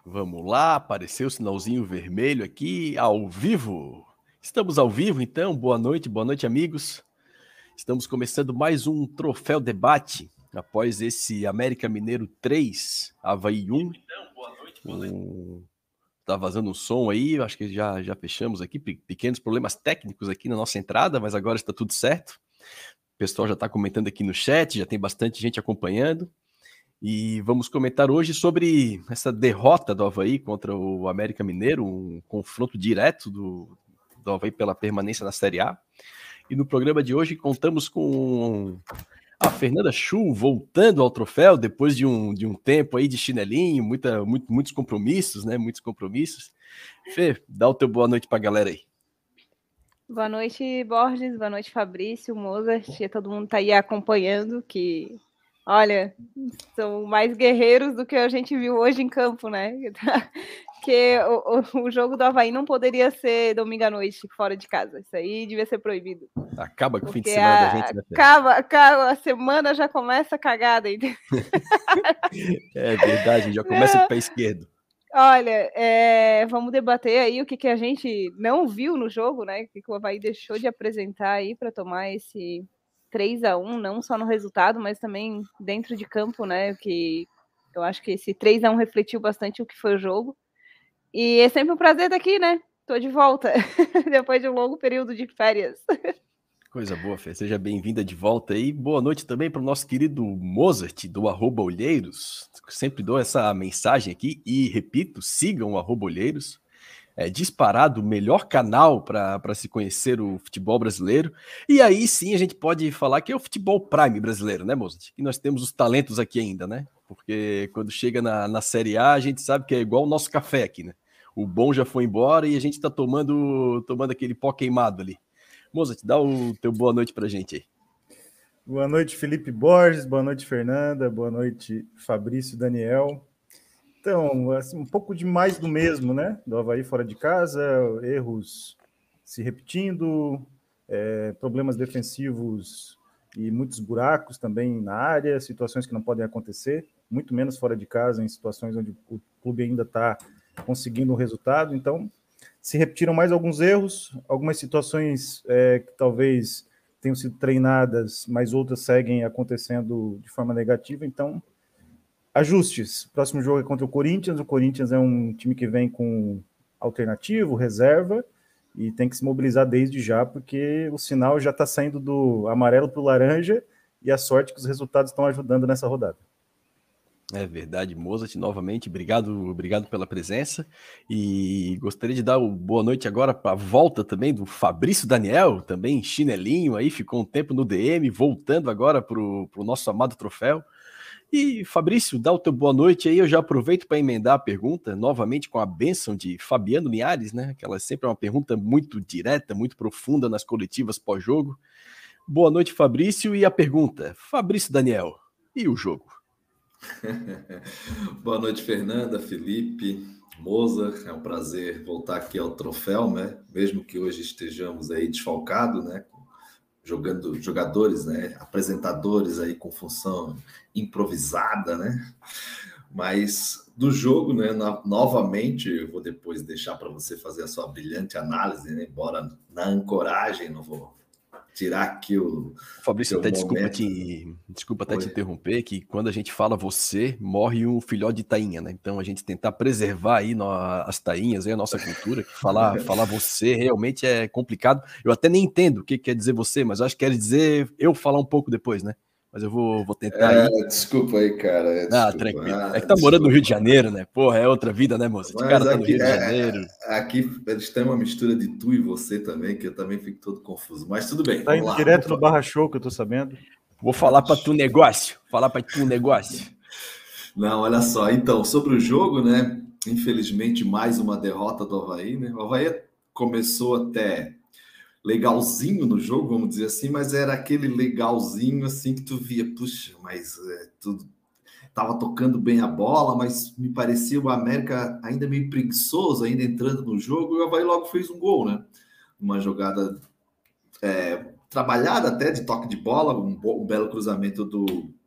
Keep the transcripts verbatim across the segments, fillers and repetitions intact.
Vamos lá, apareceu o sinalzinho vermelho aqui, ao vivo. Estamos ao vivo, então. Boa noite, boa noite, amigos. Estamos começando mais um Troféu Debate, após esse América Mineiro três, Avaí um. Um... Tá vazando um som aí, acho que já, já fechamos aqui, pequenos problemas técnicos aqui na nossa entrada, mas agora está tudo certo. O pessoal já está comentando aqui no chat, já tem bastante gente acompanhando. E vamos comentar hoje sobre essa derrota do Avaí contra o América Mineiro, um confronto direto do, do Avaí pela permanência na Série A. E no programa de hoje contamos com a Fernanda Chu voltando ao troféu depois de um, de um tempo aí de chinelinho, muita, muito, muitos compromissos, né? Muitos compromissos. Fê, dá o teu boa noite pra galera aí. Boa noite, Borges. Boa noite, Fabrício, Mozart. Todo mundo tá aí acompanhando, que, olha, são mais guerreiros do que a gente viu hoje em campo, né? Que o, o, o jogo do Avaí não poderia ser domingo à noite, fora de casa. Isso aí devia ser proibido. Acaba com o fim de semana a, da gente, né, Fê? Acaba, acaba, a semana já começa cagada. É verdade, já começa com o pé esquerdo. Olha, é, vamos debater aí o que, que a gente não viu no jogo, né? O que, que o Avaí deixou de apresentar aí para tomar esse três a um, não só no resultado, mas também dentro de campo, né? Que eu acho que esse três a um refletiu bastante o que foi o jogo. E é sempre um prazer estar aqui, né? Tô de volta, depois de um longo período de férias. Coisa boa, Fê. Seja bem-vinda de volta aí. Boa noite também para o nosso querido Mozart, do arroba Olheiros. Sempre dou essa mensagem aqui e repito, sigam o arroba Olheiros. É disparado o melhor canal para se conhecer o futebol brasileiro. E aí sim a gente pode falar que é o futebol prime brasileiro, né, Mozart? E nós temos os talentos aqui ainda, né? Porque quando chega na, na Série A, a gente sabe que é igual o nosso café aqui, né? O bom já foi embora e a gente tá tomando, tomando aquele pó queimado ali. Mozart, dá o teu boa noite pra gente aí. Boa noite, Felipe Borges, boa noite, Fernanda, boa noite, Fabrício, Daniel. Então, assim, um pouco de mais do mesmo, né? Do Avaí fora de casa, erros se repetindo, é, problemas defensivos e muitos buracos também na área, situações que não podem acontecer, muito menos fora de casa, em situações onde o clube ainda está conseguindo um resultado. Então, se repetiram mais alguns erros, algumas situações é, que talvez tenham sido treinadas, mas outras seguem acontecendo de forma negativa. Então, ajustes. O próximo jogo é contra o Corinthians. O Corinthians é um time que vem com alternativo, reserva, e tem que se mobilizar desde já, porque o sinal já está saindo do amarelo para o laranja, e a sorte que os resultados estão ajudando nessa rodada. É verdade, Mozart, novamente, obrigado, obrigado pela presença, e gostaria de dar o boa noite agora para a volta também do Fabrício Daniel, também chinelinho aí, ficou um tempo no D M, voltando agora para o nosso amado troféu. E Fabrício, dá o teu boa noite aí, eu já aproveito para emendar a pergunta, novamente com a bênção de Fabiano Linhares, né, que ela sempre é uma pergunta muito direta, muito profunda nas coletivas pós-jogo. Boa noite, Fabrício, e a pergunta, Fabrício Daniel, e o jogo? Boa noite, Fernanda, Felipe, Mozart. É um prazer voltar aqui ao troféu, né? Mesmo que hoje estejamos aí desfalcados, né? Jogando jogadores, né? Apresentadores aí com função improvisada, né? Mas do jogo, né? Na, novamente, eu vou depois deixar para você fazer a sua brilhante análise, né? Embora na ancoragem não vou tirar aqui o... Fabrício, até desculpa te, desculpa até te interromper, que quando a gente fala você, morre um filhote de tainha, né? Então a gente tentar preservar aí no, as tainhas, aí a nossa cultura, que falar, falar você realmente é complicado. Eu até nem entendo o que quer dizer você, mas eu acho que quer dizer eu falar um pouco depois, né? Mas eu vou, vou tentar é, aí. Desculpa aí, cara. É, ah, desculpa. tranquilo. Ah, é que tá desculpa. morando no Rio de Janeiro, né? Porra, é outra vida, né, moça? Esse cara tá no Rio de Janeiro. É, aqui eles têm uma mistura de tu e você também, que eu também fico todo confuso. Mas tudo bem, tá vamos indo lá. direto no Barra Show, que eu tô sabendo. Vou falar pra tu negócio. Falar pra tu negócio. Não, olha só. Então, sobre o jogo, né? Infelizmente, mais uma derrota do Avaí, né? O Avaí começou até legalzinho no jogo, vamos dizer assim, mas era aquele legalzinho assim que tu via, puxa, mas é, tudo tava tocando bem a bola, mas me parecia o América ainda meio preguiçoso, ainda entrando no jogo, e o Avaí logo fez um gol, né? Uma jogada é, trabalhada até de toque de bola, um, um belo cruzamento do,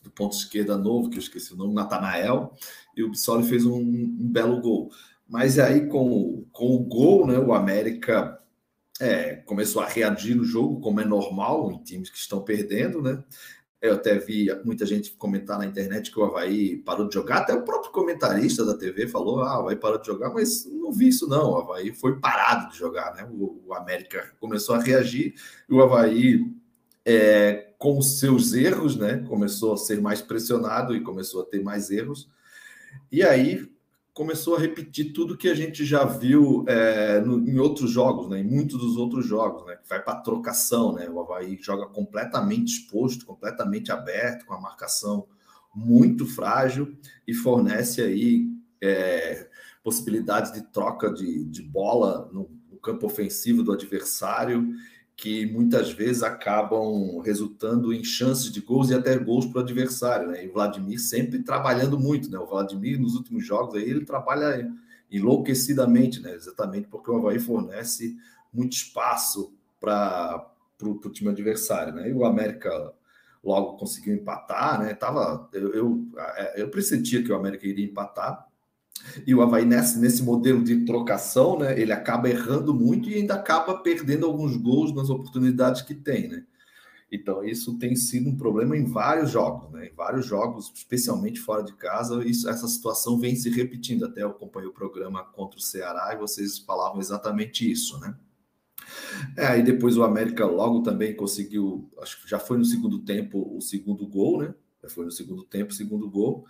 do ponto esquerda novo, que eu esqueci o nome, Natanael, e o Bissoli fez um, um belo gol. Mas aí, com, com o gol, né, o América é, começou a reagir no jogo, como é normal em times que estão perdendo, né? Eu até vi muita gente comentar na internet que o Avaí parou de jogar, até o próprio comentarista da T V falou, ah, o Avaí parou de jogar, mas não vi isso não, o Avaí foi parado de jogar, né? O, o América começou a reagir, e o Avaí, é, com os seus erros, né, começou a ser mais pressionado e começou a ter mais erros, e aí começou a repetir tudo que a gente já viu é, no, em outros jogos, né, em muitos dos outros jogos, né, que vai para trocação, né, o Avaí joga completamente exposto, completamente aberto, com a marcação muito frágil e fornece aí é, possibilidades de troca de, de bola no, no campo ofensivo do adversário, que muitas vezes acabam resultando em chances de gols e até gols para o adversário, né? E o Vladimir sempre trabalhando muito, né? O Vladimir, nos últimos jogos, aí, ele trabalha enlouquecidamente, né? Exatamente porque o Avaí fornece muito espaço para o time adversário, né? E o América logo conseguiu empatar, né? Tava, eu, eu, eu pressentia que o América iria empatar, e o Avaí, nesse, nesse modelo de trocação, né, ele acaba errando muito e ainda acaba perdendo alguns gols nas oportunidades que tem, né? Então, isso tem sido um problema em vários jogos, né? Em vários jogos, especialmente fora de casa, isso, essa situação vem se repetindo. Até eu acompanhei o programa contra o Ceará e vocês falavam exatamente isso, né? É, aí depois o América logo também conseguiu, acho que já foi no segundo tempo o segundo gol, né? Já foi no segundo tempo o segundo gol.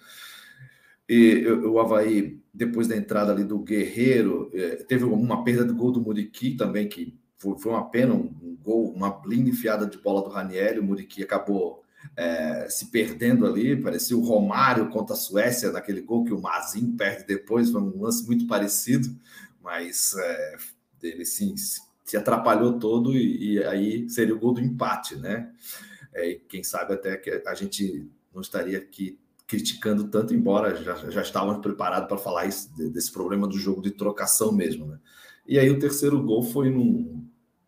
E o Avaí, depois da entrada ali do Guerreiro, teve uma perda de gol do Muriqui também, que foi uma pena, um gol, uma blinda enfiada de bola do Ranieri. O Muriqui acabou é, se perdendo ali, parecia o Romário contra a Suécia, naquele gol que o Mazinho perde depois, foi um lance muito parecido, mas é, ele sim, se atrapalhou todo e, e aí seria o gol do empate, né? É, quem sabe até que a gente não estaria aqui criticando tanto, embora já, já estávamos preparados para falar isso, desse problema do jogo de trocação mesmo, né? E aí o terceiro gol foi num,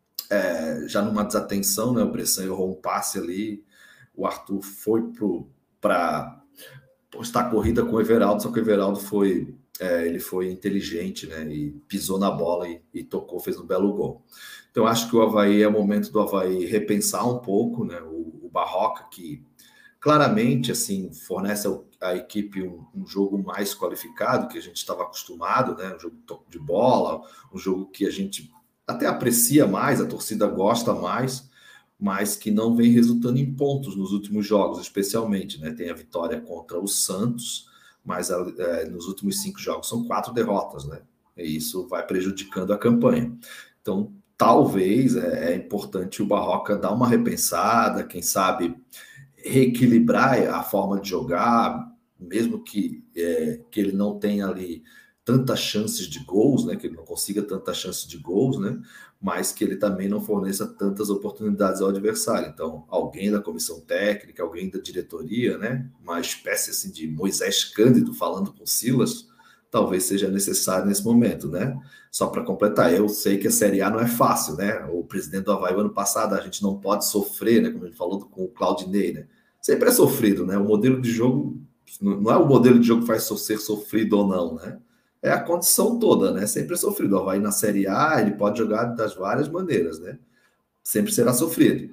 é, já numa desatenção, né? O Bressan errou um passe ali, o Arthur foi para postar a corrida com o Everaldo, só que o Everaldo foi, é, ele foi inteligente, né? E pisou na bola e, e tocou, fez um belo gol. Então acho que o Avaí é o momento do Avaí repensar um pouco, né? O, o Barroca, que claramente, assim, fornece à equipe um, um jogo mais qualificado, que a gente estava acostumado, né? Um jogo de bola, um jogo que a gente até aprecia mais, a torcida gosta mais, mas que não vem resultando em pontos nos últimos jogos, especialmente, né? Tem a vitória contra o Santos, mas é, nos últimos cinco jogos são quatro derrotas, né? E isso vai prejudicando a campanha. Então, talvez é, é importante o Barroca dar uma repensada, quem sabe reequilibrar a forma de jogar, mesmo que, é, que ele não tenha ali tantas chances de gols, né, que ele não consiga tantas chances de gols, né, mas que ele também não forneça tantas oportunidades ao adversário. Então, alguém da comissão técnica, alguém da diretoria, né, uma espécie assim de Moisés Cândido falando com Silas, talvez seja necessário nesse momento, né? Só para completar, eu sei que a Série A não é fácil, né? O presidente do Avaí, ano passado, a gente não pode sofrer, né? Como ele falou com o Claudinei, né? Sempre é sofrido, né? O modelo de jogo, não é o modelo de jogo que faz ser sofrido ou não, né? É a condição toda, né? Sempre é sofrido. O Avaí na Série A, ele pode jogar das várias maneiras, né? Sempre será sofrido.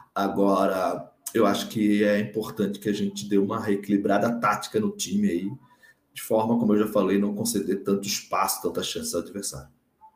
Agora, eu acho que é importante que a gente dê uma reequilibrada tática no time aí, de forma, como eu já falei, não conceder tanto espaço, tanta chance ao adversário.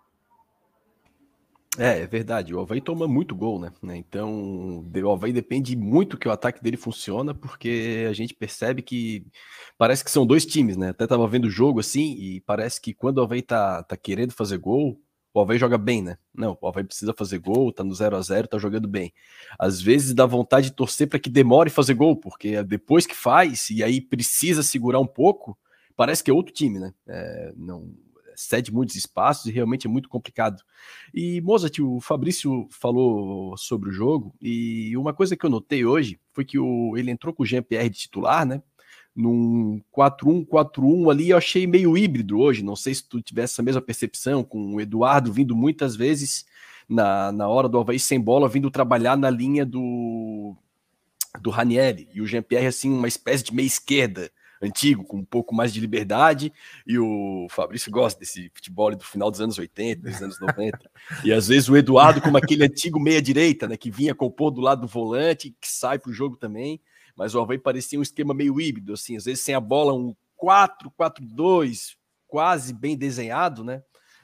É, é verdade. O Avaí toma muito gol, né? Então, o Avaí depende muito que o ataque dele funcione, porque a gente percebe que parece que são dois times, né? Até tava vendo o jogo assim, e parece que quando o Avaí tá, tá querendo fazer gol, o Avaí joga bem, né? Não, o Avaí precisa fazer gol, tá no zero a zero, tá jogando bem. Às vezes dá vontade de torcer para que demore fazer gol, porque depois que faz, e aí precisa segurar um pouco, parece que é outro time, né? É, não cede muitos espaços e realmente é muito complicado. E, Mozart, o Fabrício falou sobre o jogo, e uma coisa que eu notei hoje foi que o, ele entrou com o Jean-Pierre de titular, né? Num quatro um quatro um ali, eu achei meio híbrido hoje. Não sei se tu tivesse essa mesma percepção, com o Eduardo vindo muitas vezes na, na hora do Avaí sem bola, vindo trabalhar na linha do do Ranieri, e o Jean-Pierre, assim, uma espécie de meia esquerda antigo, com um pouco mais de liberdade, e o Fabrício gosta desse futebol do final dos anos oitenta, dos anos noventa, e às vezes o Eduardo como aquele antigo meia-direita, né, que vinha compor do lado do volante, que sai pro jogo também, mas o Avaí parecia um esquema meio híbrido, assim, às vezes sem a bola, um quatro quatro dois, quase bem desenhado, né,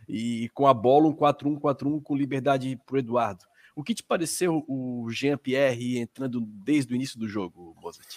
e com a bola um quatro um quatro um com liberdade pro Eduardo. O que te pareceu o Jean-Pierre entrando desde o início do jogo, Mozart?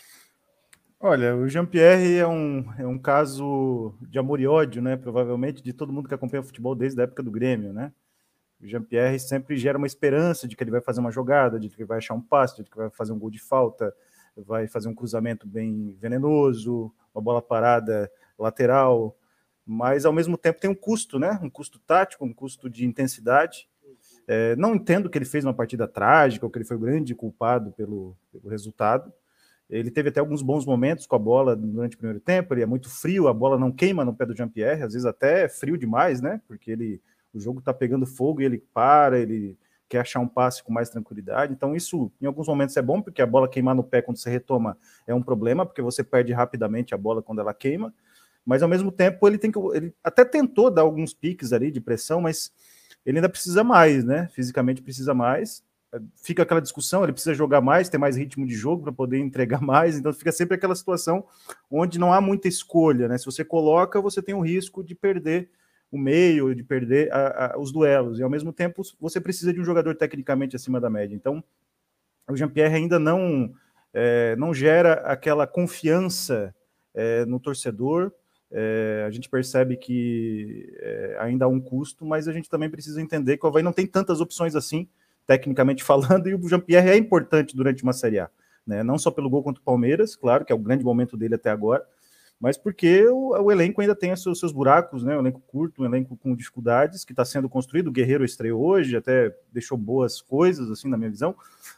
Olha, o Jean-Pierre é um, é um caso de amor e ódio, né? Provavelmente de todo mundo que acompanha o futebol desde a época do Grêmio, né? O Jean-Pierre sempre gera uma esperança de que ele vai fazer uma jogada, de que ele vai achar um passe, de que vai fazer um gol de falta, vai fazer um cruzamento bem venenoso, uma bola parada lateral, mas ao mesmo tempo tem um custo, né? Um custo tático, um custo de intensidade. É, não entendo que ele fez uma partida trágica ou que ele foi o grande culpado pelo, pelo resultado. Ele teve até alguns bons momentos com a bola durante o primeiro tempo, ele é muito frio, a bola não queima no pé do Jean-Pierre, às vezes até é frio demais, né? Porque ele, o jogo tá pegando fogo e ele para, ele quer achar um passe com mais tranquilidade. Então isso, em alguns momentos é bom, porque a bola queimar no pé quando você retoma é um problema, porque você perde rapidamente a bola quando ela queima, mas ao mesmo tempo ele tem que, ele até tentou dar alguns piques ali de pressão, mas ele ainda precisa mais, né? Fisicamente precisa mais. Fica aquela discussão, ele precisa jogar mais, ter mais ritmo de jogo para poder entregar mais, então fica sempre aquela situação onde não há muita escolha, né? Se você coloca, você tem o risco de perder o meio, de perder a, a, os duelos, e ao mesmo tempo você precisa de um jogador tecnicamente acima da média. Então, o Jean-Pierre ainda não, é, não gera aquela confiança é, no torcedor. É, a gente percebe que é, ainda há um custo, mas a gente também precisa entender que o Avaí não tem tantas opções assim, tecnicamente falando, e o Jean-Pierre é importante durante uma Série A, né? Não só pelo gol contra o Palmeiras, claro, que é o grande momento dele até agora, mas porque o, o elenco ainda tem os seus, seus buracos, né? Um elenco curto, um elenco com dificuldades, que está sendo construído. O Guerreiro estreou hoje, até deixou boas coisas, assim, na minha visão,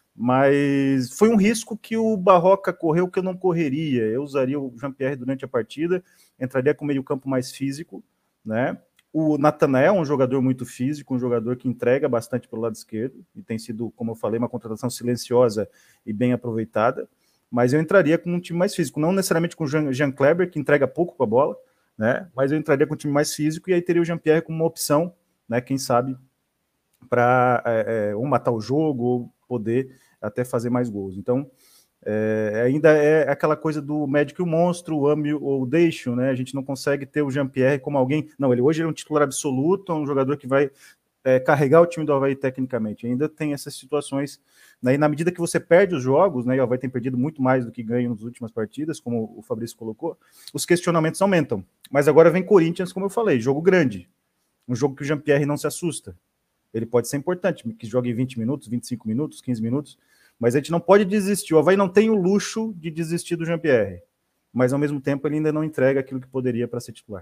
mas foi um risco que o Barroca correu que eu não correria. Eu usaria o Jean-Pierre durante a partida, entraria com meio campo mais físico, né? O Natanael é um jogador muito físico, um jogador que entrega bastante pelo lado esquerdo, e tem sido, como eu falei, uma contratação silenciosa e bem aproveitada, mas eu entraria com um time mais físico, não necessariamente com o Jean, Jean Kleber, que entrega pouco com a bola, né? Mas eu entraria com um time mais físico, e aí teria o Jean-Pierre como uma opção, né? Quem sabe, para é, é, ou matar o jogo, ou poder até fazer mais gols. Então, É, ainda é aquela coisa do médico e o monstro, ame ou deixe, né? A gente não consegue ter o Jean-Pierre como alguém. Não, ele hoje é um titular absoluto, é um jogador que vai é, carregar o time do Avaí tecnicamente. Ainda tem essas situações, né? E na medida que você perde os jogos, né? E o Avaí tem perdido muito mais do que ganha nas últimas partidas, como o Fabrício colocou, os questionamentos aumentam. Mas agora vem Corinthians, como eu falei, jogo grande. Um jogo que o Jean-Pierre não se assusta. Ele pode ser importante, que jogue vinte minutos, vinte e cinco minutos, quinze minutos. Mas a gente não pode desistir. O Avaí não tem o luxo de desistir do Jean-Pierre, mas ao mesmo tempo ele ainda não entrega aquilo que poderia para ser titular.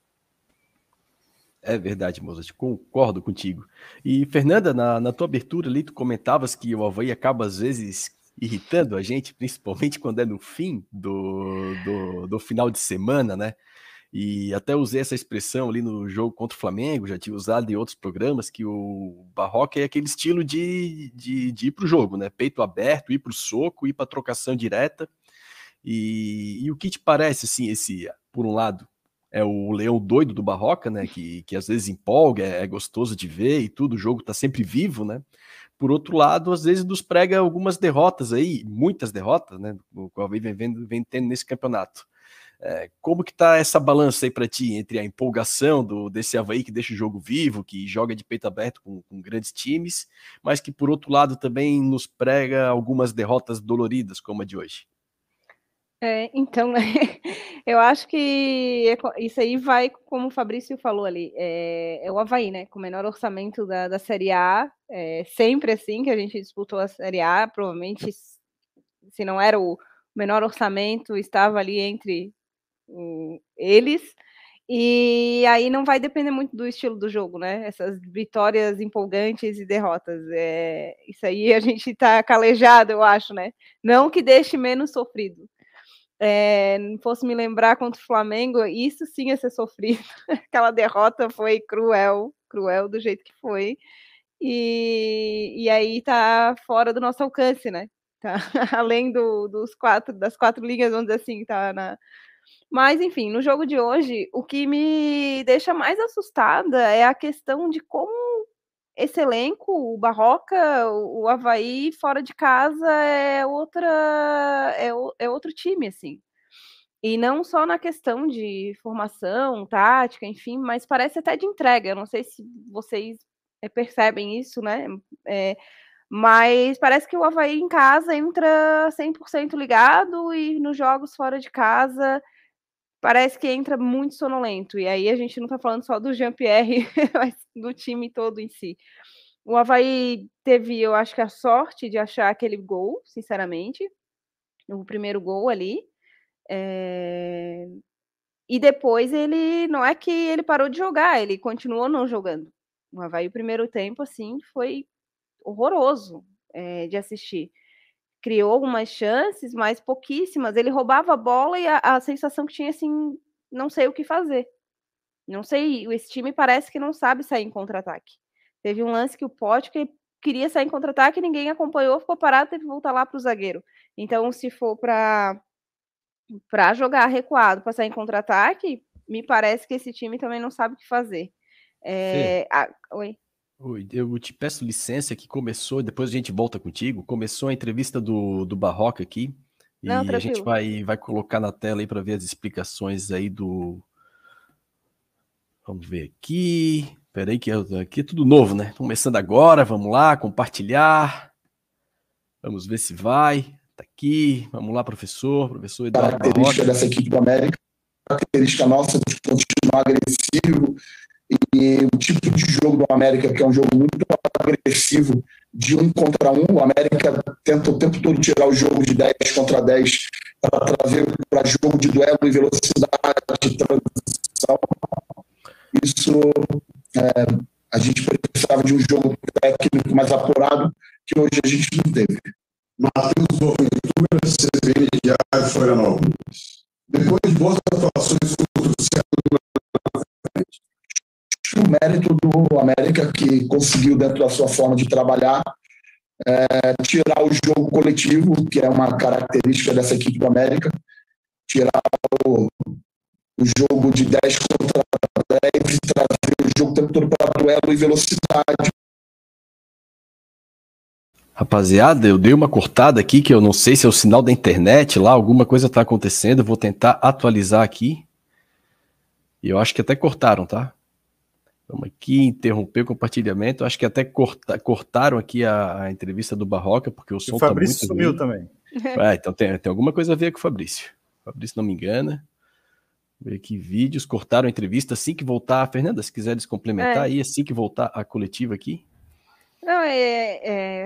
É verdade, Mozart, concordo contigo. E, Fernanda, na, na tua abertura ali, tu comentavas que o Avaí acaba, às vezes, irritando a gente, principalmente quando é no fim do, do, do final de semana, né? E até usei essa expressão ali no jogo contra o Flamengo, já tinha usado em outros programas, que o Barroca é aquele estilo de, de, de ir para o jogo, né? Peito aberto, ir para o soco, ir para a trocação direta. E, e o que te parece, assim, esse, por um lado, é o leão doido do Barroca, né? Que, que às vezes empolga, é gostoso de ver e tudo, o jogo tá sempre vivo, né? Por outro lado, às vezes nos prega algumas derrotas aí, muitas derrotas, né? O qual vem, vem, vem tendo nesse campeonato. É, como que tá essa balança aí para ti, entre a empolgação do, desse Avaí que deixa o jogo vivo, que joga de peito aberto com, com grandes times, mas que por outro lado também nos prega algumas derrotas doloridas, como a de hoje? É, então, né, eu acho que isso aí vai, como o Fabrício falou ali, é, é o Avaí, né, com o menor orçamento da, da Série A, é, sempre assim que a gente disputou a Série A, provavelmente, se não era o menor orçamento, estava ali entre um, eles, e aí não vai depender muito do estilo do jogo, né, essas vitórias empolgantes e derrotas, é, isso aí a gente tá calejado, eu acho, né, não que deixe menos sofrido. É, fosse me lembrar contra o Flamengo, isso sim ia ser sofrido. Aquela derrota foi cruel, cruel do jeito que foi. E, e aí tá fora do nosso alcance, né? tá? Além do, dos quatro, das quatro linhas, vamos dizer assim, tá na... Mas, enfim, no jogo de hoje, o que me deixa mais assustada é a questão de como esse elenco, o Barroca, o, o Avaí, fora de casa, é outra, é, é outro time, assim. E não só na questão de formação, tática, enfim, mas parece até de entrega. Eu não sei se vocês é, percebem isso, né? É, mas parece que o Avaí em casa entra cem por cento ligado e nos jogos fora de casa parece que entra muito sonolento. E aí a gente não tá falando só do Jean-Pierre, mas do time todo em si. O Avaí teve, eu acho que a sorte de achar aquele gol, sinceramente, o primeiro gol ali. É... E depois ele, não é que ele parou de jogar, ele continuou não jogando. O Avaí, o primeiro tempo, assim, foi horroroso é, de assistir. Criou algumas chances, mas pouquíssimas. Ele roubava a bola e a, a sensação que tinha, assim, não sei o que fazer. Não sei, esse time parece que não sabe sair em contra-ataque. Teve um lance que o Potker queria sair em contra-ataque, ninguém acompanhou, ficou parado, teve que voltar lá para o zagueiro. Então, se for para para jogar recuado, para sair em contra-ataque, me parece que esse time também não sabe o que fazer. É... Ah, oi. Oi, eu te peço licença que começou, depois a gente volta contigo, começou a entrevista do, do Barroca aqui, Não, e tranquilo. a gente vai, vai colocar na tela aí para ver as explicações aí do... Vamos ver aqui, peraí que aqui é tudo novo, né? Começando agora, vamos lá, compartilhar, vamos ver se vai, tá aqui, vamos lá, professor, professor Eduardo Barroca. Característica dessa equipe do América, característica nossa de continuar agressivo, e o tipo de jogo do América, que é um jogo muito agressivo, de um contra um, o América tenta o tempo todo tirar o jogo de dez contra dez para trazer para jogo de duelo e velocidade, transição. Isso, é, a gente precisava de um jogo técnico mais apurado, que hoje a gente não teve. Matheus Boaventura, C B N de Florianópolis. Depois de boas atuações contra o Ceará, o mérito do América, que conseguiu, dentro da sua forma de trabalhar, é, tirar o jogo coletivo, que é uma característica dessa equipe do América, tirar o, o jogo de dez contra dez e trazer o jogo o tempo todo para duelo e velocidade. Rapaziada, eu dei uma cortada aqui, que eu não sei se é o sinal da internet lá, alguma coisa está acontecendo, eu vou tentar atualizar aqui. E eu acho que até cortaram, tá? Vamos aqui, interromper o compartilhamento. Acho que até corta, cortaram aqui a, a entrevista do Barroca, porque o som está muito ruim. O Fabrício sumiu também. É, então tem, tem alguma coisa a ver com o Fabrício. O Fabrício não me engana. Vou ver aqui vídeos, cortaram a entrevista assim que voltar. Fernanda, se quiseres complementar é. aí, assim que voltar a coletiva aqui. Não, é, é...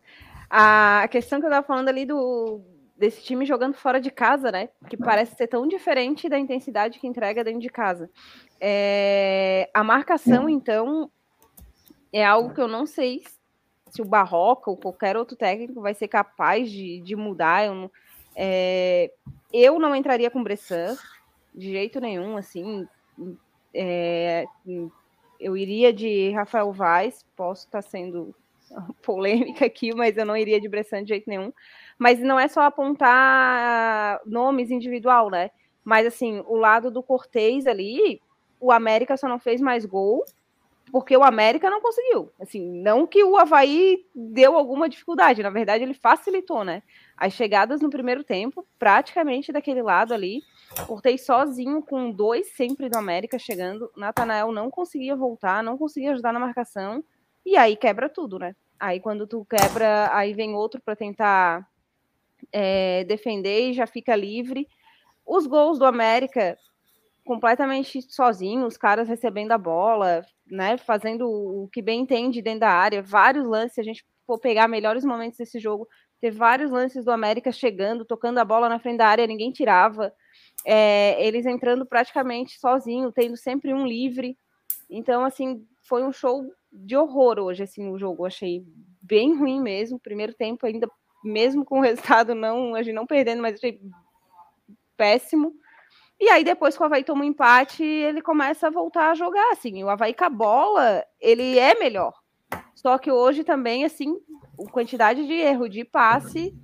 a questão que eu estava falando ali do... desse time jogando fora de casa, né? Que parece ser tão diferente da intensidade que entrega dentro de casa. É... A marcação, então, é algo que eu não sei se o Barroca ou qualquer outro técnico vai ser capaz de, de mudar. Eu não, é... eu não entraria com Bressan, de jeito nenhum, assim. É... Eu iria de Rafael Vaz, posso estar sendo polêmica aqui, mas eu não iria de Bressan de jeito nenhum. Mas não é só apontar nomes individual, né? Mas, assim, o lado do Cortez ali, o América só não fez mais gol porque o América não conseguiu. Assim, não que o Avaí deu alguma dificuldade, na verdade ele facilitou, né? As chegadas no primeiro tempo, praticamente daquele lado ali, Cortez sozinho com dois sempre do América chegando, Natanael não conseguia voltar, não conseguia ajudar na marcação, e aí quebra tudo, né? Aí quando tu quebra, aí vem outro para tentar é, defender e já fica livre. Os gols do América completamente sozinho, os caras recebendo a bola, né, fazendo o que bem entende dentro da área, vários lances, se a gente for pegar melhores momentos desse jogo, teve vários lances do América chegando, tocando a bola na frente da área, ninguém tirava, é, eles entrando praticamente sozinho, tendo sempre um livre, então, assim, foi um show de horror hoje, assim, o jogo, eu achei bem ruim mesmo, primeiro tempo ainda, mesmo com o resultado não, a gente não perdendo, mas achei péssimo. E aí, depois que o Avaí toma um empate, ele começa a voltar a jogar, assim. O Avaí com a bola, ele é melhor. Só que hoje também, assim, a quantidade de erro de passe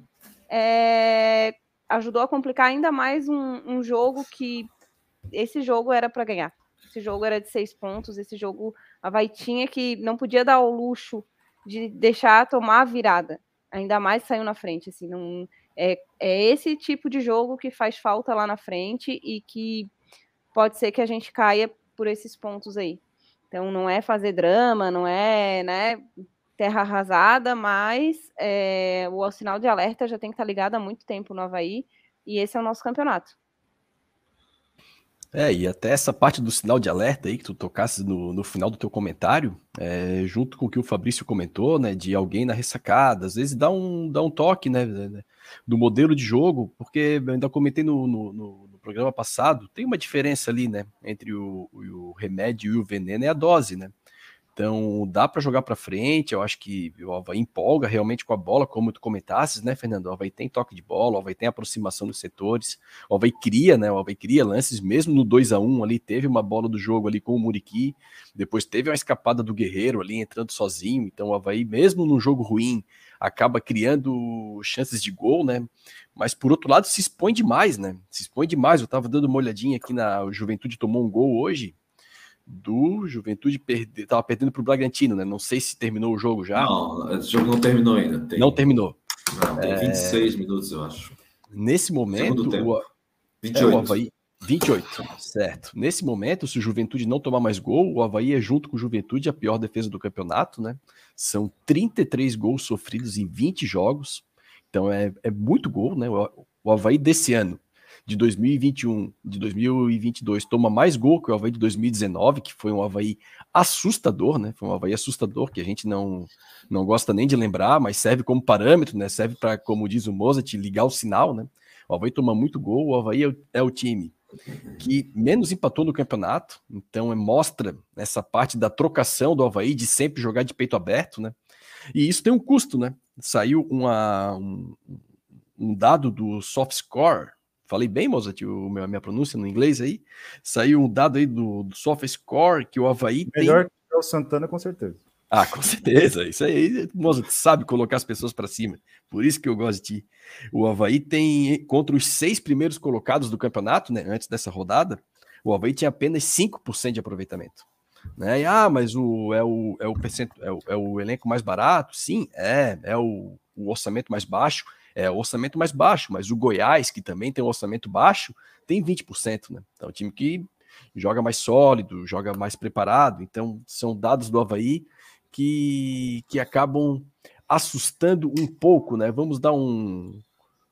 é, ajudou a complicar ainda mais um, um jogo que esse jogo era para ganhar. Esse jogo era de seis pontos, esse jogo a Avaí tinha que, não podia dar o luxo de deixar tomar a virada, ainda mais saiu na frente, assim, não, é, é esse tipo de jogo que faz falta lá na frente e que pode ser que a gente caia por esses pontos aí. Então não é fazer drama, não é, né, terra arrasada, mas é, o sinal de alerta já tem que estar ligado há muito tempo no Avaí, e esse é o nosso campeonato. É, e até essa parte do sinal de alerta aí que tu tocasse no, no final do teu comentário, é, junto com o que o Fabrício comentou, né, de alguém na ressacada, às vezes dá um, dá um toque, né, do modelo de jogo, porque eu ainda comentei no, no, no programa passado, tem uma diferença ali, né, entre o, o remédio e o veneno, é a dose, né. Então, dá para jogar para frente, eu acho que o Avaí empolga realmente com a bola, como tu comentasses, né, Fernando? O Avaí tem toque de bola, o Avaí tem aproximação dos setores, o Avaí cria, né, o Avaí cria lances, mesmo no dois a um ali, teve uma bola do jogo ali com o Muriqui, depois teve uma escapada do Guerreiro ali, entrando sozinho, então o Avaí, mesmo num jogo ruim, acaba criando chances de gol, né, mas por outro lado se expõe demais, né, se expõe demais, eu tava dando uma olhadinha aqui na o Juventude tomou um gol hoje, do Juventude perde... tava perdendo pro Bragantino, né? Não sei se terminou o jogo já. Não, esse jogo não terminou ainda. Tem... Não terminou. Não, tem vinte e seis é... minutos, eu acho. Nesse momento, o... vinte e oito. É, o Avaí... vinte e oito, certo. Nesse momento, se o Juventude não tomar mais gol, o Avaí é junto com o Juventude a pior defesa do campeonato, né? São trinta e três gols sofridos em vinte jogos. Então é, é muito gol, né? O, o Avaí desse ano, de dois mil e vinte e um, de dois mil e vinte e dois, toma mais gol que o Avaí de dois mil e dezenove, que foi um Avaí assustador, né? Foi um Avaí assustador, que a gente não, não gosta nem de lembrar, mas serve como parâmetro, né? Serve para, como diz o Mozart, ligar o sinal, né? O Avaí toma muito gol, o Avaí é o, é o time que menos empatou no campeonato, então é, mostra essa parte da trocação do Avaí, de sempre jogar de peito aberto, né? E isso tem um custo, né? Saiu uma, um, um dado do SoftScore. Falei bem, Mozart, o, a minha pronúncia no inglês aí? Saiu um dado aí do, do SoftScore que o Avaí tem... Melhor que o Santana, com certeza. Ah, com certeza. Isso aí, Mozart sabe colocar as pessoas para cima. Por isso que eu gosto de ti. O Avaí tem, contra os seis primeiros colocados do campeonato, né, antes dessa rodada, o Avaí tinha apenas cinco por cento de aproveitamento. Né? E, ah, mas o, é, o, é, o percento, é, o, é o elenco mais barato? Sim, é. É o, o orçamento mais baixo? É o orçamento mais baixo, mas o Goiás, que também tem um orçamento baixo, tem vinte por cento, né? Então, é um time que joga mais sólido, joga mais preparado. Então, são dados do Avaí que, que acabam assustando um pouco, né? Vamos dar um,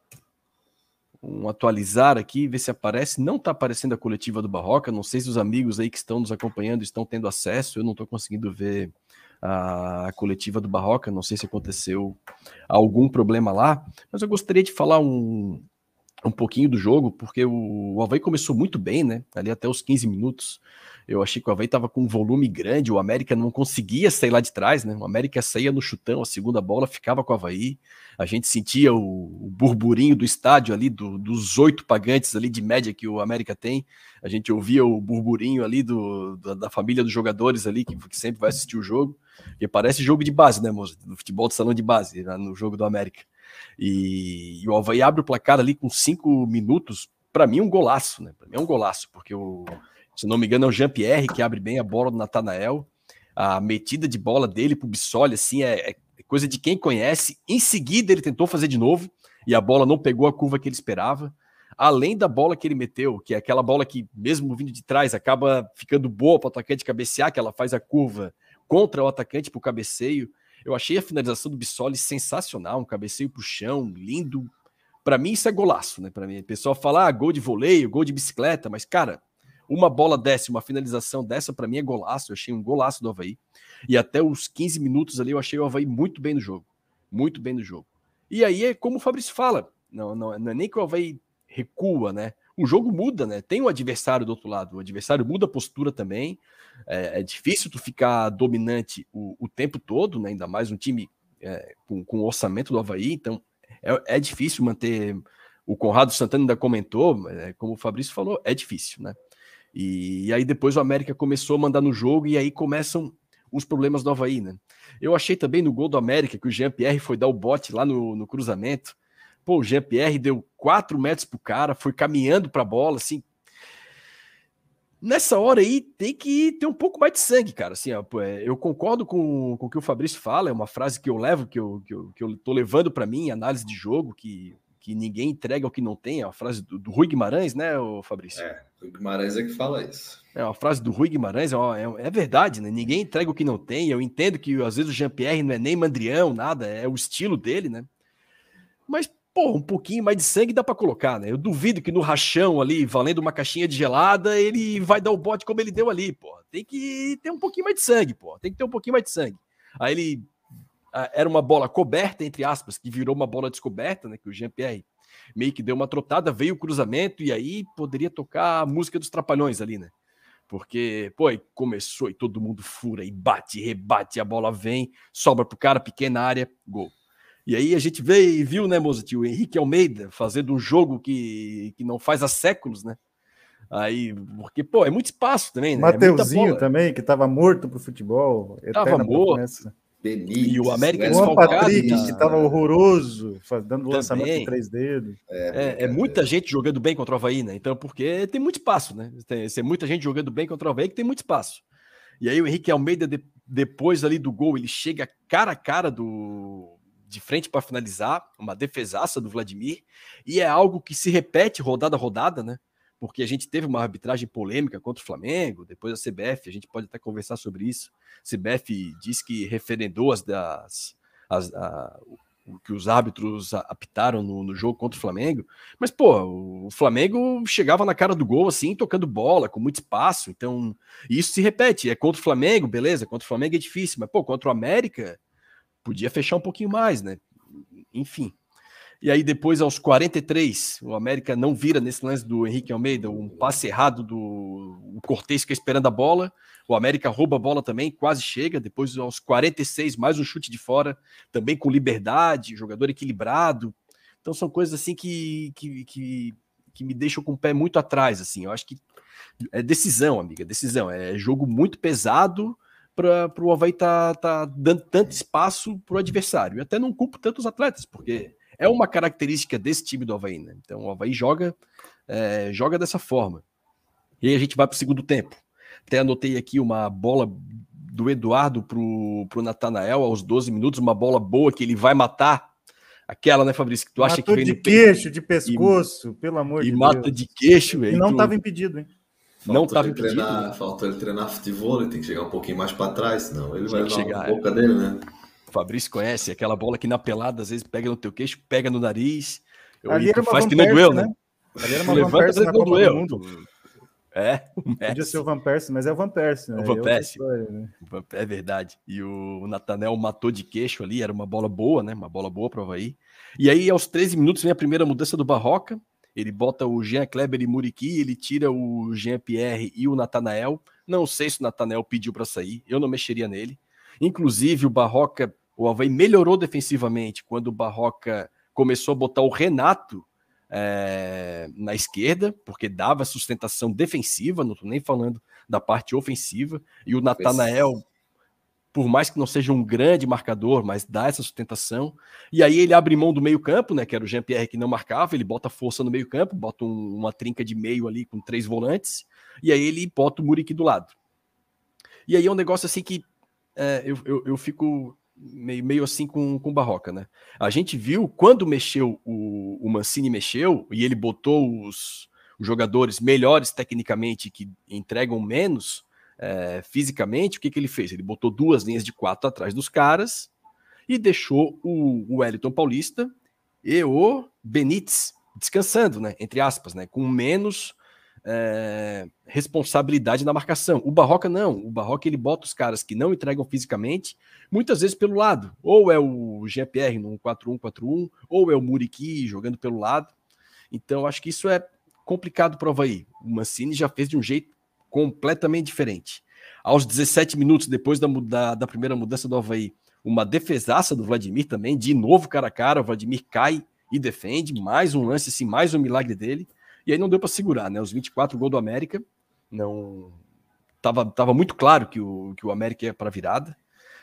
um atualizar aqui, ver se aparece. Não está aparecendo a coletiva do Barroca, não sei se os amigos aí que estão nos acompanhando estão tendo acesso, eu não estou conseguindo ver a coletiva do Barroca, não sei se aconteceu algum problema lá, mas eu gostaria de falar um, um pouquinho do jogo, porque o, o Avaí começou muito bem, né, ali até os quinze minutos, eu achei que o Avaí estava com um volume grande, o América não conseguia sair lá de trás, né, o América saía no chutão, a segunda bola ficava com o Avaí, a gente sentia o, o burburinho do estádio ali, do, dos oito pagantes ali de média que o América tem, a gente ouvia o burburinho ali do, da, da família dos jogadores ali, que, que sempre vai assistir o jogo, e parece jogo de base, né, moço, do futebol de salão de base, né, no jogo do América, e, e o Avaí abre o placar ali com cinco minutos, para mim um golaço, né, para mim é um golaço, porque o, se não me engano é o Jean-Pierre que abre bem a bola do Natanael, a metida de bola dele pro Bissoli, assim, é, é coisa de quem conhece. Em seguida ele tentou fazer de novo e a bola não pegou a curva que ele esperava. Além da bola que ele meteu, que é aquela bola que mesmo vindo de trás acaba ficando boa para o atacante cabecear, que ela faz a curva contra o atacante para o cabeceio. Eu achei a finalização do Bissoli sensacional, um cabeceio pro chão, lindo. Para mim isso é golaço, né? Para mim, o pessoal fala ah, gol de voleio, gol de bicicleta, mas cara, uma bola dessa, uma finalização dessa, para mim é golaço. Eu achei um golaço do Avaí. E até os quinze minutos ali, eu achei o Avaí muito bem no jogo. Muito bem no jogo. E aí é como o Fabrício fala. Não, não, não é nem que o Avaí recua, né? O jogo muda, né? Tem o adversário do outro lado. O adversário muda a postura também. É, é difícil tu ficar dominante o, o tempo todo, né? Ainda mais um time é, com, com o orçamento do Avaí. Então, é, é difícil manter... O Conrado Santana ainda comentou, é, como o Fabrício falou, é difícil, né? E, e aí depois o América começou a mandar no jogo e aí começam os problemas do Avaí, né? Eu achei também no gol do América que o Jean-Pierre foi dar o bote lá no, no cruzamento, pô, o Jean-Pierre deu quatro metros pro cara, foi caminhando pra bola, assim. Nessa hora aí, tem que ter um pouco mais de sangue, cara. Assim, ó, eu concordo com, com o que o Fabrício fala, é uma frase que eu levo, que eu, que eu, que eu tô levando para mim, análise de jogo, que, que ninguém entrega o que não tem, é uma frase do, do Rui Guimarães, né, o Fabrício? É, o Guimarães é que fala isso. É uma frase do Rui Guimarães, é, uma, é, é verdade, né? Ninguém entrega o que não tem. Eu entendo que às vezes o Jean-Pierre não é nem mandrião, nada, é o estilo dele, né? Mas, pô, um pouquinho mais de sangue dá para colocar, né? Eu duvido que no rachão ali, valendo uma caixinha de gelada, ele vai dar o bote como ele deu ali, pô. Tem que ter um pouquinho mais de sangue, pô. Tem que ter um pouquinho mais de sangue. Aí ele... Era uma bola coberta, entre aspas, que virou uma bola descoberta, né? Que o Jean-Pierre meio que deu uma trotada, veio o cruzamento e aí poderia tocar a música dos Trapalhões ali, né? Porque, pô, aí começou e todo mundo fura e bate, rebate, a bola vem, sobra pro cara, pequena área, gol. E aí a gente vê e viu, né, Mozart, o Henrique Almeida fazendo um jogo que, que não faz há séculos, né? Aí, porque, pô, é muito espaço também, né? Mateuzinho é também, que tava morto pro futebol. Tava morto. Promessa. Benítez, e o América Juan Patrick, na... que tava horroroso, dando também. lançamento com três dedos. É, é, é muita gente jogando bem contra o Avaí, né? Então, porque tem muito espaço, né? Tem, tem muita gente jogando bem contra o Avaí que tem muito espaço. E aí o Henrique Almeida, de, depois ali do gol, ele chega cara a cara do... de frente para finalizar, uma defesaça do Vladimir, e é algo que se repete rodada a rodada, né? Porque a gente teve uma arbitragem polêmica contra o Flamengo, depois a C B F, a gente pode até conversar sobre isso. A C B F diz que referendou as, das, as, a, o que os árbitros apitaram no, no jogo contra o Flamengo, mas, pô, o Flamengo chegava na cara do gol, assim, tocando bola, com muito espaço, então, isso se repete, é contra o Flamengo, beleza, contra o Flamengo é difícil, mas, pô, contra o América, podia fechar um pouquinho mais, né? Enfim. E aí depois, aos quarenta e três, o América não vira nesse lance do Henrique Almeida, um passe errado do o Cortez fica esperando a bola, o América rouba a bola também, quase chega, depois aos quarenta e seis, mais um chute de fora, também com liberdade, jogador equilibrado. Então são coisas assim que, que, que, que me deixam com o pé muito atrás, assim. Eu acho que é decisão, amiga, decisão. É jogo muito pesado para o Avaí tá, tá dando tanto espaço para o adversário. E até não culpo tanto os atletas, porque é uma característica desse time do Avaí, né? Então o Avaí joga, é, joga dessa forma. E aí a gente vai para o segundo tempo. Até anotei aqui uma bola do Eduardo pro, pro Natanael aos doze minutos, uma bola boa que ele vai matar. Aquela, né, Fabrício, que tu acha Matou que vem de no peito, queixo, de pescoço, e, pelo amor e de mata Deus. de queixo. E aí não tu- estava impedido, hein? Não Faltou estava ele impedido. treinar, né? faltou ele treinar futebol, ele tem que chegar um pouquinho mais para trás, senão ele Tinha vai que dar chegar, na boca dele, né? O Fabrício conhece aquela bola que na pelada às vezes pega no teu queixo, pega no nariz. Eu, Ali e era tu uma faz que Van não doeu, Persie, né? Ali era Tu uma Van levanta Persie mas na não Copa do doeu. Mundo. Tu- É, o Podia Messi. ser o Van Persie, mas é o Van Persie, né? O Van É outra Persie. história, né? É verdade. E o Natanel matou de queixo ali, era uma bola boa, né? Uma bola boa para o Avaí. E aí, aos treze minutos, vem a primeira mudança do Barroca. Ele bota o Jean Kleber e Muriqui, ele tira o Jean-Pierre e o Natanael. Não sei se o Natanael pediu para sair, eu não mexeria nele. Inclusive, o Barroca, o Avaí melhorou defensivamente quando o Barroca começou a botar o Renato é, na esquerda, porque dava sustentação defensiva, não estou nem falando da parte ofensiva, e o Natanael, por mais que não seja um grande marcador, mas dá essa sustentação, e aí ele abre mão do meio campo, né, que era o Jean-Pierre que não marcava, ele bota força no meio campo, bota um, uma trinca de meio ali com três volantes, e aí ele bota o Muriqui do lado. E aí é um negócio assim que é, eu, eu, eu fico meio, meio assim com, com o Barroca, né? A gente viu quando mexeu, o, o Mancini mexeu, e ele botou os, os jogadores melhores tecnicamente, que entregam menos é, fisicamente, o que, que ele fez? Ele botou duas linhas de quatro atrás dos caras e deixou o, o Wellington Paulista e o Benítez descansando, né? Entre aspas, né? Com menos é, responsabilidade na marcação. O Barroca não, o Barroca ele bota os caras que não entregam fisicamente, muitas vezes pelo lado, ou é o Jean-Pierre no quatro um quatro um, ou é o Muriqui jogando pelo lado. Então acho que isso é complicado para o Avaí. O Mancini já fez de um jeito completamente diferente. Aos dezessete minutos depois da, da, da primeira mudança do Avaí, uma defesaça do Vladimir também, de novo cara a cara, o Vladimir cai e defende, mais um lance assim, mais um milagre dele. E aí não deu para segurar, né? Os vinte e quatro gols do América, não tava, tava muito claro que o, que o América ia para virada.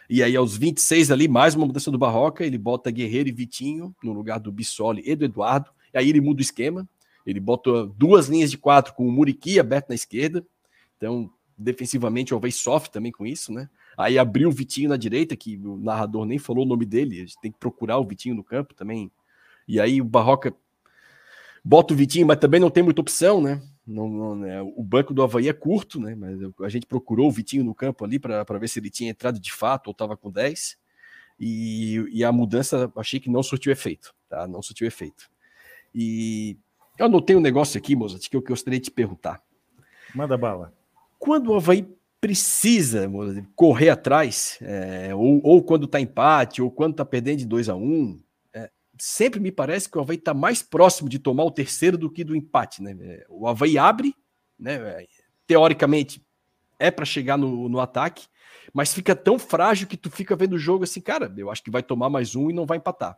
E aí, aos vinte e seis ali, mais uma mudança do Barroca, ele bota Guerreiro e Vitinho no lugar do Bissoli e do Eduardo. E aí ele muda o esquema, ele bota duas linhas de quatro com o Muriqui aberto na esquerda. Então, defensivamente, o Avaí sofre também com isso, né? Aí abriu o Vitinho na direita, que o narrador nem falou o nome dele, a gente tem que procurar o Vitinho no campo também. E aí o Barroca bota o Vitinho, mas também não tem muita opção, né? Não, não, né? O banco do Avaí é curto, né? Mas a gente procurou o Vitinho no campo ali para ver se ele tinha entrado de fato ou estava com dez. E, e a mudança achei que não surtiu efeito, tá? Não surtiu efeito. E eu anotei um negócio aqui, Mozart, que eu gostaria de te perguntar. Manda bala. Quando o Avaí precisa, Mozart, correr atrás, é, ou, ou quando está empate, ou quando está perdendo de dois a um, sempre me parece que o Avaí está mais próximo de tomar o terceiro do que do empate, né? O Avaí abre, né? Teoricamente é para chegar no, no ataque, mas fica tão frágil que tu fica vendo o jogo assim, cara, eu acho que vai tomar mais um e não vai empatar.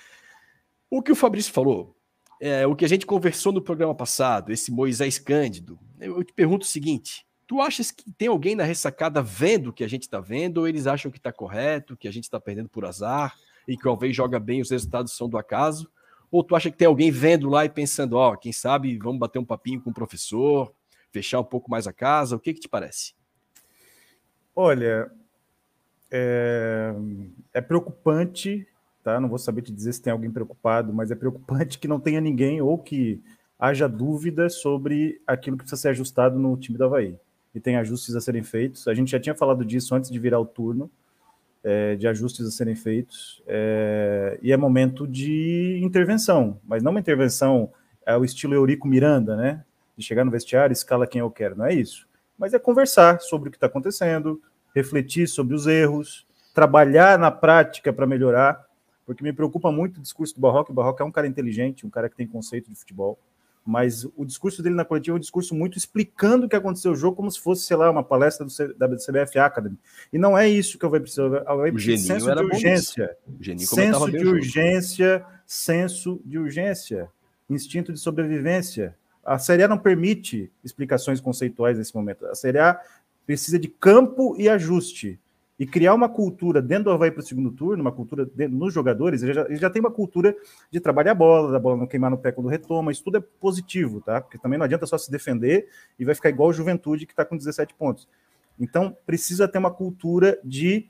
O que o Fabrício falou, é, o que a gente conversou no programa passado, esse Moisés Cândido, eu te pergunto o seguinte, tu achas que tem alguém na ressacada vendo o que a gente está vendo, ou eles acham que está correto, que a gente está perdendo por azar, e que o Avaí joga bem, os resultados são do acaso? Ou tu acha que tem alguém vendo lá e pensando, ó, oh, quem sabe vamos bater um papinho com o professor, fechar um pouco mais a casa? O que que te parece? Olha, é, é preocupante, tá? Não vou saber te dizer se tem alguém preocupado, mas é preocupante que não tenha ninguém ou que haja dúvida sobre aquilo que precisa ser ajustado no time do Avaí. E tem ajustes a serem feitos. A gente já tinha falado disso antes de virar o turno. É, de ajustes a serem feitos, é, e é momento de intervenção, mas não uma intervenção ao estilo Eurico Miranda, né? De chegar no vestiário, escala quem eu quero, não é isso. Mas é conversar sobre o que está acontecendo, refletir sobre os erros, trabalhar na prática para melhorar, porque me preocupa muito o discurso do Barroca. O Barroca é um cara inteligente, um cara que tem conceito de futebol, mas o discurso dele na coletiva é um discurso muito explicando o que aconteceu no jogo, como se fosse, sei lá, uma palestra do C, da C B F Academy. E não é isso que eu vou precisar. Eu preciso de senso de urgência. Senso de urgência, senso de urgência, instinto de sobrevivência. A Série A não permite explicações conceituais nesse momento. A Série A precisa de campo e ajuste. E criar uma cultura dentro do Avaí para o segundo turno, uma cultura dentro, nos jogadores, ele já, ele já tem uma cultura de trabalhar a bola, da bola não queimar no pé quando retoma, isso tudo é positivo, tá? Porque também não adianta só se defender e vai ficar igual o Juventude, que está com dezessete pontos. Então, precisa ter uma cultura de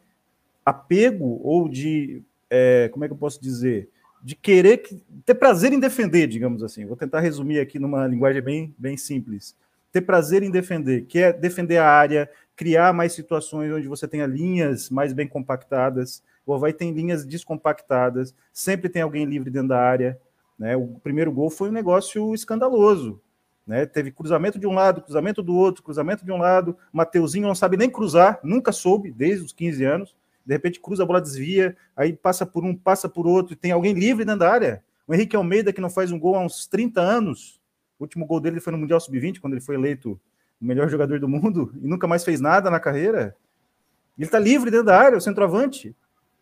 apego ou de, é, como é que eu posso dizer, de querer, que, ter prazer em defender, digamos assim. Vou tentar resumir aqui numa linguagem bem, bem simples. Ter prazer em defender, que é defender a área, criar mais situações onde você tenha linhas mais bem compactadas. O Avaí tem linhas descompactadas, sempre tem alguém livre dentro da área, né? O primeiro gol foi um negócio escandaloso, né? Teve cruzamento de um lado, cruzamento do outro, cruzamento de um lado, Mateuzinho não sabe nem cruzar, nunca soube, desde os quinze anos, de repente cruza, a bola desvia, aí passa por um, passa por outro, e tem alguém livre dentro da área. O Henrique Almeida, que não faz um gol há uns trinta anos, o último gol dele foi no Mundial sub vinte, quando ele foi eleito o melhor jogador do mundo, e nunca mais fez nada na carreira. Ele está livre dentro da área, o centroavante.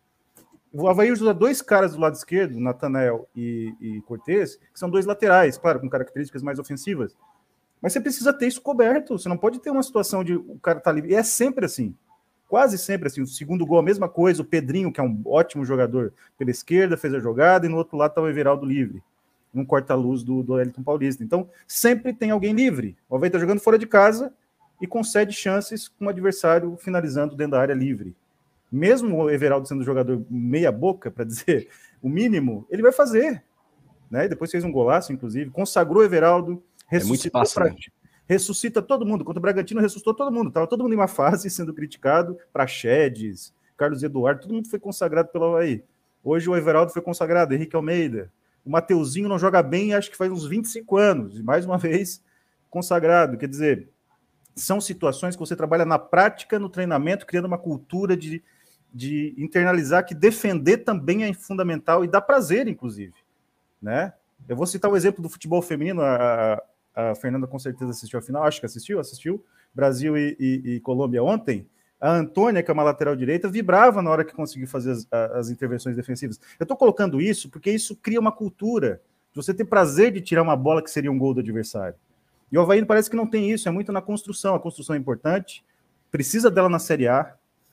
O Avaí usa dois caras do lado esquerdo, Natanael e, e Cortez, que são dois laterais, claro, com características mais ofensivas. Mas você precisa ter isso coberto, você não pode ter uma situação de o cara tá livre. E é sempre assim, quase sempre assim. O segundo gol, a mesma coisa, o Pedrinho, que é um ótimo jogador, pela esquerda, fez a jogada, e no outro lado está o Everaldo livre. Um corta-luz do, do Wellington Paulista. Então, sempre tem alguém livre. O Avaí está jogando fora de casa e concede chances com o adversário finalizando dentro da área livre. Mesmo o Everaldo sendo jogador meia boca, para dizer o mínimo, ele vai fazer. Né? E depois fez um golaço, inclusive. Consagrou o Everaldo, ressuscitou, é muito fácil, pra... né? ressuscita todo mundo. Contra o Bragantino, ressuscitou todo mundo. Estava todo mundo em uma fase sendo criticado. Praxedes, Carlos Eduardo, todo mundo foi consagrado pelo Avaí. Hoje o Everaldo foi consagrado, Henrique Almeida. O Mateuzinho não joga bem, acho que faz uns vinte e cinco anos, e mais uma vez consagrado. Quer dizer, são situações que você trabalha na prática, no treinamento, criando uma cultura de, de internalizar que defender também é fundamental e dá prazer, inclusive. Né? Eu vou citar o exemplo do futebol feminino, a, a Fernanda com certeza assistiu a final, acho que assistiu, assistiu, Brasil e, e, e Colômbia ontem. A Antônia, que é uma lateral direita, vibrava na hora que conseguiu fazer as, as intervenções defensivas. Eu estou colocando isso porque isso cria uma cultura de você ter prazer de tirar uma bola que seria um gol do adversário. E o Avaí parece que não tem isso, é muito na construção. A construção é importante, precisa dela na Série A,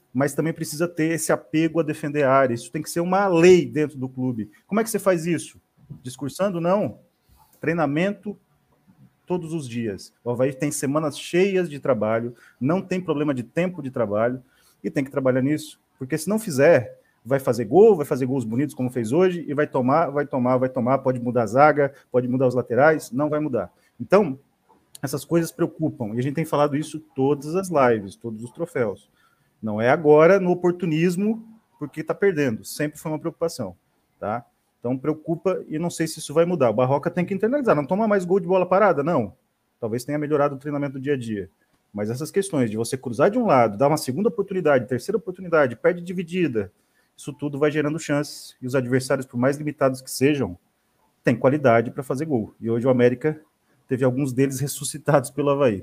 mas também precisa ter esse apego a defender a área. Isso tem que ser uma lei dentro do clube. Como é que você faz isso? Discursando? Não. Treinamento todos os dias. O Avaí tem semanas cheias de trabalho, não tem problema de tempo de trabalho, e tem que trabalhar nisso, porque se não fizer, vai fazer gol, vai fazer gols bonitos como fez hoje, e vai tomar, vai tomar, vai tomar, pode mudar a zaga, pode mudar os laterais, não vai mudar. Então, essas coisas preocupam, e a gente tem falado isso todas as lives, todos os troféus. Não é agora no oportunismo, porque está perdendo, sempre foi uma preocupação, tá? Então, preocupa, e não sei se isso vai mudar. O Barroca tem que internalizar, não toma mais gol de bola parada, não. Talvez tenha melhorado o treinamento do dia a dia. Mas essas questões de você cruzar de um lado, dar uma segunda oportunidade, terceira oportunidade, perde dividida, isso tudo vai gerando chances. E os adversários, por mais limitados que sejam, têm qualidade para fazer gol. E hoje o América teve alguns deles ressuscitados pelo Avaí.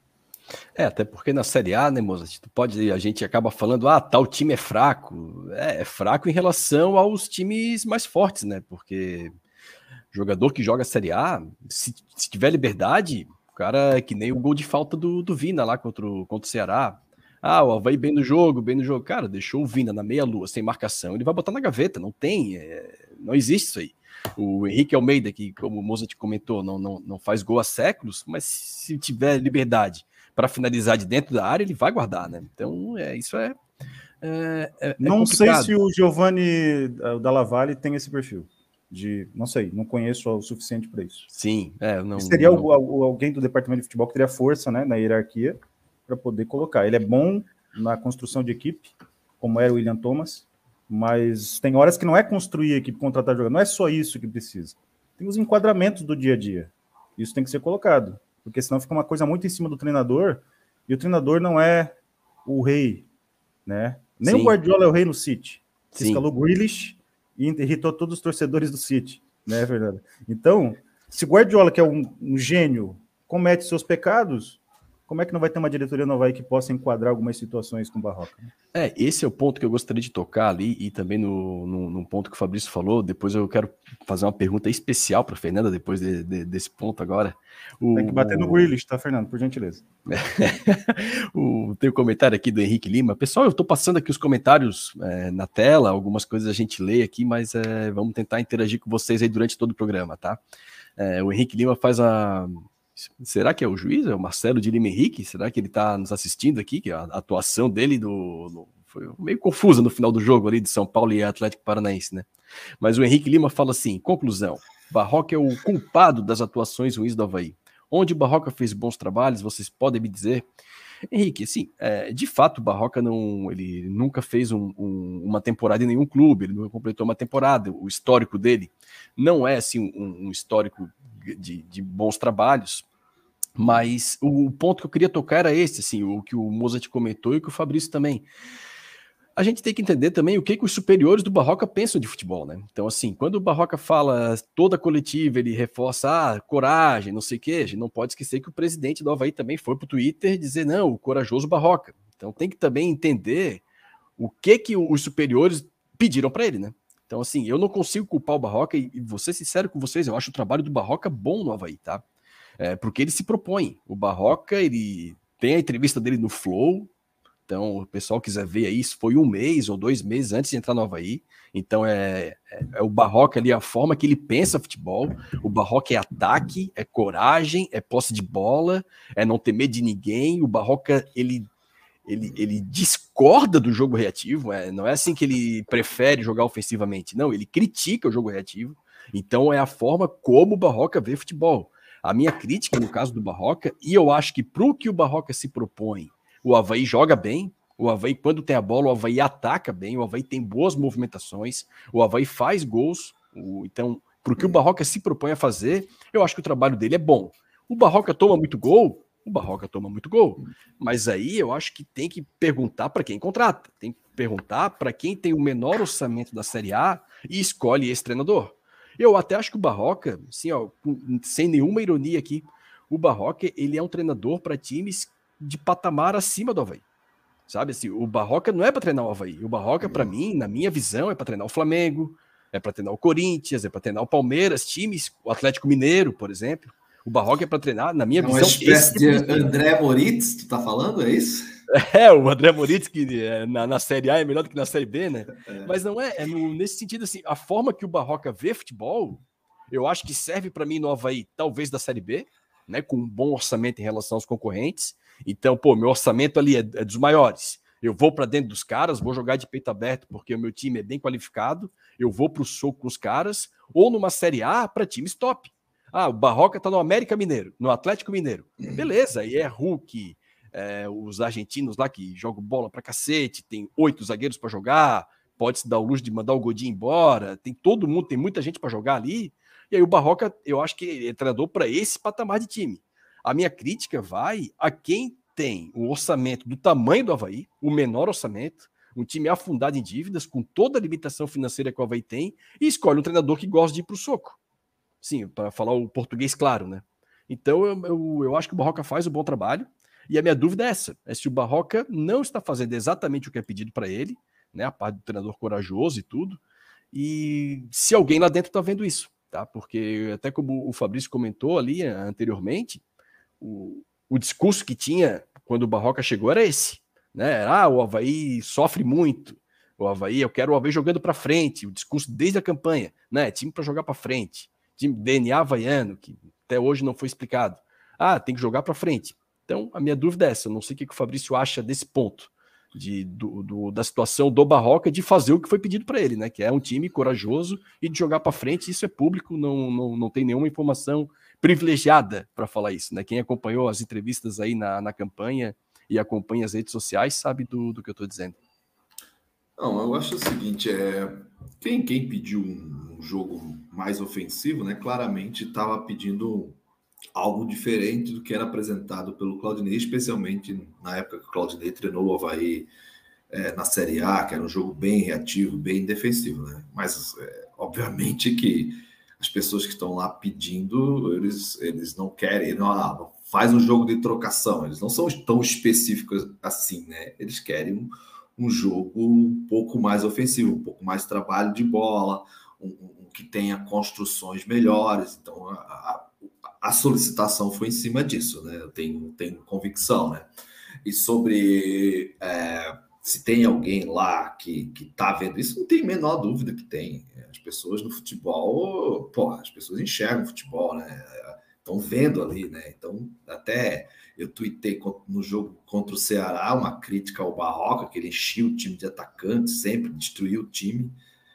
É, até porque na Série A, né, moça, tu pode, a gente acaba falando, ah, tal time é fraco. É, é fraco em relação aos times mais fortes, né? Porque jogador que joga Série A, se, se tiver liberdade, o cara é que nem o gol de falta do, do Vina lá contra o, contra o Ceará. Ah, o Avaí bem no jogo, bem no jogo. Cara, deixou o Vina na meia-lua, sem marcação, ele vai botar na gaveta, não tem, é, não existe isso aí. O Henrique Almeida, que como o Moza te comentou, não, não, não faz gol há séculos, mas se tiver liberdade para finalizar de dentro da área, ele vai guardar, né? Então, é, isso é, é, é Não complicado. sei se o Giovanni Dalla Valle tem esse perfil. De, não sei, não conheço o suficiente para isso. Sim, é, não. Seria não... O, alguém do departamento de futebol que teria força, né, na hierarquia para poder colocar. Ele é bom na construção de equipe, como era o William Thomas, mas tem horas que não é construir a equipe, contratar jogador, não é só isso que precisa. Tem os enquadramentos do dia a dia. Isso tem que ser colocado. Porque senão fica uma coisa muito em cima do treinador, e o treinador não é o rei, né? Nem Sim. o Guardiola é o rei no City. Que escalou Grealish e irritou todos os torcedores do City, né, Fernanda? Então, se o Guardiola, que é um, um gênio, comete seus pecados, como é que não vai ter uma diretoria no Avaí que possa enquadrar algumas situações com o Barroca? É, esse é o ponto que eu gostaria de tocar ali, e também no, no, no ponto que o Fabrício falou. Depois eu quero fazer uma pergunta especial para a Fernanda, depois de, de, desse ponto agora. O, Tem que bater no Grealish, tá, Fernando? Por gentileza. o, tem um comentário aqui do Henrique Lima. Pessoal, eu estou passando aqui os comentários é, na tela, algumas coisas a gente lê aqui, mas é, vamos tentar interagir com vocês aí durante todo o programa, tá? É, o Henrique Lima faz a... Será que é o juiz? É o Marcelo de Lima Henrique? Será que ele está nos assistindo aqui? Que a atuação dele do, no, foi meio confusa no final do jogo ali de São Paulo e Atlético Paranaense, né? Mas o Henrique Lima fala assim, conclusão, Barroca é o culpado das atuações ruins do Avaí. Onde o Barroca fez bons trabalhos, vocês podem me dizer? Henrique, assim, é, de fato o Barroca não, ele nunca fez um, um, uma temporada em nenhum clube, ele nunca completou uma temporada, o histórico dele não é assim um, um histórico De, de bons trabalhos, mas o, o ponto que eu queria tocar era esse, assim, o que o Mozart comentou e o que o Fabrício também. A gente tem que entender também o que, que os superiores do Barroca pensam de futebol, né? Então, assim, quando o Barroca fala toda a coletiva, ele reforça, ah, coragem, não sei o quê, a gente não pode esquecer que o presidente do Avaí também foi pro Twitter dizer, não, o corajoso Barroca. Então tem que também entender o que, que os superiores pediram para ele, né? Então, assim, eu não consigo culpar o Barroca, e, e vou ser sincero com vocês, eu acho o trabalho do Barroca bom no Avaí, tá? É, porque ele se propõe. O Barroca, ele tem a entrevista dele no Flow, então o pessoal quiser ver aí, isso foi um mês ou dois meses antes de entrar no Avaí, então é, é, é o Barroca ali, a forma que ele pensa futebol, o Barroca é ataque, é coragem, é posse de bola, é não ter medo de ninguém, o Barroca, ele... Ele, ele discorda do jogo reativo, é, não é assim que ele prefere jogar ofensivamente, não, ele critica o jogo reativo, então é a forma como o Barroca vê futebol. A minha crítica no caso do Barroca, e eu acho que pro que o Barroca se propõe, o Avaí joga bem, o Avaí quando tem a bola, o Avaí ataca bem, o Avaí tem boas movimentações, o Avaí faz gols, o, então pro que o Barroca se propõe a fazer, eu acho que o trabalho dele é bom. O Barroca toma muito gol, o Barroca toma muito gol, mas aí eu acho que tem que perguntar para quem contrata, tem que perguntar para quem tem o menor orçamento da Série A e escolhe esse treinador. Eu até acho que o Barroca, assim, ó, sem nenhuma ironia aqui, o Barroca, ele é um treinador para times de patamar acima do Avaí, sabe? Assim, o Barroca não é para treinar o Avaí, o Barroca, para mim, na minha visão, é para treinar o Flamengo, é para treinar o Corinthians, é para treinar o Palmeiras, times, o Atlético Mineiro, por exemplo. O Barroca é para treinar, na minha é visão... Uma espécie de André Moritz, tu tá falando, é isso? É, o André Moritz, que é, na, na Série A é melhor do que na Série B, né? É. Mas não é, é no, nesse sentido, assim, a forma que o Barroca vê futebol, eu acho que serve para mim no Avaí, talvez da Série B, né? Com um bom orçamento em relação aos concorrentes. Então, pô, meu orçamento ali é, é dos maiores. Eu vou para dentro dos caras, vou jogar de peito aberto porque o meu time é bem qualificado, eu vou para o soco com os caras, ou numa Série A para times top. Ah, o Barroca tá no América Mineiro, no Atlético Mineiro. Beleza, aí é Hulk, é, os argentinos lá que jogam bola pra cacete, tem oito zagueiros para jogar, pode se dar o luxo de mandar o Godinho embora, tem todo mundo, tem muita gente para jogar ali. E aí o Barroca, eu acho que é treinador para esse patamar de time. A minha crítica vai a quem tem o orçamento do tamanho do Avaí, o menor orçamento, um time afundado em dívidas, com toda a limitação financeira que o Avaí tem, e escolhe um treinador que gosta de ir pro soco. Sim, para falar o português claro, né? Então eu, eu, eu acho que o Barroca faz um bom trabalho, e a minha dúvida é essa, é se o Barroca não está fazendo exatamente o que é pedido para ele, né, a parte do treinador corajoso e tudo, e se alguém lá dentro está vendo isso, tá? Porque até como o Fabrício comentou ali anteriormente, o, o discurso que tinha quando o Barroca chegou era esse, né? Ah, o Avaí sofre muito, o Avaí, eu quero o Avaí jogando para frente, o discurso desde a campanha, né? Time para jogar para frente, time D N A havaiano, que até hoje não foi explicado. Ah, tem que jogar para frente. Então, a minha dúvida é essa, eu não sei o que o Fabrício acha desse ponto, de, do, do, da situação do Barroca de fazer o que foi pedido para ele, né? Que é um time corajoso e de jogar para frente, isso é público, não, não, não tem nenhuma informação privilegiada para falar isso, né? Quem acompanhou as entrevistas aí na, na campanha e acompanha as redes sociais sabe do, do que eu estou dizendo. Não, eu acho o seguinte, é, quem, quem pediu um, um jogo mais ofensivo, né? Claramente estava pedindo algo diferente do que era apresentado pelo Claudinei, especialmente na época que o Claudinei treinou o Avaí é, na Série A, que era um jogo bem reativo, bem defensivo, né? Mas, é, obviamente que as pessoas que estão lá pedindo, eles, eles não querem, não, não faz um jogo de trocação, eles não são tão específicos assim, né? Eles querem um, um jogo um pouco mais ofensivo, um pouco mais trabalho de bola, um, um que tenha construções melhores. Então, a, a, a solicitação foi em cima disso, né? Eu tenho, tenho convicção, né? E sobre é, se tem alguém lá que está vendo isso, não tem a menor dúvida que tem. As pessoas no futebol, pô, as pessoas enxergam o futebol, né? Estão vendo ali, né? Então, até eu tuitei no jogo contra o Ceará uma crítica ao Barroca, que ele enchia o time de atacantes, sempre destruiu o time.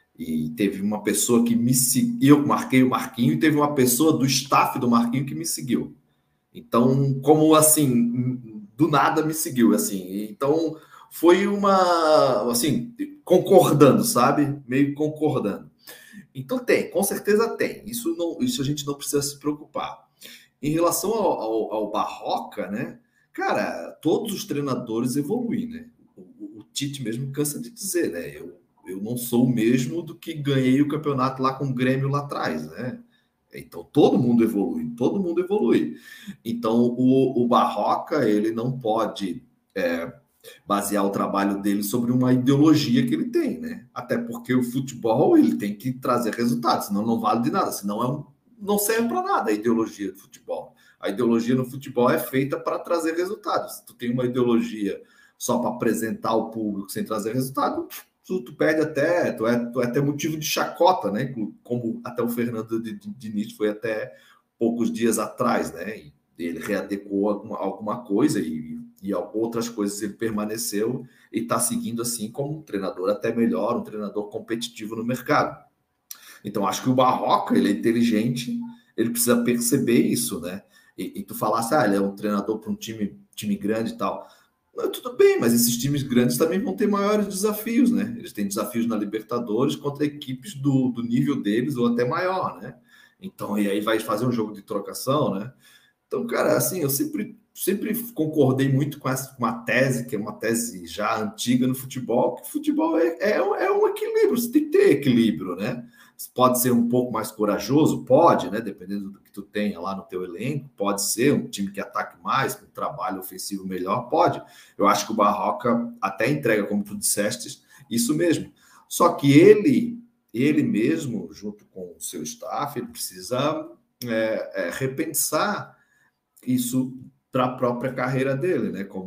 E teve uma pessoa que me seguiu, eu marquei o Marquinho, e teve uma pessoa do staff do Marquinho que me seguiu. Então, como assim, do nada me seguiu, assim. Então, foi uma, assim, concordando, sabe? Meio concordando. Então tem, com certeza tem. Isso, não, isso a gente não precisa se preocupar. Em relação ao, ao, ao Barroca, né? Cara, todos os treinadores evoluem, né? O, o, o Tite mesmo cansa de dizer, né? Eu, eu não sou o mesmo do que ganhei o campeonato lá com o Grêmio lá atrás, né? Então, todo mundo evolui, todo mundo evolui. Então, o, o Barroca, ele não pode é, basear o trabalho dele sobre uma ideologia que ele tem, né? Até porque o futebol, ele tem que trazer resultados, senão não vale de nada, senão é um, não serve para nada a ideologia do futebol. A ideologia no futebol é feita para trazer resultados. Se tu tem uma ideologia só para apresentar ao público sem trazer resultado, Tu, tu perde até, tu é, tu é até motivo de chacota, né? Como até o Fernando Diniz foi até poucos dias atrás, né? E ele readequou alguma, alguma coisa e, e outras coisas ele permaneceu e está seguindo assim como um treinador até melhor, um treinador competitivo no mercado. Então, acho que o Barroca, ele é inteligente, ele precisa perceber isso, né? E, e tu falasse, ah, ele é um treinador para um time, time grande e tal. Tudo bem, mas esses times grandes também vão ter maiores desafios, né? Eles têm desafios na Libertadores contra equipes do, do nível deles ou até maior, né? Então, e aí vai fazer um jogo de trocação, né? Então, cara, assim, eu sempre, sempre concordei muito com essa, com uma tese, que é uma tese já antiga no futebol, que futebol é, é, é um equilíbrio, você tem que ter equilíbrio, né? Pode ser um pouco mais corajoso? Pode, né? Dependendo do que tu tenha lá no teu elenco, pode ser um time que ataque mais, com um trabalho ofensivo melhor, pode. Eu acho que o Barroca até entrega, como tu disseste, isso mesmo. Só que ele, ele mesmo, junto com o seu staff, ele precisa é, é, repensar isso para a própria carreira dele, né? Como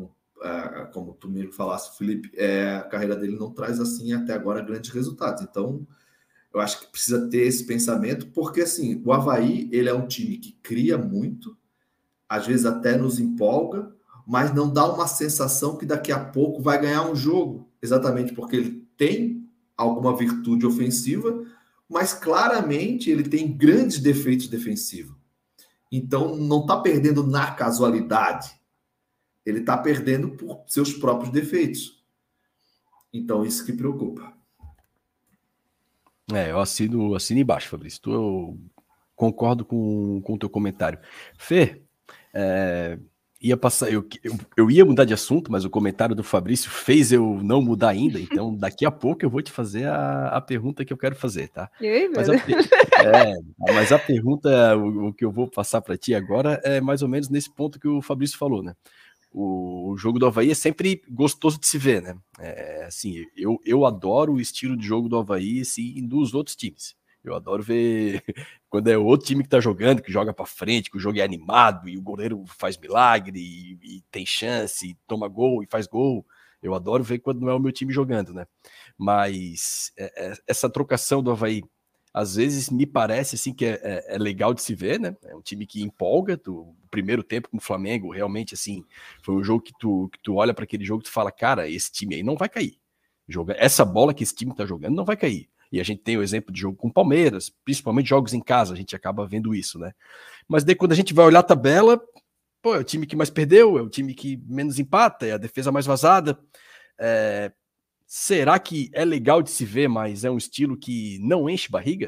é, como tu mesmo falaste, Felipe, é, a carreira dele não traz assim até agora grandes resultados. Então, eu acho que precisa ter esse pensamento, porque assim, o Avaí, ele é um time que cria muito, às vezes até nos empolga, mas não dá uma sensação que daqui a pouco vai ganhar um jogo, exatamente porque ele tem alguma virtude ofensiva, mas claramente ele tem grandes defeitos defensivos. Então, não está perdendo na casualidade, ele está perdendo por seus próprios defeitos. Então, isso que preocupa. É, eu assino, assino embaixo, Fabrício. Eu concordo com, com o teu comentário. Fê, é, ia passar, eu, eu, eu ia mudar de assunto, mas o comentário do Fabrício fez eu não mudar ainda, então daqui a pouco eu vou te fazer a, a pergunta que eu quero fazer, tá? Ei, mas, a, é, mas a pergunta, o, o que eu vou passar para ti agora é mais ou menos nesse ponto que o Fabrício falou, né? O, o jogo do Avaí é sempre gostoso de se ver, né? É, assim, eu, eu adoro o estilo de jogo do Avaí, assim, dos outros times. Eu adoro ver quando é outro time que tá jogando, que joga para frente, que o jogo é animado e o goleiro faz milagre e, e tem chance, e toma gol e faz gol. Eu adoro ver quando não é o meu time jogando, né? Mas é, é, essa trocação do Avaí, às vezes me parece assim que é, é, é legal de se ver, né? É um time que empolga. O primeiro tempo com o Flamengo, realmente, assim, foi um jogo que tu, que tu olha para aquele jogo e tu fala, cara, esse time aí não vai cair. Joga, essa bola que esse time tá jogando não vai cair. E a gente tem o exemplo de jogo com o Palmeiras, principalmente jogos em casa, a gente acaba vendo isso, né? Mas daí quando a gente vai olhar a tabela, pô, é o time que mais perdeu, é o time que menos empata, é a defesa mais vazada. É... Será que é legal de se ver, mas é um estilo que não enche barriga?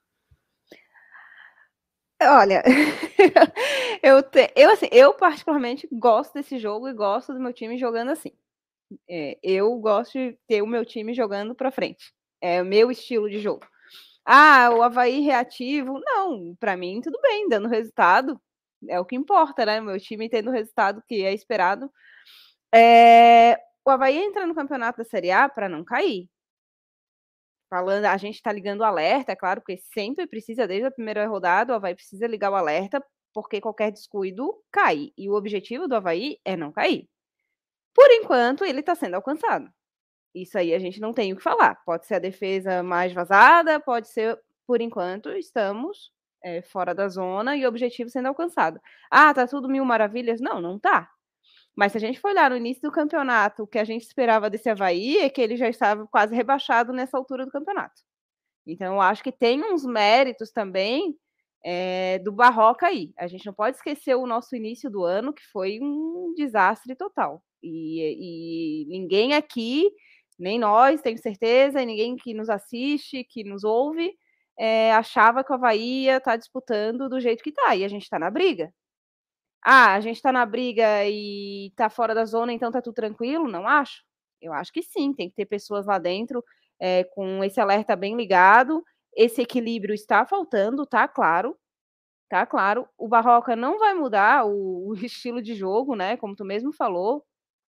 Olha, eu, te, eu, assim, eu particularmente gosto desse jogo e gosto do meu time jogando assim. É, eu gosto de ter o meu time jogando para frente. É o meu estilo de jogo. Ah, o Avaí reativo. Não, para mim tudo bem, dando resultado. É o que importa, né? O meu time tendo o resultado que é esperado. É, o Avaí entra no campeonato da Série A para não cair. Falando, a gente está ligando o alerta, é claro, porque sempre precisa, desde a primeira rodada, o Avaí precisa ligar o alerta, porque qualquer descuido cai. E o objetivo do Avaí é não cair. Por enquanto, ele está sendo alcançado. Isso aí a gente não tem o que falar. Pode ser a defesa mais vazada, pode ser, por enquanto, estamos é, fora da zona e o objetivo sendo alcançado. Ah, tá tudo mil maravilhas? Não, não tá. Mas se a gente for olhar no início do campeonato, o que a gente esperava desse Avaí é que ele já estava quase rebaixado nessa altura do campeonato. Então, eu acho que tem uns méritos também é, do Barroca aí. A gente não pode esquecer o nosso início do ano, que foi um desastre total. E, e ninguém aqui, nem nós, tenho certeza, e ninguém que nos assiste, que nos ouve, é, achava que o Avaí ia estar disputando do jeito que está. E a gente está na briga. Ah, a gente está na briga e está fora da zona, então está tudo tranquilo? Não acho. Eu acho que sim, tem que ter pessoas lá dentro é, com esse alerta bem ligado. Esse equilíbrio está faltando, tá claro. Tá claro. O Barroca não vai mudar o, o estilo de jogo, né? Como tu mesmo falou.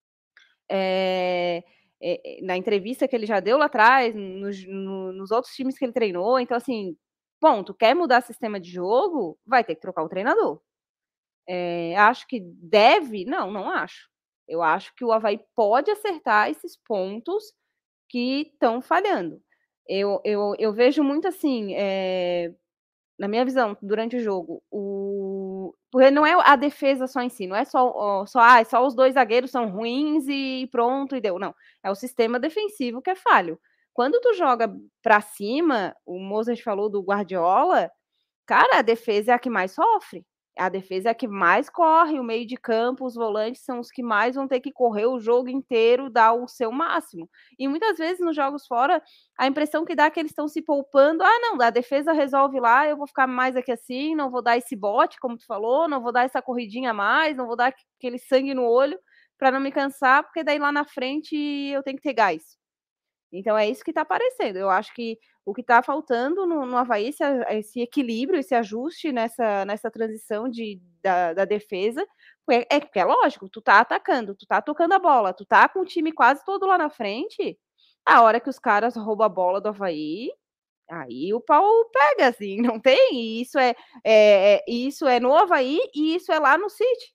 É, é, na entrevista que ele já deu lá atrás, nos, no, nos outros times que ele treinou. Então, assim, ponto, quer mudar sistema de jogo? Vai ter que trocar o treinador. É, acho que deve? Não, não acho. Eu acho que o Avaí pode acertar esses pontos que estão falhando. Eu, eu, eu vejo muito assim, é, na minha visão, durante o jogo, o... porque não é a defesa só em si, não é só, só, ah, só os dois zagueiros são ruins e pronto, e deu. Não, é o sistema defensivo que é falho. Quando tu joga para cima, o Mozart falou do Guardiola, cara, a defesa é a que mais sofre. A defesa é a que mais corre, o meio de campo, os volantes são os que mais vão ter que correr o jogo inteiro, dar o seu máximo. E muitas vezes nos jogos fora, a impressão que dá é que eles estão se poupando. Ah, não, a defesa resolve lá, eu vou ficar mais aqui assim, não vou dar esse bote, como tu falou, não vou dar essa corridinha a mais, não vou dar aquele sangue no olho para não me cansar, porque daí lá na frente eu tenho que ter gás. Então é isso que está aparecendo. Eu acho que o que está faltando no, no Avaí, esse, esse equilíbrio, esse ajuste nessa, nessa transição de, da, da defesa, é, é porque é lógico, tu tá atacando, tu tá tocando a bola, tu tá com o time quase todo lá na frente, a hora que os caras roubam a bola do Avaí, aí o pau pega, assim, não tem, e isso é, é, é, isso é no Avaí e isso é lá no City.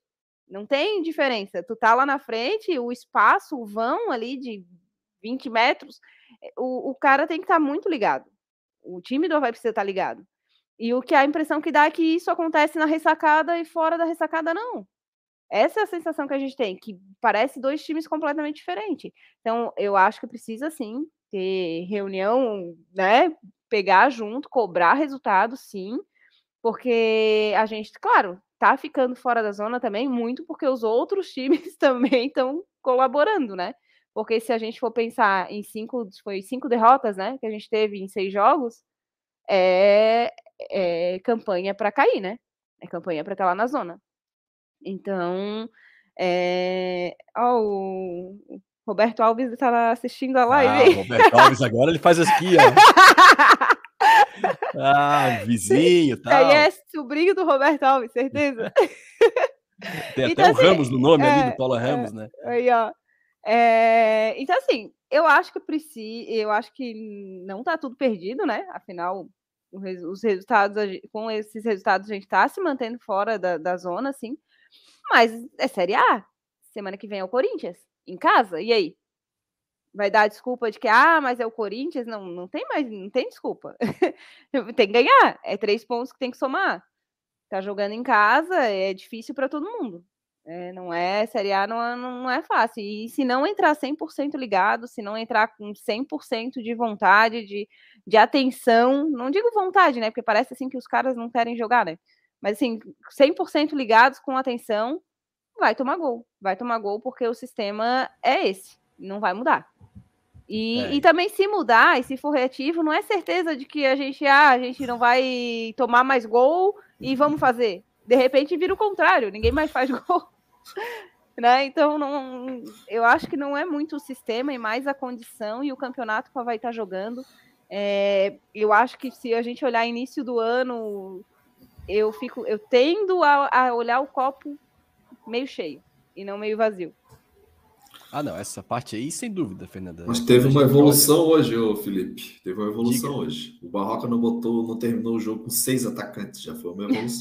Não tem diferença. Tu tá lá na frente, o espaço, o vão ali de vinte metros, o, o cara tem que estar tá muito ligado. O time do Avaí precisa estar tá ligado. E o que a impressão que dá é que isso acontece na ressacada e fora da ressacada, não. Essa é a sensação que a gente tem, que parece dois times completamente diferentes. Então, eu acho que precisa, sim, ter reunião, né? Pegar junto, cobrar resultado, sim, porque a gente, claro, tá ficando fora da zona também, muito porque os outros times também estão colaborando, né? Porque se a gente for pensar em cinco, foi cinco derrotas, né? Que a gente teve em seis jogos, é, é campanha para cair, né? É campanha para estar lá na zona. Então, é... oh, o Roberto Alves está assistindo a live. Ah, Roberto Alves agora ele faz aqui, ó. Ah, vizinho e tal. Aí é sobrinho do Roberto Alves, certeza. Tem até então, o Ramos assim, no nome é, ali, do Paulo Ramos, é, né? Aí, ó. É... Então, assim, eu acho que precisa, eu acho que não tá tudo perdido, né? Afinal, os resultados, com esses resultados, a gente tá se mantendo fora da, da zona, assim. Mas é Série A. Semana que vem é o Corinthians, em casa. E aí? Vai dar a desculpa de que, ah, mas é o Corinthians? Não, não tem mais, não tem desculpa. Tem que ganhar. É três pontos que tem que somar. Tá jogando em casa, é difícil para todo mundo. É, não é, Série A não é, não é fácil. E se não entrar cem por cento ligado, se não entrar com cem por cento de vontade, de, de atenção, não digo vontade, né? Porque parece assim que os caras não querem jogar, né? Mas assim, cem por cento ligados com atenção, vai tomar gol. Vai tomar gol porque o sistema é esse. Não vai mudar. E, é. e também se mudar, e se for reativo, não é certeza de que a gente, ah, a gente não vai tomar mais gol e vamos fazer. De repente vira o contrário, ninguém mais faz gol. Né? Então, não, eu acho que não é muito o sistema, e mais a condição e o campeonato que vai estar jogando. É, eu acho que se a gente olhar início do ano... Eu fico, eu tendo a, a olhar o copo meio cheio e não meio vazio. Ah, não, essa parte aí, sem dúvida, Fernanda. Mas teve uma evolução olha... hoje, ô Felipe. Teve uma evolução Diga. hoje. O Barroca não botou, não terminou o jogo com seis atacantes, já foi uma evolução.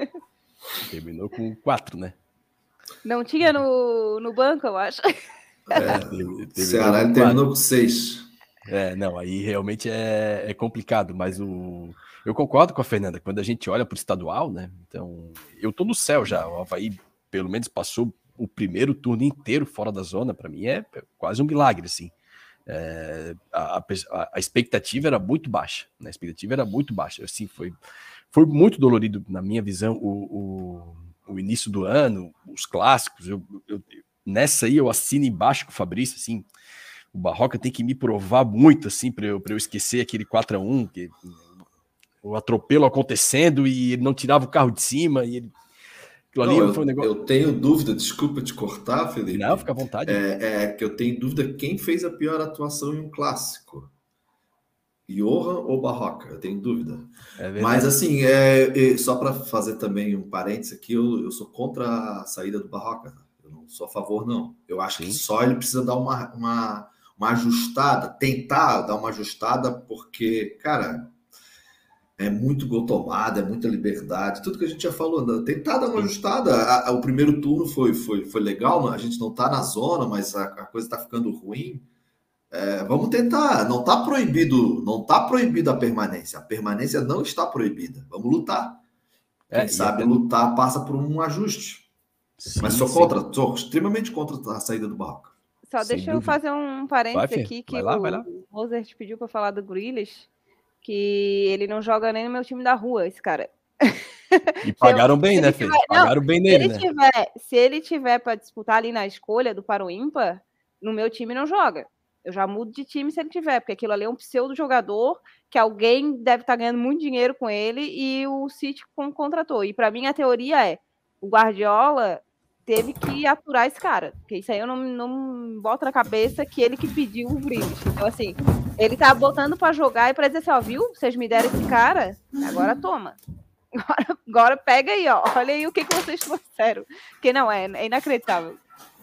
Terminou com quatro, né? Não tinha no, no banco, eu acho. É, teve, Ceará ele terminou com seis. É, não, aí realmente é, é complicado, mas o... eu concordo com a Fernanda, quando a gente olha para o estadual, né, então, eu tô no céu já, o Avaí pelo menos passou o primeiro turno inteiro fora da zona, para mim é quase um milagre, assim, é, a, a, a expectativa era muito baixa, né, a expectativa era muito baixa, assim, foi, foi muito dolorido, na minha visão, o, o, o início do ano, os clássicos, eu, eu, nessa aí eu assino embaixo com o Fabrício, assim, o Barroca tem que me provar muito, assim, para eu, eu esquecer aquele quatro a um, que, o atropelo acontecendo e ele não tirava o carro de cima. E ele... Não, ali eu, foi um negócio... eu tenho dúvida, desculpa te cortar, Felipe. Não, fica à vontade. É, é que eu tenho dúvida quem fez a pior atuação em um clássico. Johan ou Barroca? Eu tenho dúvida. É Mas, assim, é, é, só para fazer também um parênteses aqui, eu, eu sou contra a saída do Barroca. Eu não sou a favor, não. Eu acho Sim. que só ele precisa dar uma... uma uma ajustada, tentar dar uma ajustada, porque, cara, é muito gol tomado, é muita liberdade, tudo que a gente já falou, né? Tentar dar uma ajustada. A, a, o primeiro turno foi, foi, foi legal, a gente não tá na zona, mas a, a coisa tá ficando ruim. É, vamos tentar, não tá proibido, não tá proibida a permanência, a permanência não está proibida, vamos lutar. Quem é, sabe até... lutar passa por um ajuste. Sim, mas sou contra, sim. sou extremamente contra a saída do Barroca. Só Sem deixa dúvida. eu fazer um parênteses vai, aqui, que vai lá, o, vai lá. o Mozart pediu para falar do Grealish, que ele não joga nem no meu time da rua, esse cara. E pagaram eu, bem, né, Fê? Pagaram não, bem nele, ele né? Tiver, se ele tiver para disputar ali na escolha do para o ímpar, no meu time não joga. Eu já mudo de time se ele tiver, porque aquilo ali é um pseudo-jogador que alguém deve estar tá ganhando muito dinheiro com ele e o City contratou. E para mim a teoria é, o Guardiola... teve que aturar esse cara, porque isso aí eu não, não boto na cabeça que ele que pediu o Grealish. Então, assim, ele tá botando pra jogar e pra dizer assim, ó, viu? Vocês me deram esse cara, agora toma. Agora, agora pega aí, ó. Olha aí o que, que vocês trouxeram. Porque não, é, é inacreditável.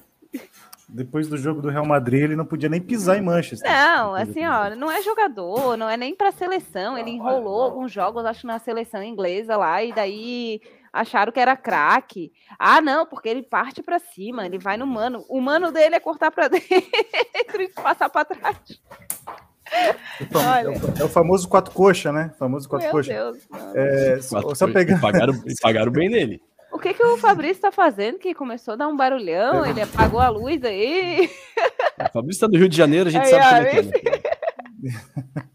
Depois do jogo do Real Madrid, ele não podia nem pisar em Manchester. Não, assim, ó, não é jogador, não é nem pra seleção. Ele enrolou alguns jogos, acho, na seleção inglesa lá, e daí... acharam que era craque. Ah, não, porque ele parte para cima, ele vai no mano. O mano dele é cortar para dentro e passar para trás. Então, é, o, é o famoso quatro coxa, né? O famoso quatro Meu coxa. Deus, é, quatro só pegar... e, pagaram, e pagaram bem nele. O que, que o Fabrício tá fazendo? Que começou a dar um barulhão, ele apagou a luz aí. O Fabrício tá no Rio de Janeiro, a gente aí, sabe ó, como é que é.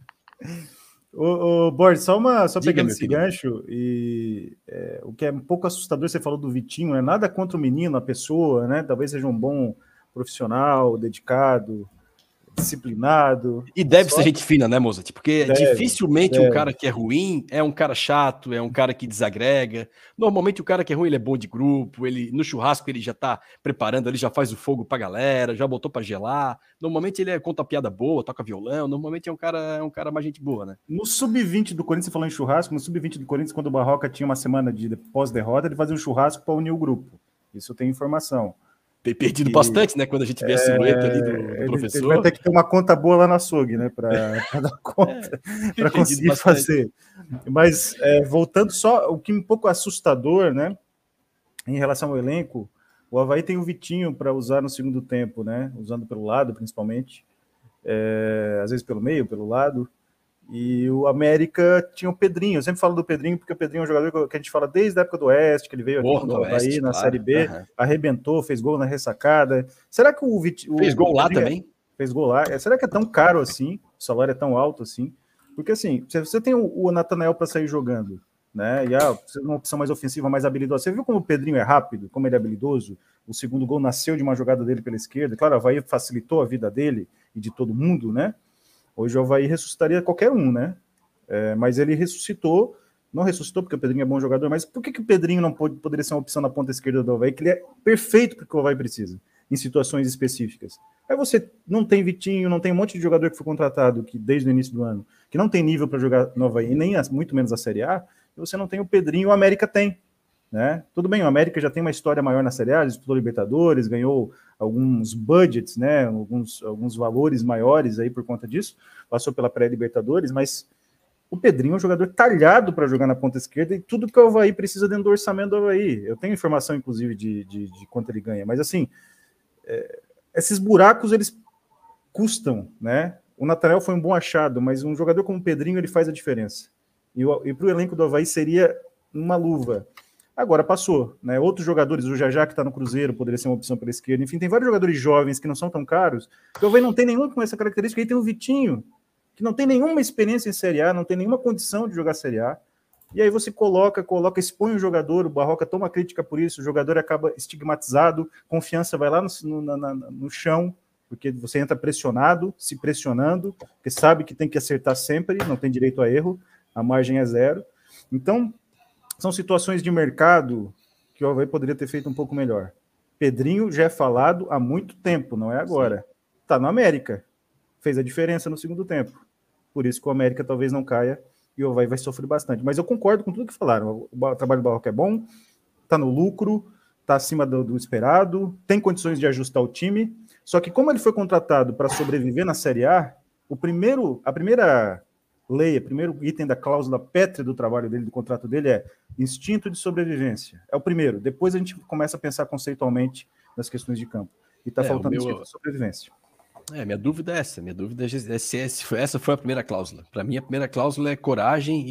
Ô, ô Borges, só, uma, só Diga, pegando esse querido. gancho, e é, o que é um pouco assustador, você falou do Vitinho, né? Nada contra o menino, a pessoa, né? Talvez seja um bom profissional, dedicado, disciplinado. E deve só... ser gente fina, né, Mozart? Porque deve, dificilmente deve. um cara que é ruim é um cara chato, é um cara que desagrega. Normalmente o cara que é ruim, ele é bom de grupo, ele no churrasco ele já tá preparando, ele já faz o fogo pra galera, já botou pra gelar. Normalmente ele é, conta piada boa, toca violão, normalmente é um cara, é um cara mais gente boa, né? No sub vinte do Corinthians, você falou em churrasco, no sub vinte do Corinthians, quando o Barroca tinha uma semana de pós-derrota, ele fazia um churrasco para unir o grupo. Isso eu tenho informação. Tem perdido E, bastante, né? Quando a gente vê é, a silhueta ali do, do ele, professor. Ele vai ter que ter uma conta boa lá no açougue, né? Para dar conta, é, para conseguir bastante. fazer. Mas, é, voltando só, o que é um pouco assustador, né? Em relação ao elenco, o Avaí tem o Vitinho para usar no segundo tempo, né? Usando pelo lado, principalmente. É, às vezes pelo meio, pelo lado. E o América tinha o Pedrinho. Eu sempre falo do Pedrinho, porque o Pedrinho é um jogador que a gente fala desde a época do Oeste, que ele veio aqui Porra, no Avaí, Oeste, na claro. Série B, uhum. Arrebentou, fez gol na ressacada. Será que o Vitinho... Fez gol lá Pedrinho também? É, fez gol lá. Será que é tão caro assim? O salário é tão alto assim? Porque assim, você tem o, o Natanael para sair jogando, né? E ah, precisa de uma opção mais ofensiva, mais habilidosa. Você viu como o Pedrinho é rápido, como ele é habilidoso? O segundo gol nasceu de uma jogada dele pela esquerda. Claro, o Avaí facilitou a vida dele e de todo mundo, né? Hoje o Avaí ressuscitaria qualquer um, né? É, mas ele ressuscitou, não ressuscitou porque o Pedrinho é bom jogador, mas por que, que o Pedrinho não pode, poderia ser uma opção na ponta esquerda do Avaí, que ele é perfeito para o que o Avaí precisa, em situações específicas. Aí você não tem Vitinho, não tem um monte de jogador que foi contratado que, desde o início do ano, que não tem nível para jogar no Avaí, nem a, muito menos a Série A, e você não tem o Pedrinho, o América tem. Né? Tudo bem, o América já tem uma história maior na Série A, disputou Libertadores, ganhou alguns budgets, né? alguns, alguns valores maiores aí por conta disso, passou pela pré-Libertadores, mas o Pedrinho é um jogador talhado para jogar na ponta esquerda e tudo que o Avaí precisa dentro do orçamento do Avaí. Eu tenho informação, inclusive, de, de, de quanto ele ganha, mas assim, é, esses buracos, eles custam, né? O Natanael foi um bom achado, mas um jogador como o Pedrinho, ele faz a diferença. E, e para o elenco do Avaí seria uma luva. Agora passou, né? Outros jogadores, o Jajá que está no Cruzeiro, poderia ser uma opção pela esquerda. Enfim, tem vários jogadores jovens que não são tão caros, que o Avaí não tem nenhum com essa característica. Aí tem o Vitinho, que não tem nenhuma experiência em Série A, não tem nenhuma condição de jogar Série A, e aí você coloca, coloca, expõe o jogador, o Barroca toma crítica por isso, o jogador acaba estigmatizado, confiança vai lá no, no, na, no chão, porque você entra pressionado, se pressionando, porque sabe que tem que acertar sempre, não tem direito a erro, a margem é zero. Então, são situações de mercado que o Avaí poderia ter feito um pouco melhor. Pedrinho já é falado há muito tempo, não é agora. Está no América, fez a diferença no segundo tempo. Por isso que o América talvez não caia e o Avaí vai sofrer bastante. Mas eu concordo com tudo que falaram. O trabalho do Barroca é bom, está no lucro, está acima do, do esperado, tem condições de ajustar o time. Só que como ele foi contratado para sobreviver na Série A, o primeiro, a primeira lei, o primeiro item da cláusula pétrea do trabalho dele, do contrato dele é instinto de sobrevivência. É o primeiro. Depois a gente começa a pensar conceitualmente nas questões de campo. E está é, faltando meu... instinto de sobrevivência. É, minha dúvida é essa. Minha dúvida é se essa foi a primeira cláusula. Para mim, a primeira cláusula é coragem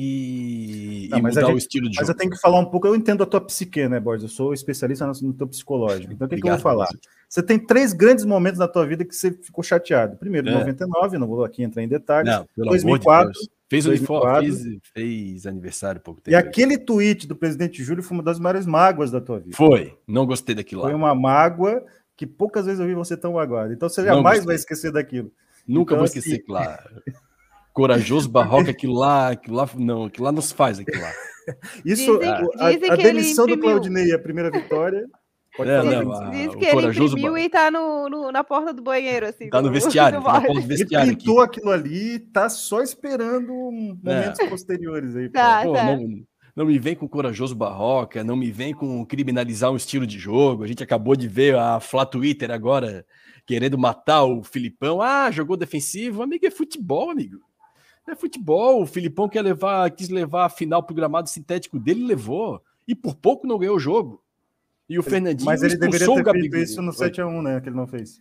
e, Não, e mudar gente, o estilo de mas jogo. Mas eu tenho que falar um pouco. Eu entendo a tua psique, né, Borges? Eu sou especialista no teu psicológico. Então, o que, Obrigado, que eu vou falar? Deus. Você tem três grandes momentos na tua vida que você ficou chateado. Primeiro, é. noventa e nove, não vou aqui entrar em detalhes. Não, pelo dois mil e quatro, amor de Deus. Fez uniforme, fez, fez aniversário pouco tempo. E aquele tweet do presidente Júlio foi uma das maiores mágoas da tua vida. Foi. Não gostei daquilo lá. Foi uma mágoa que poucas vezes eu vi você tão magoado. Então, você jamais vai esquecer daquilo. Nunca então, vou esquecer assim... aquilo lá. Corajoso, Barroca, aquilo lá, aquilo lá, não, aquilo lá não se faz aquilo lá. Isso, dizem, a, dizem a, a demissão do Claudinei, a primeira vitória. Pode é, não, a, diz que ele imprimiu Bar... e tá no, no, na porta do banheiro, assim. Tá no vestiário, tá na porta do vestiário. Ele pintou aqui. aquilo ali, tá só esperando momentos é. posteriores aí. Tá, Pô, tá. Não, não me vem com corajoso Barroca, não me vem com criminalizar um estilo de jogo. A gente acabou de ver a Flá Twitter agora querendo matar o Filipão. Ah, jogou defensivo. Amigo, é futebol, amigo. É futebol. O Filipão quer levar, quis levar a final pro gramado sintético dele, levou. e por pouco não ganhou o jogo. E o Fernandinho Mas ele deveria ter o feito Gabigol. isso no sete a um, né? Que ele não fez.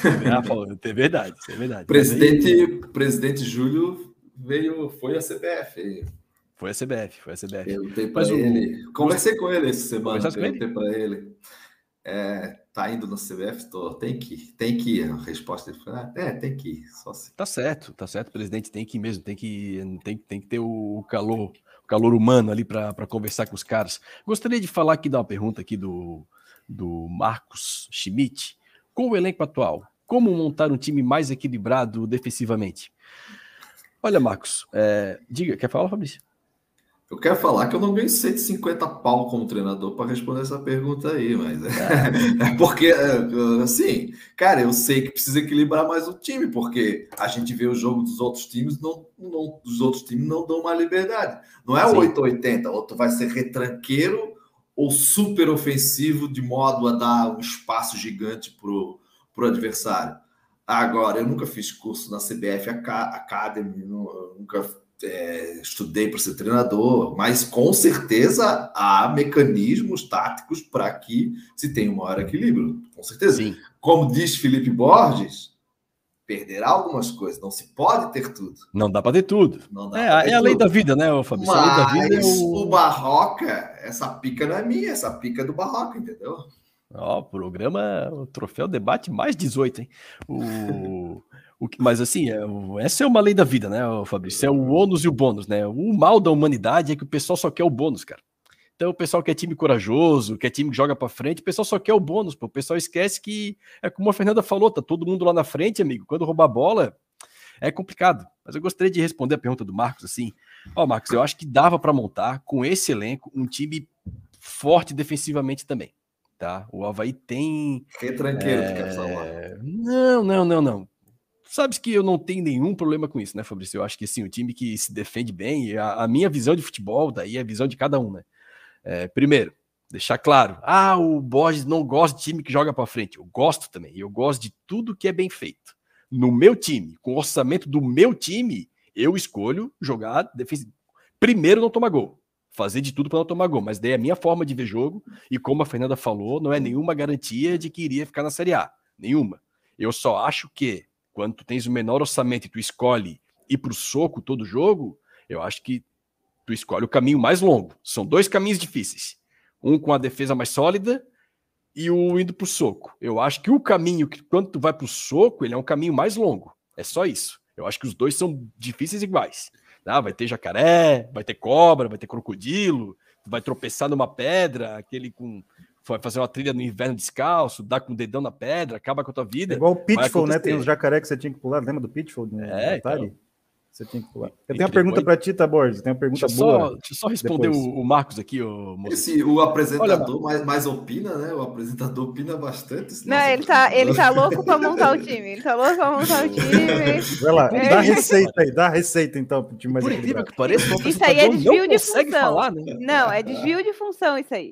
É verdade, é verdade. Presidente, aí... presidente Júlio veio, foi a C B F. Foi a C B F, foi a C B F. Perguntei para ele. O... Conversei com ele essa semana, perguntei para ele. É, tá indo na C B F? Tô, tem que ir, tem que ir. A resposta dele foi: ah, é, tem que ir. Só assim. Tá certo, tá certo. O presidente tem que ir mesmo, tem que, tem, tem que ter o calor, o calor humano ali para conversar com os caras. Gostaria de falar aqui, dar uma pergunta aqui do, do Marcos Schmidt. Com o elenco atual, como montar um time mais equilibrado defensivamente? Olha, Marcos, é, diga, quer falar, Fabrício? Eu quero falar que eu não ganho cento e cinquenta pau como treinador para responder essa pergunta aí, mas é, é porque, assim, cara, eu sei que precisa equilibrar mais o time, porque a gente vê o jogo dos outros times, não, não, os outros times não dão mais liberdade. Não é oito ou oitenta, outro vai ser retranqueiro ou super ofensivo de modo a dar um espaço gigante pro, pro adversário. Agora, eu nunca fiz curso na C B F Academy, nunca... É, estudei para ser treinador, mas com certeza há mecanismos táticos para que se tenha um maior equilíbrio, com certeza. Sim. Como diz Felipe Borges, perderá algumas coisas, não se pode ter tudo. Não dá para ter tudo. Não dá é ter é a lei tudo. da vida, né, Fabrício? Mas a lei da vida é o... o Barroca, essa pica não é minha, essa pica é do Barroca, entendeu? Ó, programa, o Troféu Debate mais dezoito, hein? O... O que, mas assim, é, essa é uma lei da vida, né, Fabrício? É o ônus e o bônus, né? O mal da humanidade é que o pessoal só quer o bônus, cara. Então o pessoal quer time corajoso, quer time que joga pra frente, o pessoal só quer o bônus, pô. O pessoal esquece que, é como a Fernanda falou, tá todo mundo lá na frente, amigo. Quando roubar a bola, é complicado. Mas eu gostaria de responder a pergunta do Marcos, assim. Ó, Marcos, eu acho que dava para montar, com esse elenco, um time forte defensivamente também, tá? O Avaí tem... Retranqueiro, é... que quer falar. Não, não, não, não. Sabes que eu não tenho nenhum problema com isso, né, Fabrício? Eu acho que sim, o time que se defende bem, a, a minha visão de futebol, daí é a visão de cada um, né? É, primeiro, deixar claro, ah, o Borges não gosta de time que joga pra frente. Eu gosto também, eu gosto de tudo que é bem feito. No meu time, com o orçamento do meu time, eu escolho jogar defensivo. Primeiro, não tomar gol. Fazer de tudo para não tomar gol, mas daí é a minha forma de ver jogo, e como a Fernanda falou, não é nenhuma garantia de que iria ficar na Série A. Nenhuma. Eu só acho que quando tu tens o menor orçamento e tu escolhe ir pro soco todo jogo, eu acho que tu escolhe o caminho mais longo. São dois caminhos difíceis. Um com a defesa mais sólida e o indo pro soco. Eu acho que o caminho, que quando tu vai pro soco, ele é um caminho mais longo. É só isso. Eu acho que os dois são difíceis iguais. Ah, vai ter jacaré, vai ter cobra, vai ter crocodilo, tu vai tropeçar numa pedra, aquele com... vai fazer uma trilha no inverno descalço, dá com o dedão na pedra, acaba com a tua vida. É igual o Pitfall, né? Tem os jacaré que você tinha que pular. Lembra do Pitfall? No é, Atari? então. Você tinha que pular. Eu tenho uma pergunta para ti, tá, Borges? Tem uma pergunta deixa boa. Só, deixa eu só responder o, o Marcos aqui, o moço. Esse, o apresentador mais, mais opina, né? O apresentador opina bastante. Não, ele tá, ele tá louco para montar o time. Ele tá louco para montar o time. Vai lá, dá a receita aí, dá a receita então pro time mais Por incrível que pareça, o isso aí é desvio de função. Falar, né? Não, é desvio de função isso aí.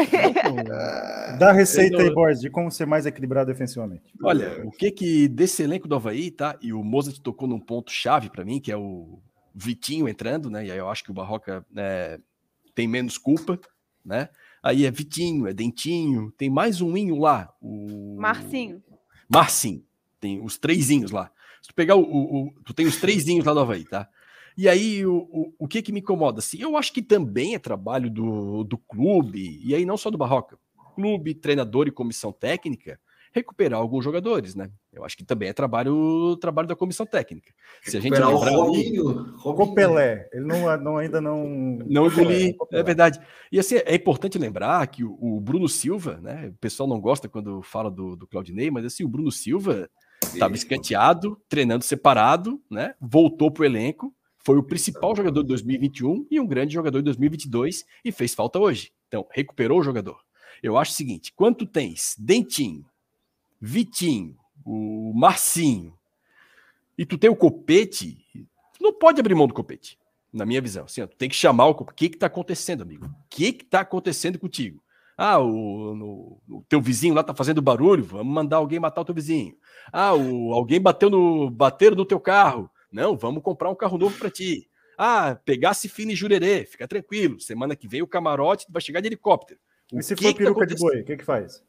Dá a receita aí, Borges, de como ser mais equilibrado defensivamente. Olha, o que que desse elenco do Avaí, tá? E o Mozart tocou num ponto chave para mim, que é o Vitinho entrando, né? E aí eu acho que o Barroca é, tem menos culpa, né? Aí é Vitinho, é Dentinho, tem mais um inho lá, o Marcinho. Marcinho, tem os trêsinhos lá. Se tu pegar o, o, o tu tem os trêsinhos lá do Avaí, tá? E aí o, o, o que que me incomoda? Assim, eu acho que também é trabalho do, do clube, e aí não só do Barroca, clube, treinador e comissão técnica, recuperar alguns jogadores, né? Eu acho que também é trabalho, trabalho da comissão técnica. Se a gente lembrar o Robinho, Copelé, ele não, não, ainda não... Não engoli, é verdade. E assim, é importante lembrar que o, o Bruno Silva, né? O pessoal não gosta quando fala do, do Claudinei, mas assim, o Bruno Silva estava escanteado, treinando separado, né? Voltou pro elenco, foi o principal jogador de dois mil e vinte e um e um grande jogador de dois mil e vinte e dois e fez falta hoje. Então, recuperou o jogador. Eu acho o seguinte, quando tu tens Dentinho, Vitinho, o Marcinho, e tu tem o Copete, tu não pode abrir mão do Copete, na minha visão. Assim, ó, tu tem que chamar o Copete. O que que tá acontecendo, amigo? O que que tá acontecendo contigo? Ah, o, no, o teu vizinho lá tá fazendo barulho, vamos mandar alguém matar o teu vizinho. Ah, o, alguém bateu no, bateram no teu carro. Não, vamos comprar um carro novo para ti. Ah, pegasse Fini e Jurerê, fica tranquilo. Semana que vem o camarote vai chegar de helicóptero. O E se que for que peruca tá de boi, o que que faz?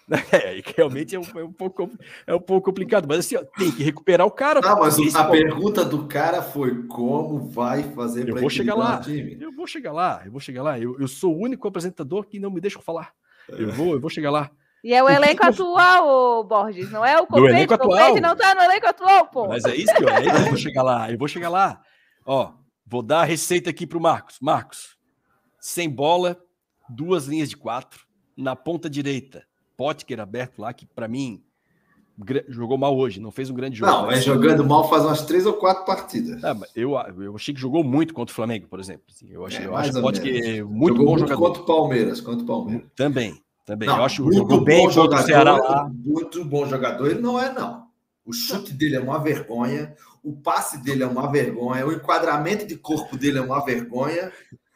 É, realmente é um, é, um pouco, é um pouco complicado, mas assim, ó, tem que recuperar o cara. Tá, mas Esse a é o- pergunta do cara foi como vai fazer Eu para vou chegar equilibrar lá, o time? eu vou chegar lá, eu vou chegar lá. Eu, eu sou o único apresentador que não me deixa falar. Eu vou, eu vou chegar lá. E é o O que elenco que eu- atual, ô Borges, não é o Do Copete. elenco O Copete atual. não tá no elenco atual, pô. Mas é isso que eu, é isso que eu vou chegar lá. Eu vou chegar lá. Ó, vou dar a receita aqui pro Marcos. Marcos, sem bola, duas linhas de quatro. Na ponta direita, Potker aberto lá, que pra mim gra- jogou mal hoje, não fez um grande jogo. Não, mas é jogando mal faz umas três ou quatro partidas. Ah, mas eu, eu achei que jogou muito contra o Flamengo, por exemplo. Assim, eu achei, É, eu mais acho ou o Potker menos. muito Jogou bom muito jogador. contra o Palmeiras, contra o Palmeiras. Também, também. Não, eu acho que muito jogou bom bem contra jogador, o Ceará lá. muito bom jogador, ele não é, não. O chute dele é uma vergonha, o passe dele é uma vergonha, o enquadramento de corpo dele é uma vergonha.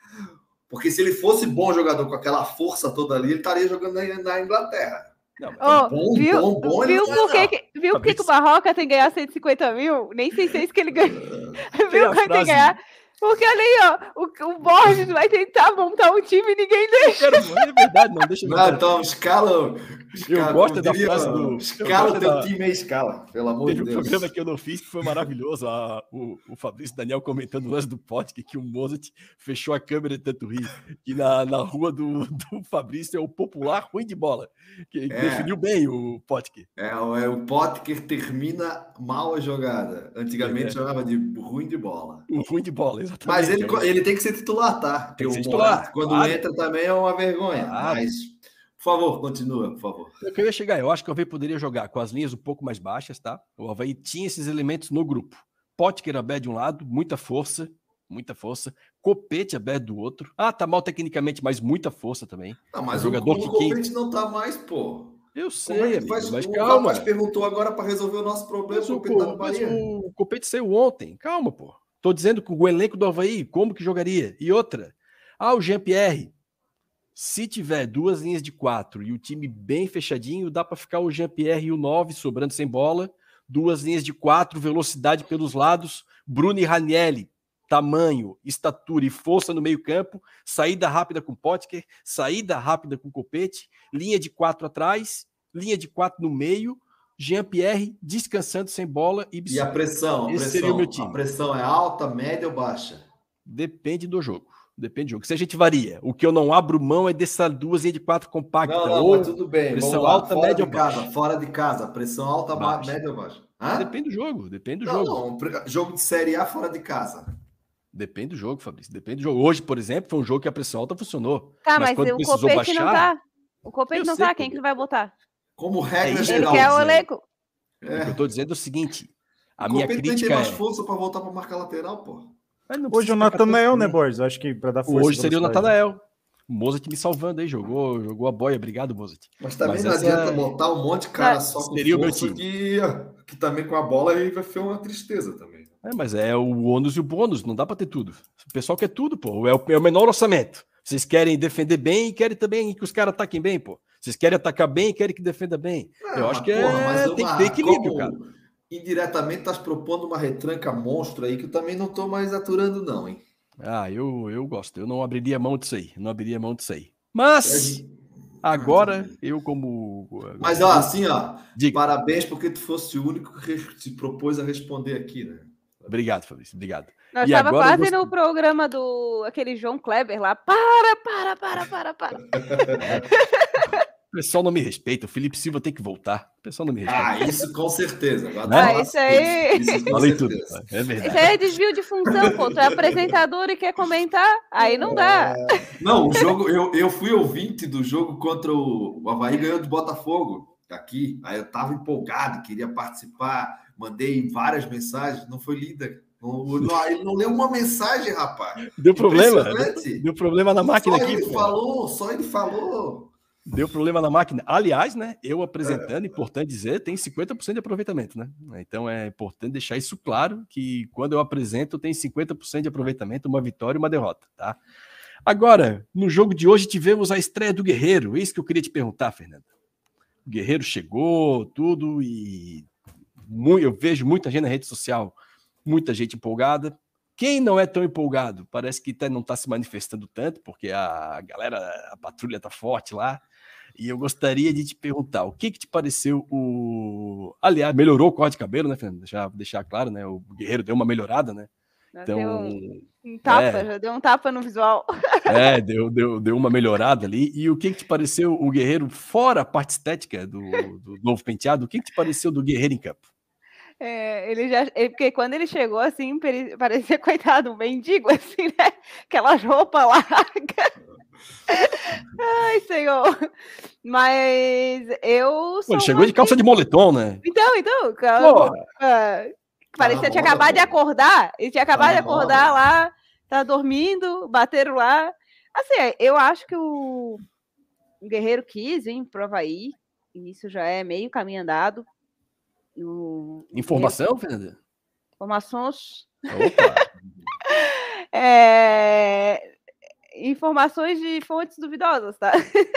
Porque se ele fosse bom jogador com aquela força toda ali, ele estaria jogando na, na Inglaterra. Não, mas- Ô, bom, viu, bom, bom, ele viu não é, por que, não. que- viu por que, que o Barroca tem que ganhar cento e cinquenta mil? Nem sei se é isso que ele ganha. Tem Viu a que tem que frase- ganhar? Porque olha aí, ó, o, o Borges vai tentar montar um time e ninguém deixa. Eu quero- é verdade, não deixa eu Não, então, escala. escala gosto como da diria, frase do- eu Escala gosto o teu da- time aí, escala, pelo amor Teve de um Deus. programa que eu não fiz que foi maravilhoso. A- o, o Fabrício Daniel comentando o lance do Potker, que o Mozart fechou a câmera de tanto rir. Que na, na rua do, do Fabrício é o popular ruim de bola. Que É. definiu bem o Potker. É, é o Potker termina mal a jogada. Antigamente É. chamava de ruim de bola. O ruim de bola, exatamente. Mas ele, ele tem que ser titular, tá? Porque Tem que ser o titular, Morato, quando claro. entra, também é uma vergonha. Claro. Mas, por favor, continua, por favor. Eu queria chegar, eu acho que o Avaí poderia jogar com as linhas um pouco mais baixas, tá? O Avaí tinha esses elementos no grupo. Potker aberto de um lado, muita força, muita força. Copete aberto do outro. Ah, tá mal tecnicamente, mas muita força também. Não, mas Um o, jogador o que Copete não tá mais, pô. Eu Como é sei, que amigo, faz- mas o calma. rapaz perguntou agora para resolver o nosso problema. Mas O o, Copete tá no Co- mas Bahia. o Copete saiu ontem. Calma, pô. Tô dizendo que o elenco do Avaí, como que jogaria? E outra. Ah, o Jean-Pierre. Se tiver duas linhas de quatro e o time bem fechadinho, dá para ficar o Jean-Pierre e o nove sobrando sem bola. Duas linhas de quatro, velocidade pelos lados. Bruno e Ranieri, tamanho, estatura e força no meio campo. Saída rápida com Potker. Saída rápida com Copete. Linha de quatro atrás. Linha de quatro no meio. Jean-Pierre descansando sem bola. E, E a pressão, a Esse seria o pressão, meu time. a pressão é alta, média ou baixa? Depende do jogo. Depende do jogo. Se a gente varia, o que eu não abro mão é dessas duas linhas de quatro compacta. Não, não, ou mas tudo bem. pressão Vamos lá. alta, fora média de ou casa, baixa? fora de casa. Pressão alta, ba- Baixa. média ou baixa? Hã? Depende do jogo. Depende do Não, jogo. não. pre- Jogo de Série A fora de casa. Depende do jogo, Fabrício. Depende do jogo. Hoje, por exemplo, foi um jogo que a pressão alta funcionou. Tá, mas, quando o precisou Copete não baixar, tá. O Copete Eu não sei tá, que- quem que vai botar? Como regra É isso. Ele geral. quer o Zé. elenco. o que eu É. tô dizendo é o seguinte: a O minha Copete nem crítica tem mais é. força para voltar para marcar lateral, pô. Mas não Hoje precisa o ficar Natanael, tanto né, assim. Borges? Acho que para dar força. Hoje seria o velocidade. Natanael. O Mozart me salvando aí, jogou, jogou a boia. Obrigado, Mozart. Mas também Mas não essa adianta é- botar um monte de cara Mas só com seria o meu força time. que, que também com a bola aí vai ser uma tristeza também. É, mas é o ônus e o bônus, não dá pra ter tudo. O pessoal quer tudo, pô. É o, é o menor orçamento. Vocês querem defender bem e querem também que os caras ataquem bem, pô. Vocês querem atacar bem e querem que defenda bem. Ah, Eu acho mas, que porra, é, mas eu- tem que ah, ter equilíbrio, como cara. Indiretamente estás propondo uma retranca monstro aí que eu também não estou mais aturando, não, hein? Ah, eu, eu gosto. Eu não abriria mão disso aí. Não abriria mão disso aí. Mas, agora, eu como... Mas, ó, assim, ó, Diga. parabéns porque tu fosse o único que re- se propôs a responder aqui, né? Obrigado, Fabrício. Obrigado. Nós E estava agora eu quase gost- no programa do aquele João Kleber lá. Para, para, para, para, para. O pessoal não me respeita. O Felipe Silva tem que voltar. O pessoal não me respeita. Ah, isso com certeza. Agora Né? tu Ah, fala isso aí. Isso com Falei tudo. certeza. É verdade. Isso aí é desvio de função, pô. Tu é apresentador e quer comentar? Aí não dá. Não, o jogo, eu, eu fui ouvinte do jogo contra o, o Avaí ganhou do Botafogo aqui. Aí eu tava empolgado, queria participar, mandei várias mensagens, não foi lida. Não, não, ele não leu uma mensagem, rapaz. Deu problema. Impressionante. Deu, deu problema na máquina Só aqui. ele pô. falou, só ele falou. Deu problema na máquina. Aliás, né? Eu apresentando, importante dizer, tem cinquenta por cento de aproveitamento, né? Então é importante deixar isso claro, que quando eu apresento, tem cinquenta por cento de aproveitamento, uma vitória e uma derrota, tá? Agora, no jogo de hoje, tivemos a estreia do Guerreiro. Isso que eu queria te perguntar, Fernanda. O Guerreiro chegou, tudo, e mu- eu vejo muita gente na rede social, muita gente empolgada. Quem não é tão empolgado? Parece que até não está se manifestando tanto, porque a galera, a patrulha tá forte lá. E eu gostaria de te perguntar, o que que te pareceu o... Aliás, melhorou o corte de cabelo, né, Fernando? Deixar, deixar claro, né? O Guerreiro deu uma melhorada, né? Então, deu um, um é, tapa, já deu um tapa no visual. É, deu, deu, deu uma melhorada ali. E o que que te pareceu o Guerreiro, fora a parte estética do, do novo penteado, o que que te pareceu do Guerreiro em campo? É, ele já, ele, porque quando ele chegou assim, parecia, coitado, um mendigo, assim, né? Aquelas roupas largas. Ai, senhor. Mas eu sou. Ele chegou de calça de moletom, né? Então, então. Calma, parecia que tinha acabado de acordar. Ele tinha acabado de acordar lá, tá dormindo, bateram lá. Assim, eu acho que o, o Guerreiro quis vir pro Avaí, e isso já é meio caminho andado. No, Informação, Fernanda? Informações. Opa! é, informações de fontes duvidosas, tá?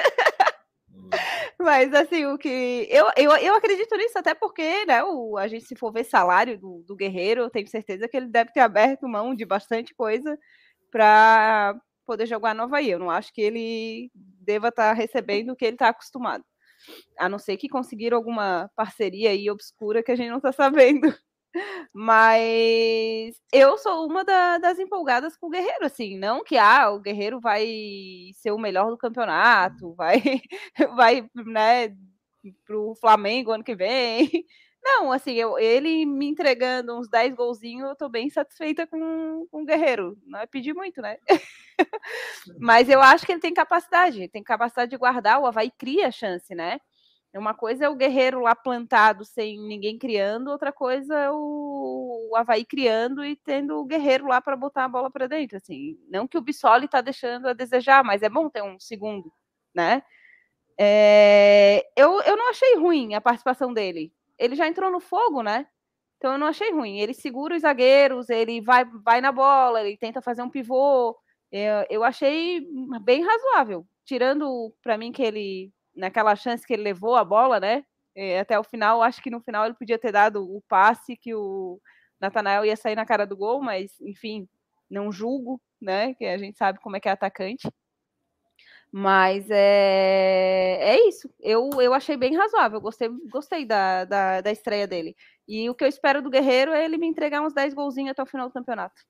Mas, assim, o que... Eu, eu, eu acredito nisso, até porque, né, o, a gente, se for ver salário do, do Guerreiro, eu tenho certeza que ele deve ter aberto mão de bastante coisa para poder jogar no Avaí. Eu não acho que ele deva estar recebendo o que ele está acostumado. A não ser que conseguiram alguma parceria aí obscura que a gente não está sabendo. Mas eu sou uma da, das empolgadas com o Guerreiro, assim, não que ah, o Guerreiro vai ser o melhor do campeonato, vai, vai, né, pro Flamengo ano que vem. Não, assim, eu, ele me entregando uns dez golzinhos, eu tô bem satisfeita com, com o Guerreiro. Não é pedir muito, né? Mas eu acho que ele tem capacidade, tem capacidade de guardar, o Avaí cria a chance, né? Uma coisa é o Guerreiro lá plantado sem ninguém criando, outra coisa é o, o Avaí criando e tendo o Guerreiro lá para botar a bola para dentro. Assim, não que o Bissoli está deixando a desejar, mas é bom ter um segundo, né? É, eu, eu não achei ruim a participação dele. Ele já entrou no fogo, né? Então eu não achei ruim. Ele segura os zagueiros, ele vai, vai na bola, ele tenta fazer um pivô. Eu, eu achei bem razoável. Tirando, para mim, que ele... naquela chance que ele levou a bola, né? E até o final, acho que no final ele podia ter dado o passe que o Natanael ia sair na cara do gol, mas, enfim, não julgo, né? Que a gente sabe como é que é atacante. Mas é, é isso. Eu, eu achei bem razoável. Gostei, gostei da, da, da estreia dele. E o que eu espero do Guerreiro é ele me entregar uns dez golzinhos até o final do campeonato.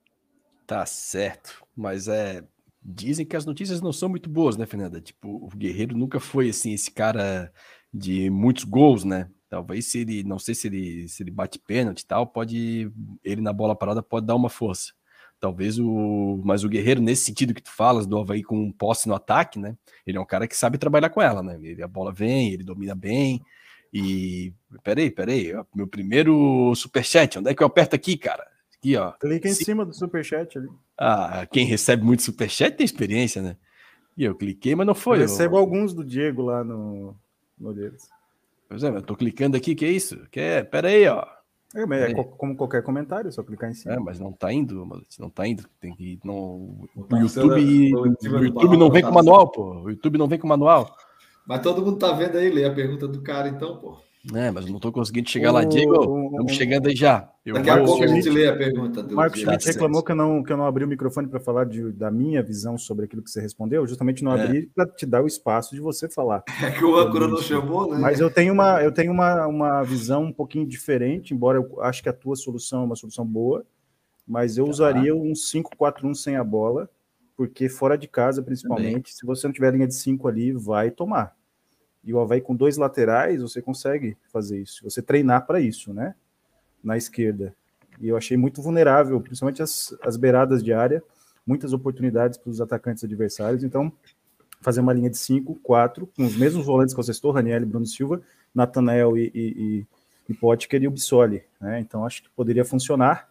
Tá certo. Mas é... Dizem que as notícias não são muito boas, né, Fernanda? Tipo, o Guerreiro nunca foi, assim, esse cara de muitos gols, né? Talvez se ele, não sei se ele, se ele bate pênalti e tal, pode, ele na bola parada pode dar uma força. Talvez o, mas o Guerreiro, nesse sentido que tu falas, do Avaí com posse no ataque, né? Ele é um cara que sabe trabalhar com ela, né? Ele, a bola vem, ele domina bem e... Peraí, peraí, meu primeiro superchat, onde é que eu aperto aqui, cara? Aqui, ó. Clica em Sim. cima do superchat ali. Ah, quem recebe muito superchat tem experiência, né? E eu cliquei, mas não foi. Eu recebo eu... alguns do Diego lá no, no deles. Pois é, mas eu tô clicando aqui, que é isso? Que é? Pera aí, ó. É, mas é como qualquer comentário, é só clicar em cima. É, mas não tá indo, não tá indo. Tem que não. O YouTube, o YouTube não vem com manual, pô. O YouTube não vem com manual. Mas todo mundo tá vendo aí, lê a pergunta do cara, então, pô. É, mas não tô conseguindo chegar o... lá, Diego. Estamos chegando aí já. Eu Daqui a pouco a gente lê a pergunta do Marcos Schmidt reclamou que eu, não, que eu não abri o microfone para falar de, da minha visão sobre aquilo que você respondeu. Justamente não abri é. para te dar o espaço de você falar. É que o âncora não chamou, né? Mas eu tenho, uma, eu tenho uma, uma visão um pouquinho diferente, embora eu acho que a tua solução é uma solução boa, mas eu tá. usaria um cinco quatro um sem a bola, porque fora de casa, principalmente, Também. se você não tiver linha de cinco ali, vai tomar. E o Avaí com dois laterais, você consegue fazer isso. Você treinar para isso, né? Na esquerda. E eu achei muito vulnerável, principalmente as, as beiradas de área, muitas oportunidades para os atacantes adversários. Então, fazer uma linha de cinco, quatro, com os mesmos volantes que você citou, Raniel e Bruno Silva, Natanael e, e, e Potker e o Bissoli, né? Então, acho que poderia funcionar.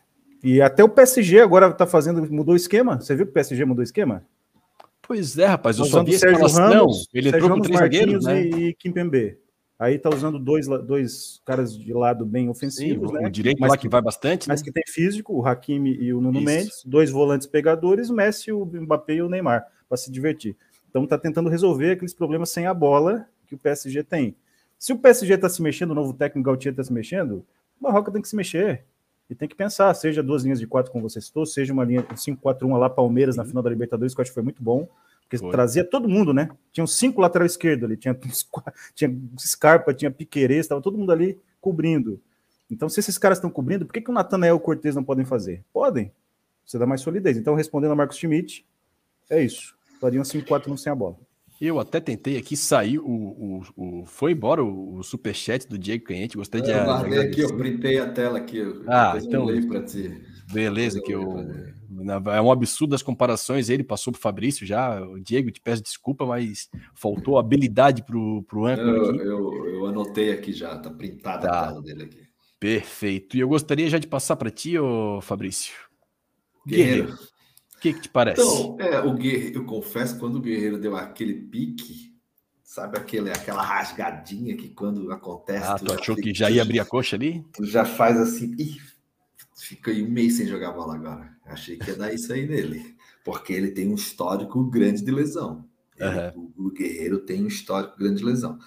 E até o P S G agora está fazendo, mudou o esquema. Você viu que o P S G mudou o esquema? Pois é, rapaz, eu só vi Sérgio Ramos, ele Sérgio entrou Ramos, com três zagueiros, né? E Kimpembe. Aí tá usando dois, dois caras de lado bem ofensivos, Sim, né? O direito mas lá que, que vai bastante, Mas né? que tem físico, o Hakimi e o Nuno Isso. Mendes, dois volantes pegadores, o Messi, o Mbappé e o Neymar, para se divertir. Então tá tentando resolver aqueles problemas sem a bola que o P S G tem. Se o P S G tá se mexendo, o novo técnico Gautier tá se mexendo, o Barroca tem que se mexer. E tem que pensar, seja duas linhas de quatro, como você citou, seja uma linha cinco quatro um lá, Palmeiras, na final da Libertadores, que eu acho que foi muito bom, porque foi. Trazia todo mundo, né? Tinha cinco lateral esquerdo ali, tinha, tinha Scarpa, tinha Piquerez, estava todo mundo ali cobrindo. Então, se esses caras estão cobrindo, por que, que o Natanael e o Cortez não podem fazer? Podem. Você dá mais solidez. Então, respondendo a Marcos Schmidt, é isso. Faria um cinco quatro um sem a bola. Eu até tentei aqui sair, o, o, o, foi embora o, o superchat do Diego Canhete, gostei de... Eu guardei aqui, eu printei a tela aqui. Ah, então... Eu pra ti. Beleza, que eu... É um absurdo as comparações, ele passou pro Fabrício já, o Diego, te peço desculpa, mas faltou habilidade pro, pro âncora eu, aqui. Eu, eu anotei aqui já, tá printada tá. a tela dele aqui. Perfeito. E eu gostaria já de passar para ti, ô Fabrício. Guerreiro. Guerreiro. O que, que te parece? Então, é, o Guerreiro, eu confesso, quando o Guerreiro deu aquele pique, sabe aquele, aquela rasgadinha que quando acontece... Ah, tu, tu achou que já ia abrir a coxa ali? Tu já faz assim, ih, fica aí um mês sem jogar bola agora. Achei que ia dar isso aí nele, porque ele tem um histórico grande de lesão. Ele, uhum. o, o Guerreiro tem um histórico grande de lesão.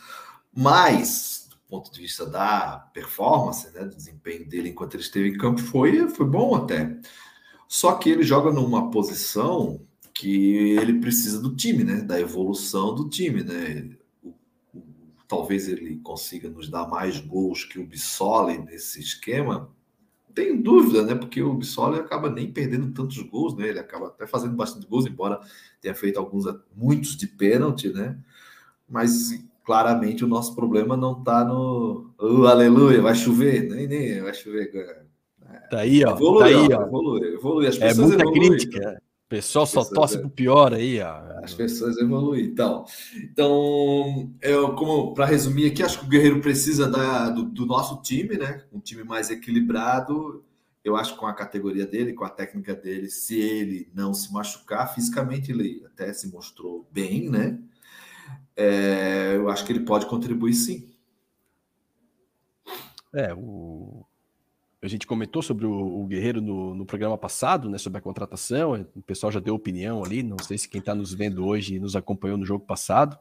Mas... ponto de vista da performance, né, do desempenho dele enquanto ele esteve em campo, foi, foi bom até. Só que ele joga numa posição que ele precisa do time, né, da evolução do time, né. O, o, talvez ele consiga nos dar mais gols que o Bissoli nesse esquema. Tenho dúvida, né, porque o Bissoli acaba nem perdendo tantos gols, né, ele acaba até fazendo bastante gols, embora tenha feito alguns, muitos de pênalti, né, mas... claramente o nosso problema não está no uh, aleluia, vai chover, nem, nem vai chover. Tá aí, ó. Evolui, tá aí, ó, ó. Evolui, evolui. As é pessoas muita evoluem, crítica. né? O pessoal só pessoas, torce é. pro pior aí, ó. As pessoas evoluem. Então, então eu, como para resumir aqui, acho que o Guerreiro precisa da, do, do nosso time, né? Um time mais equilibrado. Eu acho que com a categoria dele, com a técnica dele, se ele não se machucar, fisicamente ele até se mostrou bem, né? É, eu acho que ele pode contribuir sim. É, o... a gente comentou sobre o, o Guerreiro no, no programa passado, né, sobre a contratação, o pessoal já deu opinião ali, não sei se quem está nos vendo hoje nos acompanhou no jogo passado.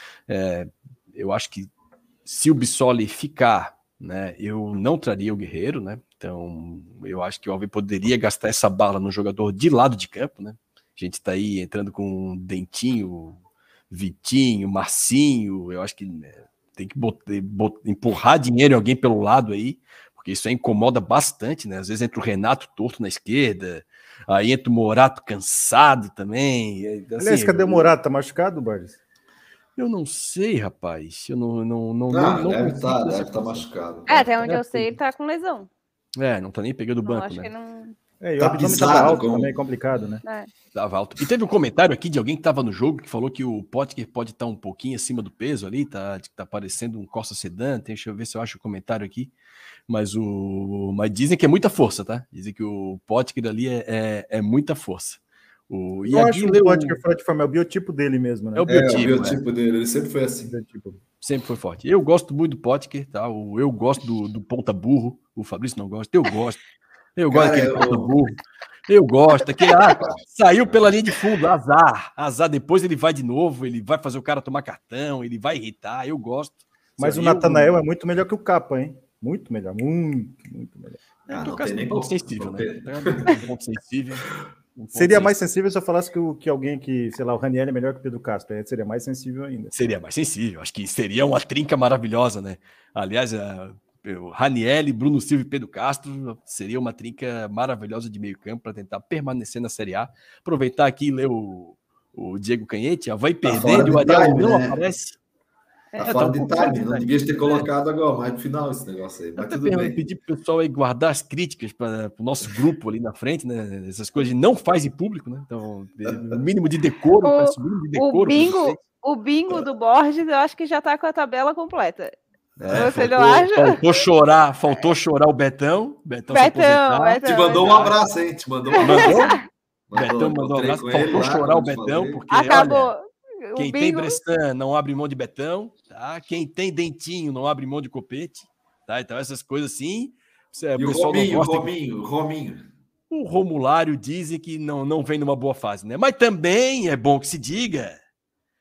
É, eu acho que se o Bissoli ficar, né, eu não traria o Guerreiro, né, então eu acho que o Alvim poderia gastar essa bala no jogador de lado de campo, né, a gente está aí entrando com Dentinho, Vitinho, Marcinho, eu acho que né, tem que botar, botar, empurrar dinheiro em alguém pelo lado aí, porque isso aí incomoda bastante, né? Às vezes entra o Renato torto na esquerda, aí entra o Morato cansado também. Assim, Aliás, cadê o Morato? Tá machucado, Borges? Eu não sei, rapaz. Eu não não não ah, não, deve não estar, deve estar machucado. É, até onde é, eu sei, ele tá com lesão. É, não tá nem pegando o não, banco, acho né? Que não... É, e tá o abdômen tava alto como... também, é complicado, né? É. Tava alto. E teve um comentário aqui de alguém que tava no jogo que falou que o Potker pode estar um pouquinho acima do peso ali, tá, tá parecendo um Corsa Sedan. Deixa eu ver se eu acho o comentário aqui. Mas o, mas dizem que é muita força, tá? Dizem que o Potker ali é, é, é muita força. O, e eu acho que o Potker fora de forma, é o biotipo dele mesmo, né? É o biotipo, é, o biotipo é. dele, ele sempre foi assim. Sempre foi forte. Eu gosto muito do Potker, tá? Eu gosto do, do ponta burro. O Fabrício não gosta, eu gosto. Eu gosto Cara, daquele eu... ponta burro. Eu gosto, aquele ah, saiu pela linha de fundo, azar, azar, depois ele vai de novo, ele vai fazer o cara tomar cartão, ele vai irritar, eu gosto. Mas Só o Natanael eu... é muito melhor que o Capa, hein? Muito melhor, muito, muito melhor. Ah, não tem nem ponto sensível, né? Ponto sensível. Um seria mais sensível se eu falasse que, o, que alguém que, sei lá, o Raniel é melhor que o Pedro Castro, seria mais sensível ainda. Seria mais sensível, acho que seria uma trinca maravilhosa, né? Aliás, a... o Raniel, Bruno Silva e Pedro Castro seria uma trinca maravilhosa de meio campo para tentar permanecer na Série A. Aproveitar aqui e ler o, o Diego Canhete, vai perdendo, o Ariel time, não né? aparece. Tá é, fora tá um de time, não devia ter colocado é. agora, mais no final esse negócio aí, mas tudo bem. Eu pedi pro pessoal aí guardar as críticas para o nosso grupo ali na frente, né? Essas coisas não faz em público, né? Então, o mínimo de decoro, o, o mínimo de decoro. O bingo, o bingo do Borges, eu acho que já tá com a tabela completa. É, Você faltou, não acha? Faltou chorar, faltou chorar o Betão. Betão, Betão, Betão te mandou Betão. um abraço, hein? Te mandou um abraço. Mandou, Betão mandou um abraço. Faltou chorar lá, o Betão, falei. Porque acabou. Olha, quem bingo... tem Bressan não abre mão de Betão, tá? Quem tem Dentinho não abre mão de Copete, tá? Então essas coisas assim. E o, o Rominho, o Rominho, o Rominho. O Romulário dizem que não, não vem numa boa fase, né? Mas também é bom que se diga.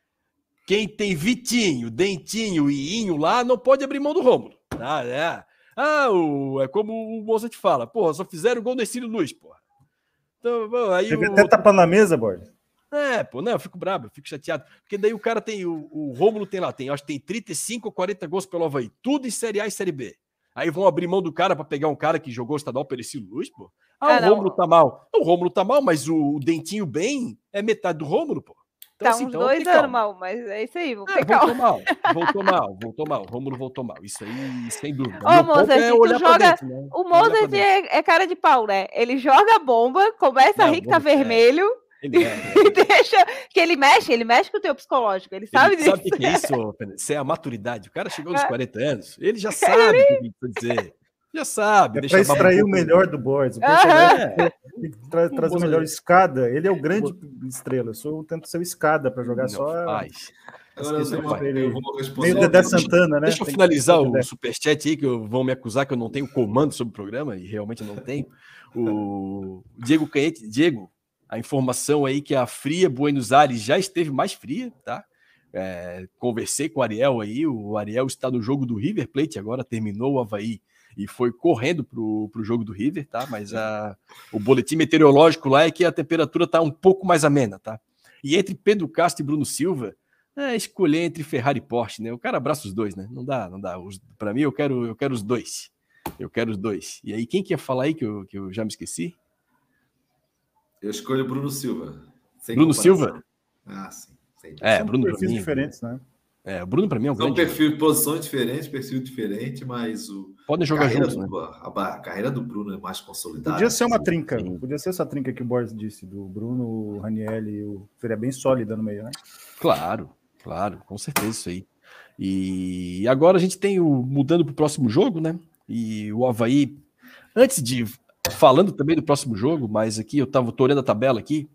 Quem tem Vitinho, Dentinho e Inho lá não pode abrir mão do Rômulo. Tá? É. Ah, o, é como o Mozart fala, porra, só fizeram gol no Ercílio Luz, porra. Então, bom, aí Teve o... até tapa na mesa, Borges. É, pô, não, eu fico brabo, eu fico chateado. Porque daí o cara tem, o, o Rômulo tem lá, tem, acho que tem trinta e cinco ou quarenta gols pelo Avaí, tudo em Série A e Série B. Aí vão abrir mão do cara pra pegar um cara que jogou estadual pelo Ercílio Luz, pô. Ah, Ah, o não. Rômulo tá mal. O Rômulo tá mal, mas o, o Dentinho bem é metade do Rômulo, pô. Então, Tá assim, uns então, dois tem calma. anos mal, mas é isso aí, vou Ah, ter voltou calma. mal, voltou mal, voltou mal. O Rômulo voltou mal. Isso aí, sem dúvida. Ô, Meu ponto Mozart, é tu olhar pra joga- dentro, né? O É olhar pra Mozart dentro. é, é cara de pau, né? Ele joga a bomba, começa a Não, rir que tá Mozart é. vermelho Ele é, ele é. e deixa que ele mexe, ele mexe com o teu psicológico, ele sabe Ele disso. sabe o que que é isso, Fernando? Isso é a maturidade. O cara chegou nos É. quarenta anos, ele já sabe o que tem que dizer. Já sabe. É deixa para a barba extrair um o pouco- melhor do Borges. O Aham. personagem É. tem que tra O trazer o Mozart- melhor escada. Ele é o grande estrela. Eu sou, eu tento ser o escada para jogar Não só. a- faz. Agora eu, Isso tenho não uma, faz. eu vou Meio responder. Dedé deixa- Santana, né? Deixa eu Tem que finalizar ser o Dedé. superchat aí, que eu- vão me acusar que eu não tenho comando sobre o programa, e realmente eu não tenho. O Diego Canhete, Diego, a informação aí que a Fria Buenos Aires já esteve mais fria, tá? É, conversei com o Ariel aí, o Ariel está no jogo do River Plate agora, terminou o Avaí e foi correndo pro, pro jogo do River, tá? Mas a, o boletim meteorológico lá é que a temperatura tá um pouco mais amena, tá? E entre Pedro Castro e Bruno Silva, é escolher entre Ferrari e Porsche, né? O cara abraça os dois, né? Não dá, não dá. Os, pra mim, eu quero, eu quero os dois. Eu quero os dois. E aí, quem que ia falar aí que eu, que eu já me esqueci? Eu escolho Bruno Silva. sem Bruno comparação. Silva? Ah, sim. Sem É, São Bruno pra perfis mim. diferentes, né? É, o Bruno pra mim é um São grande. perfil, posições diferentes, perfil diferente, mas o, Podem a, jogar carreira juntos, né? do, a, a carreira do Bruno é mais consolidada. Podia ser uma Sim. trinca. sim. Podia ser essa trinca que o Borges disse, do Bruno, o Raniel e o. Seria bem sólida no meio, né? Claro, claro, com certeza isso aí. E agora a gente tem o mudando para o próximo jogo, né? E o Avaí, antes de falando também do próximo jogo, mas aqui eu tava tô olhando a tabela aqui.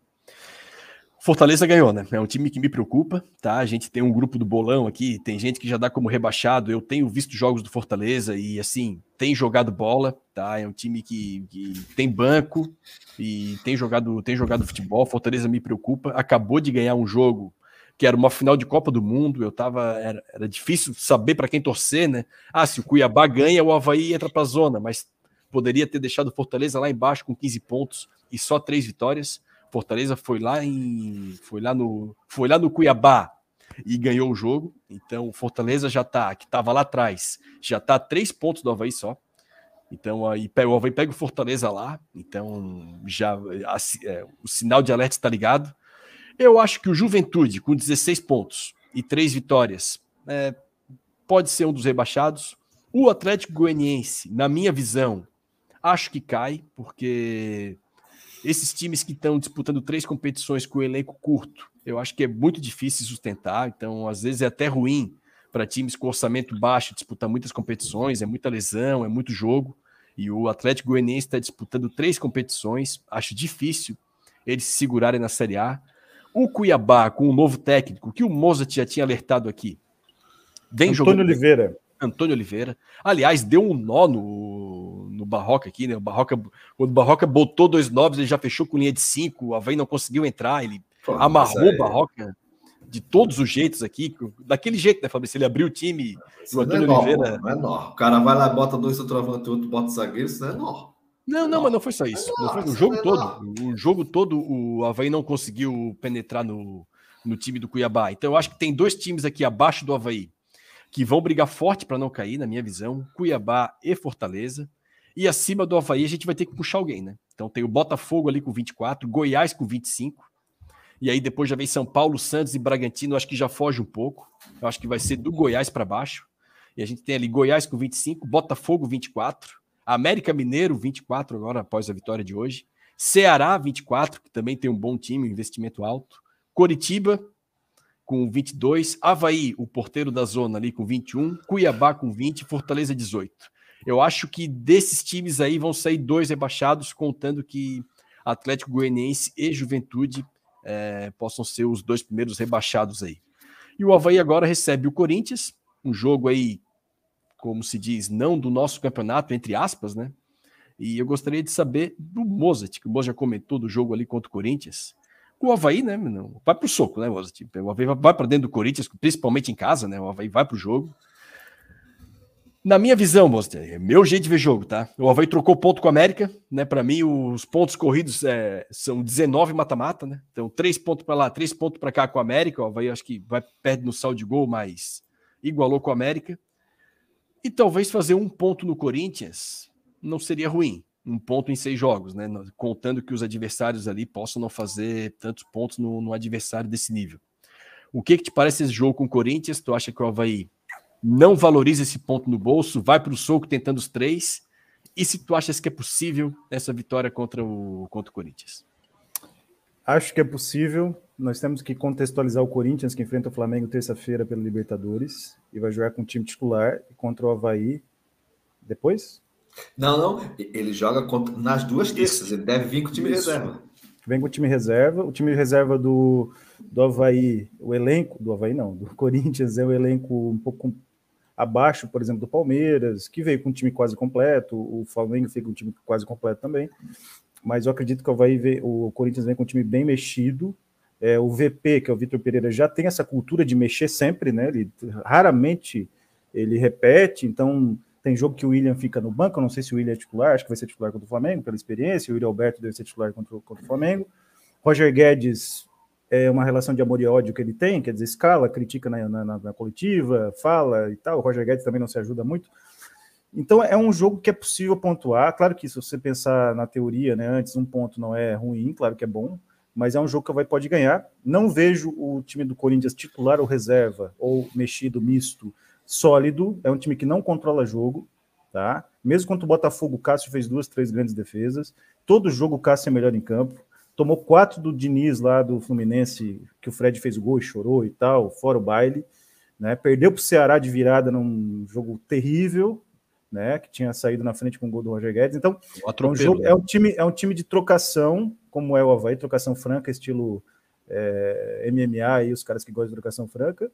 Fortaleza ganhou, né? É um time que me preocupa, tá? A gente tem um grupo do bolão aqui, tem gente que já dá como rebaixado. Eu tenho visto jogos do Fortaleza e, assim, tem jogado bola, tá? É um time que, que tem banco e tem jogado, tem jogado futebol. Fortaleza me preocupa. Acabou de ganhar um jogo que era uma final de Copa do Mundo. Eu tava. Era, era difícil saber para quem torcer, né? Ah, se o Cuiabá ganha, o Avaí entra para a zona, mas poderia ter deixado o Fortaleza lá embaixo com quinze pontos e só três vitórias. Fortaleza foi lá em foi lá no foi lá no Cuiabá e ganhou o jogo. Então o Fortaleza já tá, que estava lá atrás, já tá a três pontos do Avaí só. Então aí o Avaí pega o Fortaleza lá. Então já a, é, o sinal de alerta está ligado. Eu acho que o Juventude com dezesseis pontos e três vitórias é, pode ser um dos rebaixados. O Atlético Goianiense, na minha visão, acho que cai, porque esses times que estão disputando três competições com elenco curto, eu acho que é muito difícil sustentar. Então, às vezes é até ruim para times com orçamento baixo disputar muitas competições, é muita lesão, é muito jogo. E o Atlético Goianiense está disputando três competições, acho difícil eles se segurarem na Série A. O Cuiabá, com um novo técnico, que o Mozart já tinha alertado aqui, vem Antônio jogando bem. Oliveira. Antônio Oliveira. Aliás, deu um nó no, no Barroca aqui, né? O Barroca, quando o Barroca botou dois nobres, ele já fechou com linha de cinco, o Avaí não conseguiu entrar, ele Pô, amarrou mas aí- o Barroca de todos os jeitos aqui, daquele jeito, né, Fabrício? Ele abriu o time, Isso o não é Antônio nó, Oliveira... pô, não é nó. O cara vai lá, bota dois centroavantes e outro bota zagueiro, isso não é nó. Não, não, Não. mas não foi só isso. Não foi, o Nossa, jogo não é todo, o jogo todo, o Avaí não conseguiu penetrar no, no time do Cuiabá. Então eu acho que tem dois times aqui abaixo do Avaí que vão brigar forte para não cair, na minha visão, Cuiabá e Fortaleza. E acima do Avaí a gente vai ter que puxar alguém, né? Então tem o Botafogo ali com vinte e quatro, Goiás com vinte e cinco, e aí depois já vem São Paulo, Santos e Bragantino, acho que já foge um pouco. Eu acho que vai ser do Goiás para baixo. E a gente tem ali Goiás com vinte e cinco, Botafogo vinte e quatro, América Mineiro vinte e quatro agora após a vitória de hoje, Ceará vinte e quatro, que também tem um bom time, investimento alto, Coritiba com vinte e dois, Avaí, o porteiro da zona ali com vinte e um, Cuiabá com vinte, Fortaleza dezoito. Eu acho que desses times aí vão sair dois rebaixados, contando que Atlético Goianiense e Juventude é, possam ser os dois primeiros rebaixados aí. E o Avaí agora recebe o Corinthians, um jogo aí, como se diz, não do nosso campeonato, entre aspas, né? E eu gostaria de saber do Mozart, que o Mozart já comentou do jogo ali contra o Corinthians. O Avaí, né? Não, vai pro soco, né, Mozart? O Avaí vai para dentro do Corinthians, principalmente em casa, né? O Avaí vai pro jogo. Na minha visão, moça, é meu jeito de ver jogo, tá? O Avaí trocou ponto com o América, né? Para mim, os pontos corridos é, são dezenove mata-mata, né? Então, três pontos para lá, três pontos para cá com o América. O Avaí acho que vai perto no saldo de gol, mas igualou com o América. E talvez fazer um ponto no Corinthians não seria ruim. Um ponto em seis jogos, né? Contando que os adversários ali possam não fazer tantos pontos no, no adversário desse nível. O que, que te parece esse jogo com o Corinthians? Tu acha que o Avaí não valoriza esse ponto no bolso, vai para o soco tentando os três? E se tu achas que é possível essa vitória contra o, contra o Corinthians? Acho que é possível. Nós temos que contextualizar o Corinthians, que enfrenta o Flamengo terça-feira pela Libertadores, e vai jogar com o time titular contra o Avaí depois? Não, não. Ele joga contra, nas duas terças. Ele deve vir com o time Isso. reserva. Vem com o time reserva. O time reserva do, do Avaí, o elenco do Avaí não, do Corinthians é um elenco um pouco abaixo, por exemplo, do Palmeiras, que veio com um time quase completo. O Flamengo veio com um time quase completo também. Mas eu acredito que o Avaí veio, o Corinthians vem com um time bem mexido. É, o V P, que é o Vitor Pereira, já tem essa cultura de mexer sempre, né? Ele raramente ele repete, então tem jogo que o William fica no banco, eu não sei se o William é titular, acho que vai ser titular contra o Flamengo, pela experiência, o William Alberto deve ser titular contra o, contra o Flamengo. Roger Guedes é uma relação de amor e ódio que ele tem, quer dizer, escala, critica na, na, na coletiva, fala e tal, o Roger Guedes também não se ajuda muito. Então é um jogo que é possível pontuar, claro que se você pensar na teoria, né, antes um ponto não é ruim, claro que é bom, mas é um jogo que o Avaí pode ganhar. Não vejo o time do Corinthians titular ou reserva, ou mexido, misto, sólido. É um time que não controla jogo, tá? Mesmo contra o Botafogo, o Cássio fez duas, três grandes defesas. Todo jogo o Cássio é melhor em campo. Tomou quatro do Diniz lá do Fluminense, que o Fred fez o gol e chorou e tal, fora o baile. Né? Perdeu para o Ceará de virada num jogo terrível, né? Que tinha saído na frente com o gol do Roger Guedes. Então, é um, jogo, é, um time, é um time de trocação, como é o Avaí, trocação franca, estilo é, M M A, e os caras que gostam de trocação franca,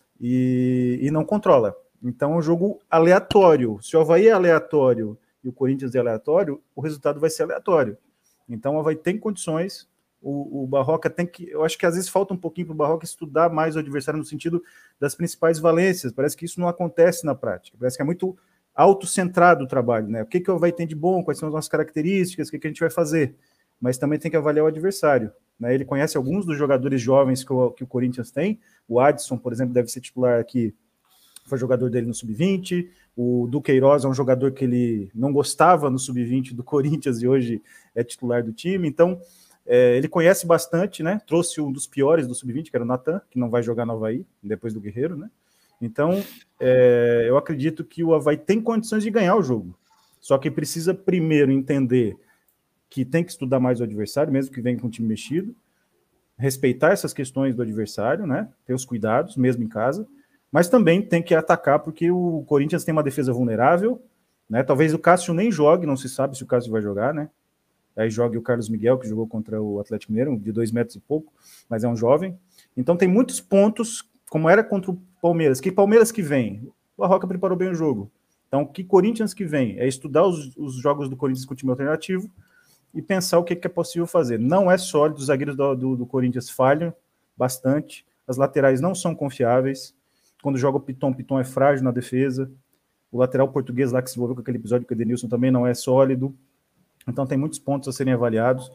e, e não controla. Então é um jogo aleatório. Se o Avaí é aleatório e o Corinthians é aleatório, o resultado vai ser aleatório. Então o Avaí tem condições, o, o Barroca tem que... Eu acho que às vezes falta um pouquinho para o Barroca estudar mais o adversário no sentido das principais valências. Parece que isso não acontece na prática. Parece que é muito autocentrado o trabalho, né? O que, que o Avaí tem de bom, quais são as nossas características, o que, que a gente vai fazer. Mas também tem que avaliar o adversário. Né? Ele conhece alguns dos jogadores jovens que o, que o Corinthians tem. O Adson, por exemplo, deve ser titular aqui, foi jogador dele no sub vinte. O Duqueiroz é um jogador que ele não gostava no sub vinte do Corinthians e hoje é titular do time. Então, é, ele conhece bastante, né? Trouxe um dos piores do sub vinte, que era o Natan, que não vai jogar no Avaí, depois do Guerreiro, né? Então, é, eu acredito que o Avaí tem condições de ganhar o jogo. Só que precisa primeiro entender que tem que estudar mais o adversário, mesmo que venha com o time mexido, respeitar essas questões do adversário, né? Ter os cuidados, mesmo em casa, mas também tem que atacar, porque o Corinthians tem uma defesa vulnerável, né? Talvez o Cássio nem jogue, não se sabe se o Cássio vai jogar, né? Aí joga o Carlos Miguel, que jogou contra o Atlético Mineiro, de dois metros e pouco, mas é um jovem. Então tem muitos pontos, como era contra o Palmeiras. Que Palmeiras que vem? O Barroca preparou bem o jogo. Então, que Corinthians que vem? É estudar os, os jogos do Corinthians com o time alternativo e pensar o que, que é possível fazer. Não é sólido, os zagueiros do, do, do Corinthians falham bastante, as laterais não são confiáveis. Quando joga o Piton, o Piton é frágil na defesa. O lateral português lá que se envolveu com aquele episódio com o Edenilson também não é sólido. Então tem muitos pontos a serem avaliados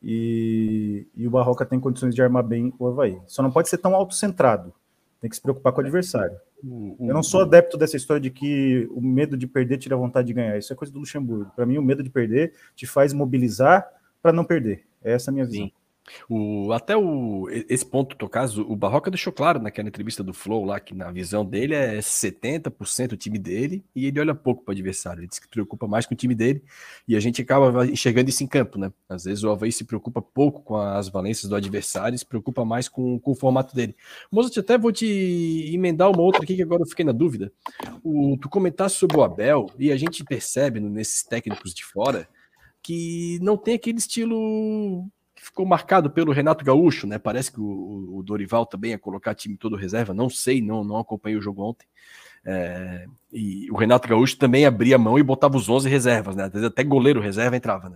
e, e o Barroca tem condições de armar bem o Avaí. Só não pode ser tão autocentrado. Tem que se preocupar com o adversário. Eu não sou adepto dessa história de que o medo de perder tira a vontade de ganhar. Isso é coisa do Luxemburgo. Para mim, o medo de perder te faz mobilizar para não perder. Essa é a minha visão. Sim. O, até o, esse ponto do caso, o Barroca deixou claro naquela entrevista do Flow lá que na visão dele é setenta por cento o time dele e ele olha pouco para o adversário, ele diz que se preocupa mais com o time dele e a gente acaba enxergando isso em campo, né? Às vezes o Avaí se preocupa pouco com as valências do adversário e se preocupa mais com, com o formato dele. Mozart, até vou te emendar uma outra aqui que agora eu fiquei na dúvida. O, tu comentaste sobre o Abel e a gente percebe nesses técnicos de fora que não tem aquele estilo que ficou marcado pelo Renato Gaúcho, né? Parece que o, o Dorival também ia colocar time todo reserva, não sei, não, não acompanhei o jogo ontem. É, e o Renato Gaúcho também abria a mão e botava os onze reservas, né? Às vezes até goleiro reserva entrava, né?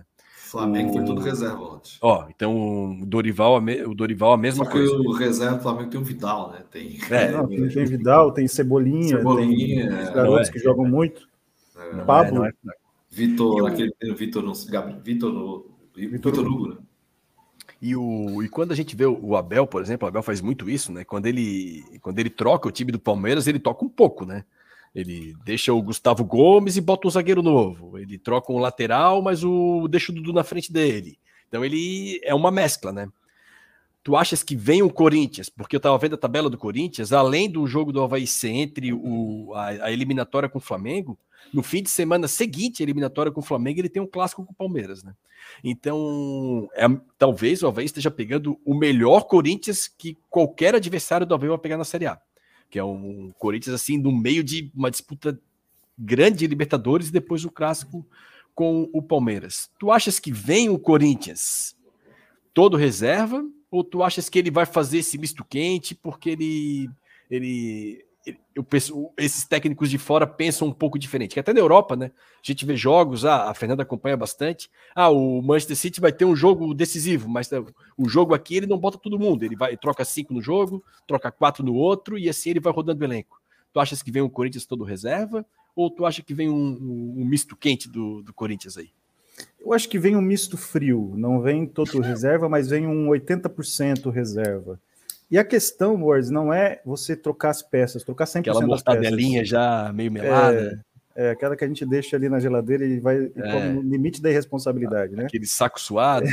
Flamengo o... foi tudo reserva ontem. Ó, então o Dorival, o Dorival a mesma Só que coisa. o reserva do Flamengo tem o Vidal, né? Tem, é, não, tem, tem Vidal, tem Cebolinha, Cebolinha tem é, os garotos é, que jogam é. muito. Não Pablo. É, não é. Vitor, o... aquele Vitor no Vitor no Vitor Hugo, né? E, o, e quando a gente vê o Abel, por exemplo, o Abel faz muito isso, né? Quando ele, quando ele troca o time do Palmeiras, ele toca um pouco, né? Ele deixa o Gustavo Gomes e bota um zagueiro novo. Ele troca um lateral, mas o deixa o Dudu na frente dele. Então ele é uma mescla, né? Tu achas que vem o Corinthians? Porque eu tava vendo a tabela do Corinthians, além do jogo do Avaí ser entre o, a, a eliminatória com o Flamengo, no fim de semana seguinte à eliminatória com o Flamengo, ele tem um clássico com o Palmeiras, né? Então, é, talvez o Avaí esteja pegando o melhor Corinthians que qualquer adversário do Avaí vai pegar na Série A. Que é um Corinthians, assim, no meio de uma disputa grande de Libertadores e depois o clássico com o Palmeiras. Tu achas que vem o Corinthians todo reserva ou tu achas que ele vai fazer esse misto quente porque ele... ele, ele eu penso, esses técnicos de fora pensam um pouco diferente? Que até na Europa, né? A gente vê jogos, ah, a Fernanda acompanha bastante, ah, o Manchester City vai ter um jogo decisivo, mas o jogo aqui ele não bota todo mundo, ele vai troca cinco no jogo, troca quatro no outro e assim ele vai rodando o elenco. Tu achas que vem o Corinthians todo reserva ou tu acha que vem um, um, um misto quente do, do Corinthians aí? Eu acho que vem um misto frio, não vem todo reserva, mas vem um oitenta por cento reserva. E a questão, Wars, não é você trocar as peças, trocar cem por cento aquela das peças. Aquela mortadelinha já meio melada. É, é, aquela que a gente deixa ali na geladeira e vai e é. come no limite da irresponsabilidade, né? Aquele saco suado.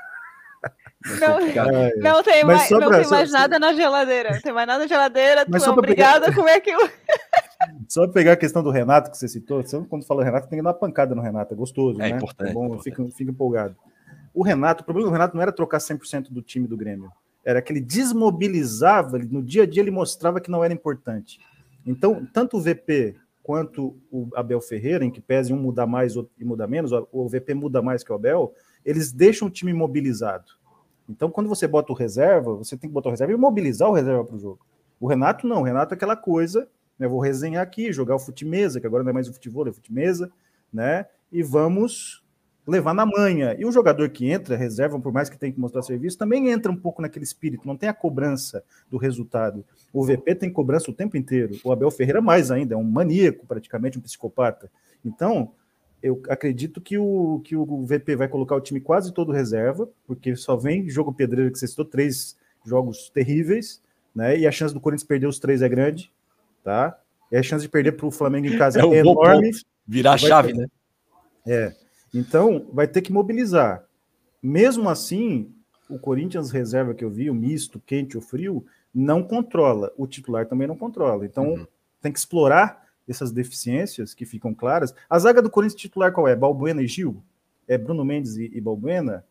Não, é. não tem, Mas mais, só não pra, tem mais só, nada na geladeira. Não tem mais nada na geladeira, mas tu é obrigado pegar... a comer aquilo. Só pegar a questão do Renato que você citou, quando fala Renato, tem que dar uma pancada no Renato, é gostoso, é né? Importante, é bom, importante. Fica, fica empolgado. O Renato, o problema do Renato não era trocar cem por cento do time do Grêmio, era que ele desmobilizava, no dia a dia ele mostrava que não era importante. Então, tanto o V P quanto o Abel Ferreira, em que pese um mudar mais e mudar menos, o V P muda mais que o Abel, eles deixam o time mobilizado. Então, quando você bota o reserva, você tem que botar o reserva e mobilizar o reserva para o jogo. O Renato não, o Renato é aquela coisa, né, vou resenhar aqui, jogar o fute-mesa, que agora não é mais o futebol, é o fute-mesa, né, e vamos levar na manha. E o jogador que entra, reserva, por mais que tenha que mostrar serviço, também entra um pouco naquele espírito, não tem a cobrança do resultado. O V P tem cobrança o tempo inteiro, o Abel Ferreira mais ainda, é um maníaco praticamente, um psicopata. Então, eu acredito que o, que o V P vai colocar o time quase todo reserva, porque só vem jogo pedreiro, que você citou, três jogos terríveis, né? E a chance do Corinthians perder os três é grande, tá? E a chance de perder para o Flamengo em casa é, um é enorme. Virar a chave, né? É. Então, vai ter que mobilizar. Mesmo assim, o Corinthians reserva que eu vi, o misto, quente ou frio, não controla. O titular também não controla. Então, uhum. tem que explorar essas deficiências que ficam claras. A zaga do Corinthians titular qual é? Balbuena e Gil? É Bruno Mendes e, e Balbuena?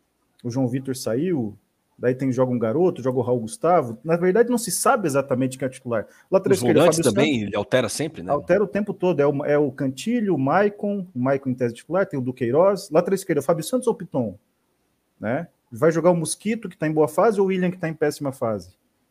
O João Vitor saiu? Daí tem joga um garoto, joga o Raul Gustavo. Na verdade, não se sabe exatamente quem é o titular. Os volantes também, ele altera sempre, né? Altera o tempo todo. É o, é o Cantilho, o Maicon, o Maicon em tese titular, tem o Duqueiroz. Lateral esquerda, o Fábio Santos ou o Piton? Né? Vai jogar o Mosquito, que está em boa fase, ou o William, que está em péssima fase?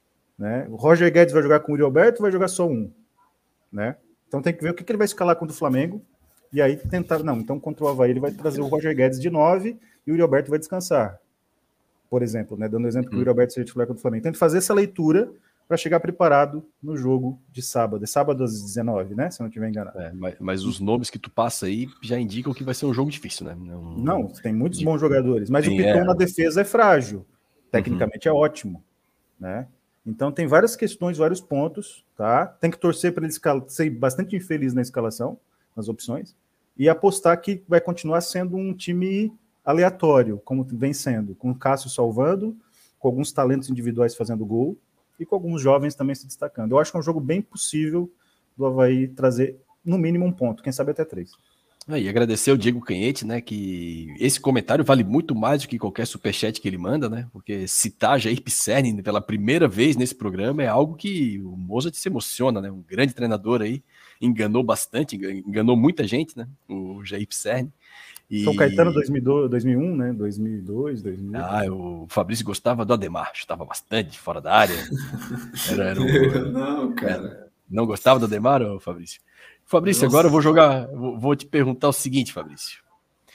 Né? O Roger Guedes vai jogar com o Yuri Alberto ou vai jogar só um? Né? Então tem que ver o que, que ele vai escalar contra o Flamengo. E aí tentar... Não, então contra o Avaí ele vai trazer o Roger Guedes de nove e o Yuri Alberto vai descansar. Por exemplo, né? Dando exemplo que o Yuri Alberto seja titular contra o Flamengo. Tem que fazer essa leitura para chegar preparado no jogo de sábado. É sábado às dezenove, né? Se eu não estiver enganado. É, mas, mas os nomes que tu passa aí já indicam que vai ser um jogo difícil, né? Não, não tem muitos bons jogadores, mas tem, o Piton é... na defesa é frágil. Tecnicamente uhum. é ótimo, né? Então tem várias questões, vários pontos, tá? Tem que torcer para ele escal... ser bastante infeliz na escalação, nas opções, e apostar que vai continuar sendo um time aleatório, como vem sendo, com o Cássio salvando, com alguns talentos individuais fazendo gol, e com alguns jovens também se destacando. Eu acho que é um jogo bem possível do Avaí trazer, no mínimo, um ponto, quem sabe até três. Ah, e agradecer ao Diego Canhete, né, que esse comentário vale muito mais do que qualquer superchat que ele manda, né, porque citar Jair Pisserni pela primeira vez nesse programa é algo que o Mozart se emociona, né, um grande treinador aí, enganou bastante, enganou muita gente, né, o Jair Pisserni. E... São Caetano dois mil e dois, dois mil e um, né? dois mil e dois, dois mil. Ah, o Fabrício gostava do Ademar, chutava bastante fora da área. Era, era o... Não, cara. Era... Não gostava do Ademar, ô, Fabrício? Fabrício, Nossa. Agora eu vou jogar, vou, vou te perguntar o seguinte, Fabrício.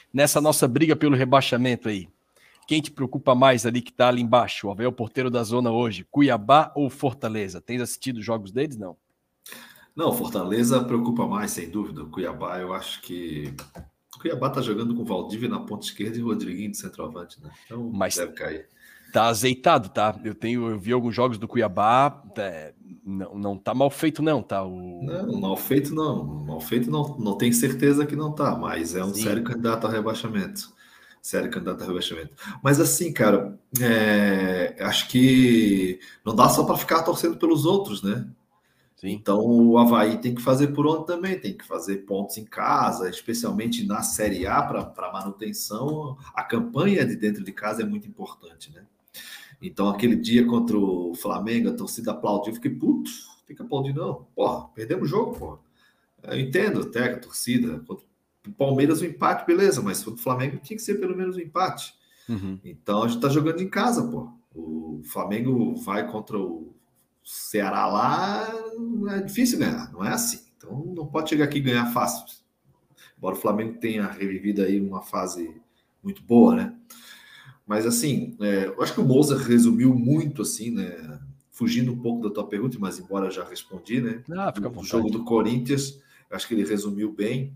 nessa nossa briga pelo rebaixamento aí, quem te preocupa mais ali que tá ali embaixo? O Avaí é o porteiro da zona hoje, Cuiabá ou Fortaleza? Tens assistido os jogos deles? Não. Não, Fortaleza preocupa mais, sem dúvida. O Cuiabá, eu acho que... O Cuiabá tá jogando com o Valdívia na ponta esquerda e o Rodriguinho de centroavante, né? Então Mas deve cair. Tá azeitado, tá? Eu tenho, eu vi alguns jogos do Cuiabá, é, não, não tá mal feito não, tá? O... Não, mal feito não. Mal feito não, não tenho certeza que não tá, mas é um Sim. sério candidato a rebaixamento. Sério candidato a rebaixamento. Mas assim, cara, é, acho que não dá só para ficar torcendo pelos outros, né? Sim. Então o Avaí tem que fazer por onde também, tem que fazer pontos em casa, especialmente na Série A para manutenção. A campanha de dentro de casa é muito importante, né? Então aquele dia contra o Flamengo, a torcida aplaudiu, eu fiquei puto, fica aplaudindo não, porra, perdemos o jogo, porra. Eu entendo até a torcida, contra o Palmeiras o empate, beleza, mas contra o Flamengo tinha que ser pelo menos um empate. Uhum. Então a gente tá jogando em casa, pô. O Flamengo vai contra o Ceará lá, é difícil ganhar, não é assim. Então não pode chegar aqui e ganhar fácil. Embora o Flamengo tenha revivido aí uma fase muito boa, né? Mas assim, é, eu acho que o Mozart resumiu muito assim, né? Fugindo um pouco da tua pergunta, mas embora eu já respondi, né? Ah, fica à do, do vontade. jogo do Corinthians, eu acho que ele resumiu bem.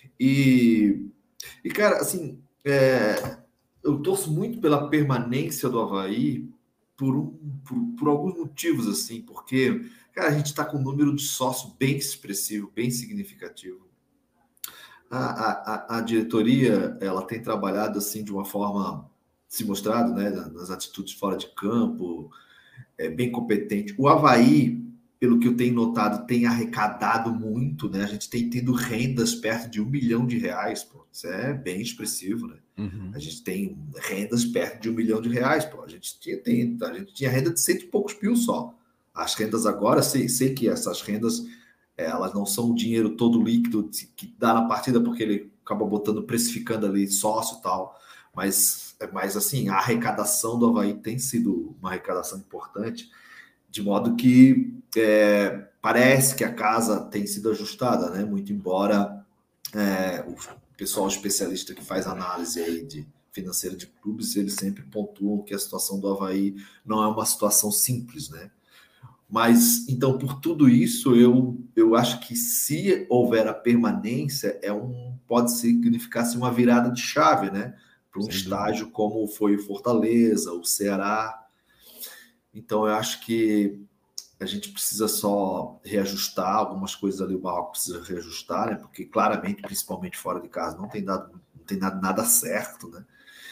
E, e cara, assim, é, eu torço muito pela permanência do Avaí por, um, por, por alguns motivos, assim, porque, cara, a gente está com um número de sócio bem expressivo, bem significativo. A, a, a diretoria, ela tem trabalhado, assim, de uma forma, se mostrado, né, nas atitudes fora de campo, é bem competente. O Avaí, pelo que eu tenho notado, tem arrecadado muito, né? A gente tem tido rendas perto de um milhão de reais, pô. Isso é bem expressivo, né? Uhum. A gente tem rendas perto de um milhão de reais, pô. A gente tinha, tem, a gente tinha renda de cento e poucos mil só. As rendas agora, sei, sei que essas rendas, elas não são o dinheiro todo líquido que dá na partida, porque ele acaba botando, precificando ali sócio e tal. Mas, mas assim, a arrecadação do Avaí tem sido uma arrecadação importante, de modo que é, parece que a casa tem sido ajustada, né? Muito embora é, o pessoal especialista que faz análise aí de financeira de clubes, eles sempre pontuam que a situação do Avaí não é uma situação simples, né? Mas, então, por tudo isso, eu, eu acho que se houver a permanência, é um, pode significar assim, uma virada de chave, né? Para um Sem estágio dúvida. como foi o Fortaleza, o Ceará. Então, eu acho que a gente precisa só reajustar algumas coisas ali, o Barroco precisa reajustar, né? Porque claramente, principalmente fora de casa, não tem dado, não tem dado nada certo, né?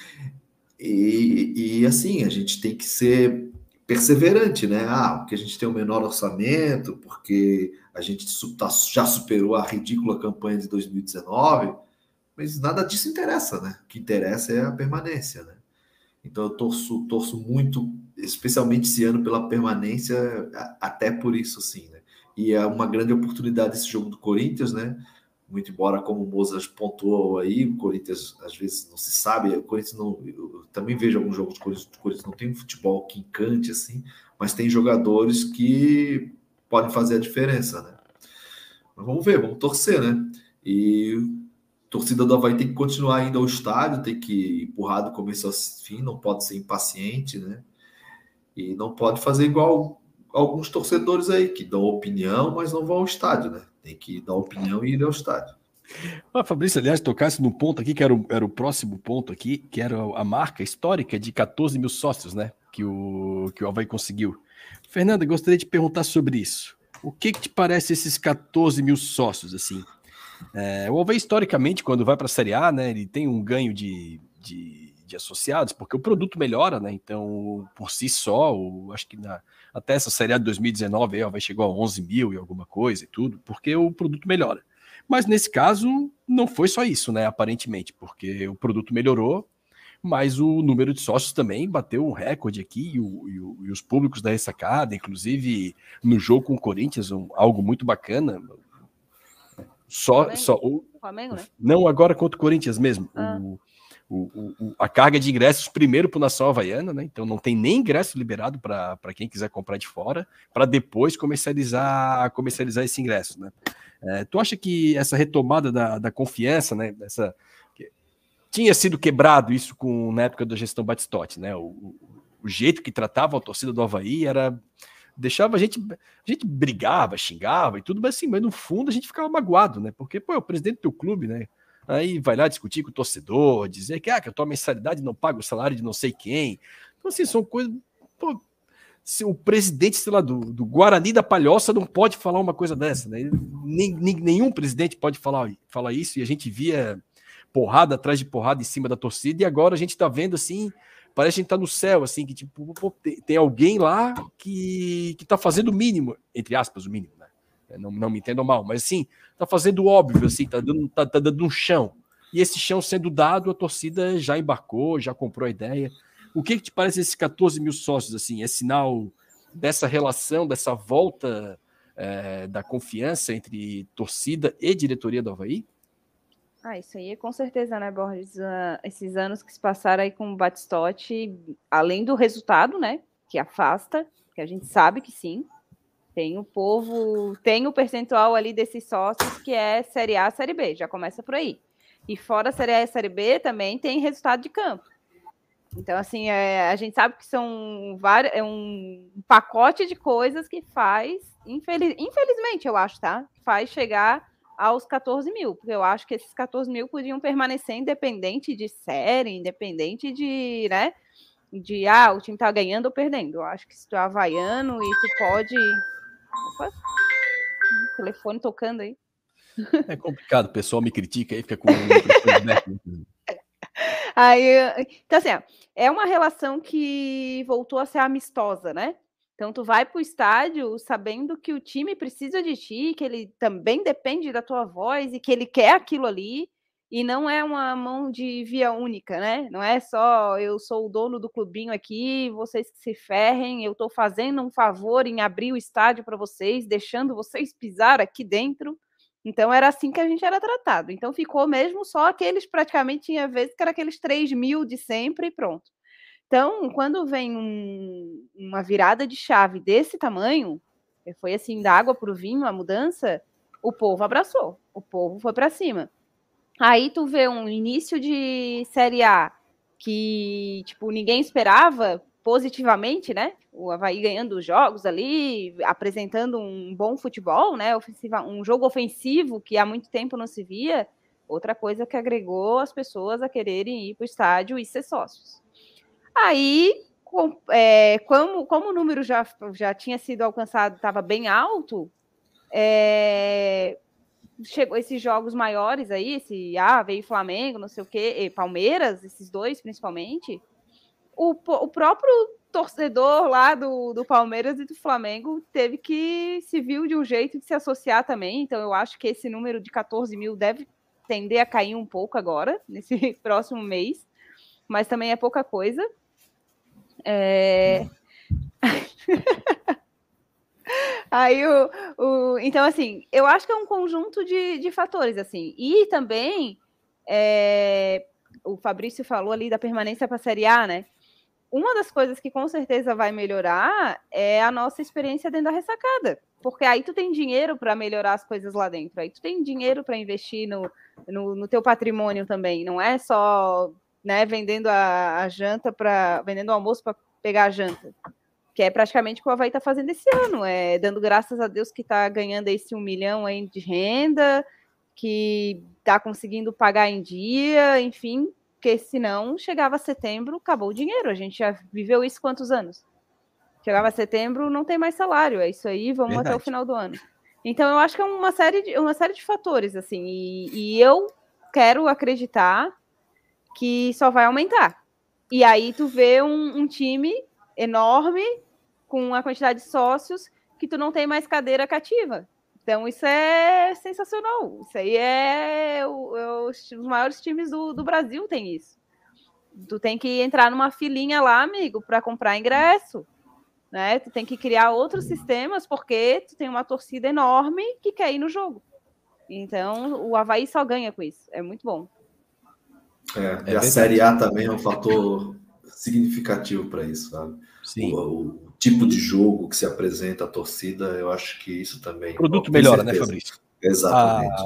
E, e assim, a gente tem que ser perseverante, né? Ah, porque a gente tem o menor orçamento, porque a gente já superou a ridícula campanha de dois mil e dezenove, mas nada disso interessa, né? O que interessa é a permanência, né? Então eu torço, torço muito, especialmente esse ano, pela permanência, até por isso, assim, né? E é uma grande oportunidade esse jogo do Corinthians, né? Muito embora, como o Mozart pontuou aí, o Corinthians às vezes não se sabe, o Corinthians não, eu também vejo alguns jogos do Corinthians, o Corinthians não tem um futebol que encante, assim, mas tem jogadores que podem fazer a diferença, né? Mas vamos ver, vamos torcer, né? E a torcida do Avaí tem que continuar indo ao estádio, tem que empurrar do começo ao fim, não pode ser impaciente, né? E não pode fazer igual alguns torcedores aí, que dão opinião, mas não vão ao estádio, né? Tem que dar opinião e ir ao estádio. Ah, Fabrício, aliás, tocasse no ponto aqui, que era o, era o próximo ponto aqui, que era a marca histórica de catorze mil sócios, né? Que o, que o Avaí conseguiu. Fernanda, gostaria de perguntar sobre isso. O que, que te parece esses catorze mil sócios, assim? É, o Avaí, historicamente, quando vai para a Série A, né, ele tem um ganho de, de, de associados, porque o produto melhora, né? Então, por si só, o, acho que na, até essa Série A de dois mil e dezenove, aí, o Avaí chegou a onze mil e alguma coisa e tudo, porque o produto melhora. Mas nesse caso, não foi só isso, né? Aparentemente, porque o produto melhorou, mas o número de sócios também bateu um recorde aqui, e, o, e, o, e os públicos da ressacada, inclusive no jogo com o Corinthians, um, algo muito bacana. Só, Flamengo? só o, Flamengo, né? Não agora contra o Corinthians mesmo. Ah. O, o, o, a carga de ingressos primeiro para o Nação Havaiana, né? Então não tem nem ingresso liberado para quem quiser comprar de fora, para depois comercializar, comercializar esse ingresso, né? É, tu acha que essa retomada da, da confiança, né? Essa, tinha sido quebrado isso com, na época da gestão Batistotti, né? O, o, o jeito que tratava a torcida do Avaí era... deixava a gente... A gente brigava, xingava e tudo, mas assim, mas no fundo a gente ficava magoado, né? Porque, pô, é o presidente do teu clube, né? Aí vai lá discutir com o torcedor, dizer que, ah, que a tua mensalidade não paga o salário de não sei quem. Então, assim, são coisas... Pô, se o presidente, sei lá, do, do Guarani da Palhoça não pode falar uma coisa dessa, né? Nem, nem, nenhum presidente pode falar, falar isso, e a gente via porrada atrás de porrada em cima da torcida, e agora a gente tá vendo, assim, parece que a gente tá no céu, assim, que tipo, pô, tem, tem alguém lá que, que tá fazendo o mínimo, entre aspas, o mínimo, né? Não, não me entendam mal, mas assim, tá fazendo o óbvio, assim, tá dando, tá, tá dando um chão. E esse chão sendo dado, a torcida já embarcou, já comprou a ideia. O que, que te parece esses catorze mil sócios, assim? É sinal dessa relação, dessa volta é, da confiança entre torcida e diretoria do Avaí? Ah, isso aí é com certeza, né, Borges? Uh, esses anos que se passaram aí com o Batistotti, além do resultado, né, que afasta, que a gente sabe que sim, tem o povo, tem o percentual ali desses sócios que é Série A, Série B, já começa por aí. E fora Série A e Série B também tem resultado de campo. Então, assim, é, a gente sabe que são vários, é um pacote de coisas que faz, infeliz, infelizmente, eu acho, tá? Faz chegar aos catorze mil, porque eu acho que esses catorze mil podiam permanecer independente de série, independente de, né, de, ah, o time tá ganhando ou perdendo. Eu acho que se tu é havaiano e tu pode... Opa, o telefone tocando aí. É complicado, o pessoal me critica aí, fica com... Aí, então, assim, ó, é uma relação que voltou a ser amistosa, né? Então, tu vai pro estádio sabendo que o time precisa de ti, que ele também depende da tua voz e que ele quer aquilo ali, e não é uma mão de via única, né? Não é só eu sou o dono do clubinho aqui, vocês que se ferrem, eu tô fazendo um favor em abrir o estádio para vocês, deixando vocês pisar aqui dentro. Então, era assim que a gente era tratado. Então, ficou mesmo só aqueles, praticamente, tinha vezes que era aqueles três mil de sempre e pronto. Então, quando vem um, uma virada de chave desse tamanho, foi assim, da água para o vinho, a mudança, o povo abraçou, o povo foi para cima. Aí tu vê um início de Série A que, tipo, ninguém esperava positivamente, né? O Avaí ganhando os jogos ali, apresentando um bom futebol, né? Ofensiva, um jogo ofensivo que há muito tempo não se via. Outra coisa que agregou as pessoas a quererem ir para o estádio e ser sócios. Aí, com, é, como, como o número já, já tinha sido alcançado, estava bem alto, é, chegou esses jogos maiores aí, esse ah, veio Flamengo, não sei o quê, Palmeiras, esses dois principalmente, o, o próprio torcedor lá do, do Palmeiras e do Flamengo teve que se viu de um jeito de se associar também, então eu acho que esse número de catorze mil deve tender a cair um pouco agora, nesse próximo mês, mas também é pouca coisa. É... Aí o, o, então, assim, eu acho que é um conjunto de, de fatores, assim, e também é, o Fabrício falou ali da permanência para a Série A, né? Uma das coisas que com certeza vai melhorar é a nossa experiência dentro da ressacada, porque aí tu tem dinheiro para melhorar as coisas lá dentro, aí tu tem dinheiro para investir no, no, no teu patrimônio também, não é só, né, vendendo a, a janta para vendendo o almoço para pegar a janta, que é praticamente o que o Avaí está fazendo esse ano, é dando graças a Deus que está ganhando esse um milhão aí de renda, que está conseguindo pagar em dia, enfim, porque senão chegava setembro, acabou o dinheiro, a gente já viveu isso quantos anos? Chegava setembro, não tem mais salário, é isso aí, vamos Verdade. Até o final do ano. Então eu acho que é uma série de, uma série de fatores, assim, e, e eu quero acreditar que só vai aumentar. E aí tu vê um, um time enorme, com a quantidade de sócios, que tu não tem mais cadeira cativa. Então, isso é sensacional. Isso aí é... O, é os, os maiores times do, do Brasil tem isso. Tu tem que entrar numa filinha lá, amigo, para comprar ingresso. Né? Tu tem que criar outros sistemas, porque tu tem uma torcida enorme que quer ir no jogo. Então, o Avaí só ganha com isso. É muito bom. É, e a Série A também é um fator significativo para isso, sabe? Sim. O, o tipo de jogo que se apresenta à torcida, eu acho que isso também... O produto melhora, certeza. Né, Fabrício? Exatamente. A,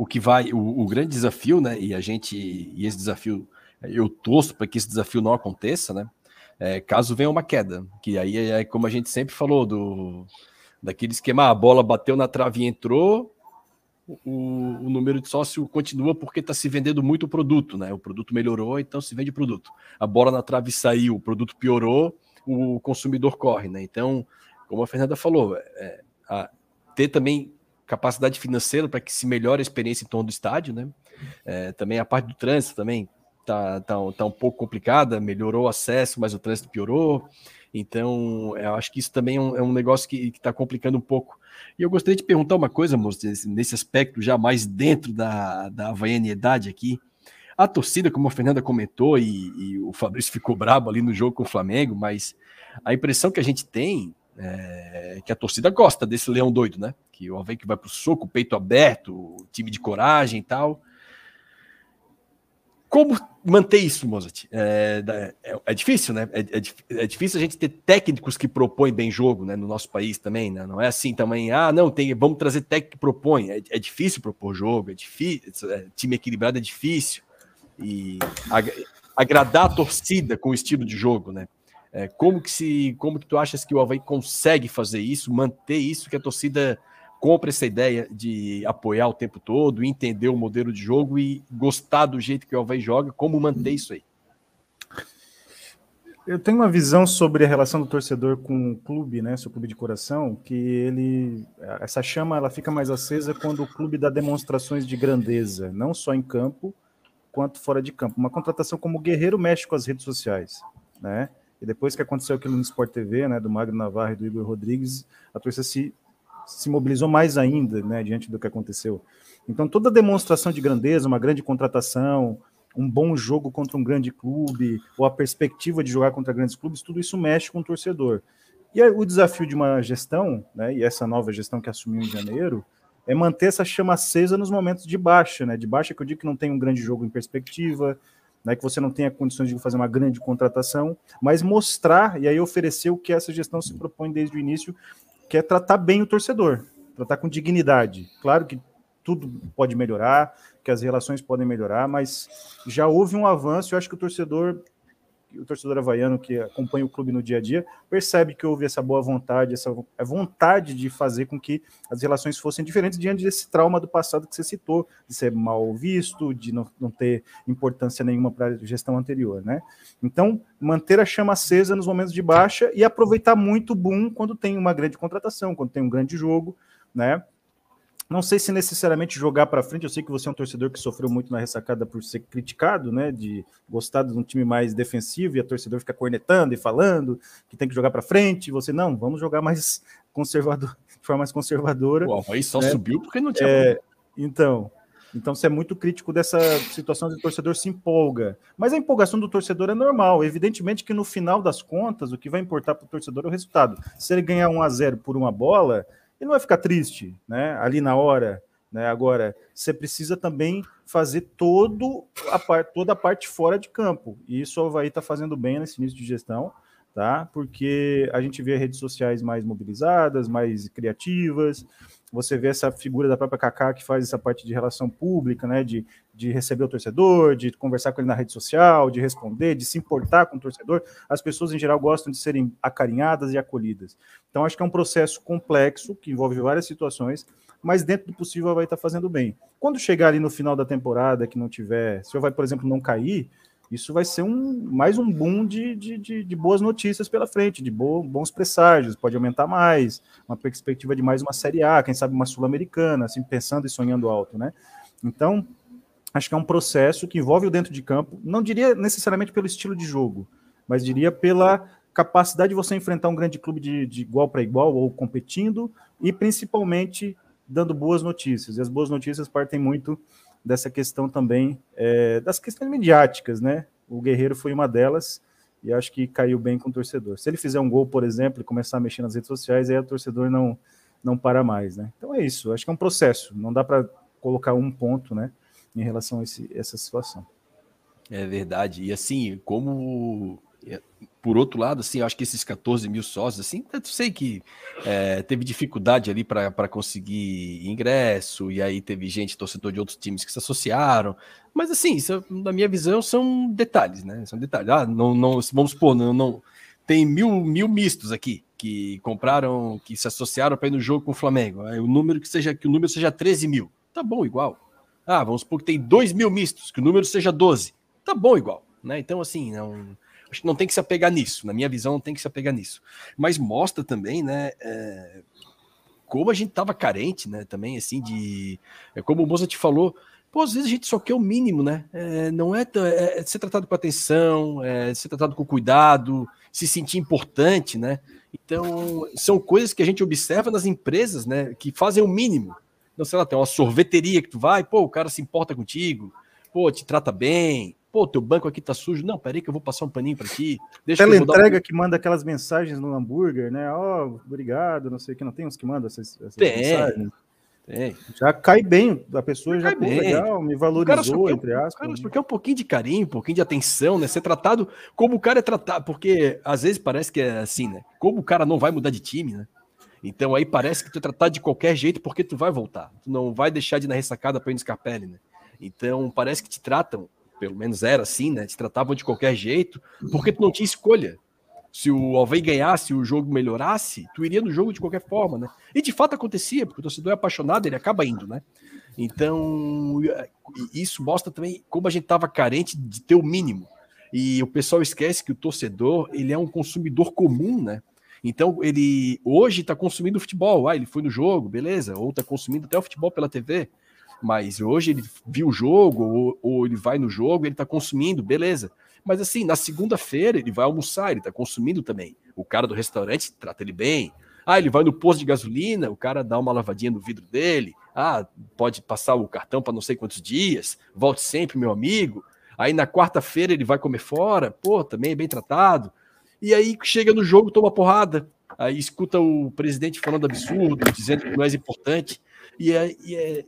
o que vai, o, o grande desafio, né? E a gente, e esse desafio, eu torço para que esse desafio não aconteça, né? É, caso venha uma queda, que aí é como a gente sempre falou, do, daquele esquema, a bola bateu na trave e entrou, o, o número de sócio continua porque está se vendendo muito o produto, né? O produto melhorou, então se vende produto. A bola na trave saiu, o produto piorou, o consumidor corre, né? Então, como a Fernanda falou, é, a, ter também capacidade financeira para que se melhore a experiência em torno do estádio, né? É, também a parte do trânsito também tá, tá, tá um pouco complicada, melhorou o acesso, mas o trânsito piorou. Então, eu acho que isso também é um, é um negócio que está complicando um pouco. E eu gostaria de perguntar uma coisa, moço, nesse aspecto já mais dentro da, da havaianidade aqui. A torcida, como a Fernanda comentou, e, e o Fabrício ficou brabo ali no jogo com o Flamengo, mas a impressão que a gente tem é que a torcida gosta desse leão doido, né? Que o Avaí que vai pro soco, peito aberto, time de coragem e tal. Como manter isso, Mozart? É, é, é difícil, né? É, é, é difícil a gente ter técnicos que propõem bem jogo, né? No nosso país também, né? Não é assim também, ah, não, tem, vamos trazer técnico que propõe. É, é difícil propor jogo, é difícil, é, time equilibrado é difícil. E ag agradar a torcida com o estilo de jogo, né? É, como que se, como que tu achas que o Avaí consegue fazer isso, manter isso, que a torcida compra essa ideia de apoiar o tempo todo, entender o modelo de jogo e gostar do jeito que o Avaí joga, como manter isso aí? Eu tenho uma visão sobre a relação do torcedor com o clube, né, seu clube de coração, que ele, essa chama ela fica mais acesa quando o clube dá demonstrações de grandeza, não só em campo, quanto fora de campo. Uma contratação como o Guerreiro mexe com as redes sociais, né? E depois que aconteceu aquilo no Sport T V, né, do Magno Navarro e do Igor Rodrigues, a torcida se, se mobilizou mais ainda, né, diante do que aconteceu. Então, toda demonstração de grandeza, uma grande contratação, um bom jogo contra um grande clube, ou a perspectiva de jogar contra grandes clubes, tudo isso mexe com o torcedor. E aí, o desafio de uma gestão, né, e essa nova gestão que assumiu em janeiro, é manter essa chama acesa nos momentos de baixa, né? De baixa que eu digo que não tem um grande jogo em perspectiva, né? Que você não tenha condições de fazer uma grande contratação, mas mostrar e aí oferecer o que essa gestão se propõe desde o início, que é tratar bem o torcedor, tratar com dignidade. Claro que tudo pode melhorar, que as relações podem melhorar, mas já houve um avanço. Eu acho que o torcedor, o torcedor havaiano que acompanha o clube no dia a dia, percebe que houve essa boa vontade, essa vontade de fazer com que as relações fossem diferentes diante desse trauma do passado que você citou, de ser mal visto, de não, não ter importância nenhuma para a gestão anterior, né? Então, manter a chama acesa nos momentos de baixa e aproveitar muito o boom quando tem uma grande contratação, quando tem um grande jogo, né? Não sei se necessariamente jogar para frente. Eu sei que você é um torcedor que sofreu muito na ressacada por ser criticado, né? De gostar de um time mais defensivo e a torcedor fica cornetando e falando que tem que jogar para frente. E você, não, vamos jogar mais conservador, de forma mais conservadora. O Avaí só né? subiu porque não tinha. É, então, então, você é muito crítico dessa situação de o torcedor se empolga. Mas a empolgação do torcedor é normal. Evidentemente que no final das contas, o que vai importar para o torcedor é o resultado. Se ele ganhar um a zero por uma bola, ele não vai ficar triste, né? Ali na hora, né? Agora, você precisa também fazer todo a parte, toda a parte fora de campo. E isso o Avaí está fazendo bem nesse início de gestão, tá? Porque a gente vê redes sociais mais mobilizadas, mais criativas. Você vê essa figura da própria Kaká que faz essa parte de relação pública, né? De, de receber o torcedor, de conversar com ele na rede social, de responder, de se importar com o torcedor. As pessoas, em geral, gostam de serem acarinhadas e acolhidas. Então, acho que é um processo complexo, que envolve várias situações, mas dentro do possível vai estar fazendo bem. Quando chegar ali no final da temporada, que não tiver... Se o Avaí, por exemplo, não cair, isso vai ser um, mais um boom de, de, de, de boas notícias pela frente, de bo, bons presságios, pode aumentar mais, uma perspectiva de mais uma Série A, quem sabe uma Sul-Americana, assim, pensando e sonhando alto, né? Então, acho que é um processo que envolve o dentro de campo, não diria necessariamente pelo estilo de jogo, mas diria pela capacidade de você enfrentar um grande clube de, de igual para igual, ou competindo, e principalmente dando boas notícias. E as boas notícias partem muito dessa questão também, é, das questões midiáticas, né? O Guerreiro foi uma delas, e acho que caiu bem com o torcedor. Se ele fizer um gol, por exemplo, e começar a mexer nas redes sociais, aí o torcedor não, não para mais, né? Então é isso, acho que é um processo, não dá para colocar um ponto, né, em relação a esse, essa situação. É verdade, e assim, como Por outro lado, assim, eu acho que esses quatorze mil sócios, assim, eu sei que é, teve dificuldade ali para conseguir ingresso, e aí teve gente, torcedor de outros times que se associaram, mas assim, isso, na minha visão, são detalhes, né? São detalhes. Ah, não, não, vamos supor, não, não, tem mil, mil mistos aqui que compraram, que se associaram para ir no jogo com o Flamengo. Aí o número que seja, que o número seja treze mil. Tá bom, igual. Ah, vamos supor que tem dois mil mistos, que o número seja doze. Tá bom, igual. Né? Então, assim, não. Acho que não tem que se apegar nisso, na minha visão não tem que se apegar nisso, mas mostra também, né, é, como a gente tava carente, né, também, assim, de, é, como o Moza te falou, pô, às vezes a gente só quer o mínimo, né, é, não é, é, é ser tratado com atenção, é ser tratado com cuidado, se sentir importante, né, então são coisas que a gente observa nas empresas, né, que fazem o mínimo, então, sei lá, tem uma sorveteria que tu vai, pô, o cara se importa contigo, pô, te trata bem, pô, teu banco aqui tá sujo. Não, peraí que eu vou passar um paninho para ti. Deixa Ela eu entrega um... que manda aquelas mensagens no hambúrguer, né? Ó, oh, obrigado, não sei o que. Não tem uns que mandam essas, essas tem, mensagens? Tem. Já cai bem. A pessoa já, já pô, bem. legal, me valorizou, quer, entre aspas. O cara só quer um pouquinho de carinho, um pouquinho de atenção, né? Ser tratado como o cara é tratado. Porque às vezes parece que é assim, né? Como o cara não vai mudar de time, né? Então aí parece que tu é tratado de qualquer jeito porque tu vai voltar. Tu não vai deixar de ir na ressacada para ir no Scarpelli, né? Então parece que te tratam, pelo menos era assim, né? Te tratavam de qualquer jeito, porque tu não tinha escolha. Se o Avaí ganhasse, o jogo melhorasse, tu iria no jogo de qualquer forma, né? E de fato acontecia, porque o torcedor é apaixonado, ele acaba indo, né? Então, isso mostra também como a gente estava carente de ter o mínimo. E o pessoal esquece que o torcedor, ele é um consumidor comum, né? Então, ele hoje está consumindo futebol. Ah, ele foi no jogo, beleza. Ou está consumindo até o futebol pela T V. Mas hoje ele viu o jogo, ou, ou ele vai no jogo, ele está consumindo, beleza. Mas assim, na segunda-feira ele vai almoçar, ele está consumindo também. O cara do restaurante trata ele bem. Ah, ele vai no posto de gasolina, o cara dá uma lavadinha no vidro dele. Ah, pode passar o cartão para não sei quantos dias. Volte sempre, meu amigo. Aí na quarta-feira ele vai comer fora, pô, também é bem tratado. E aí chega no jogo, toma porrada. Aí escuta o presidente falando absurdo, dizendo que não é importante. E é... E é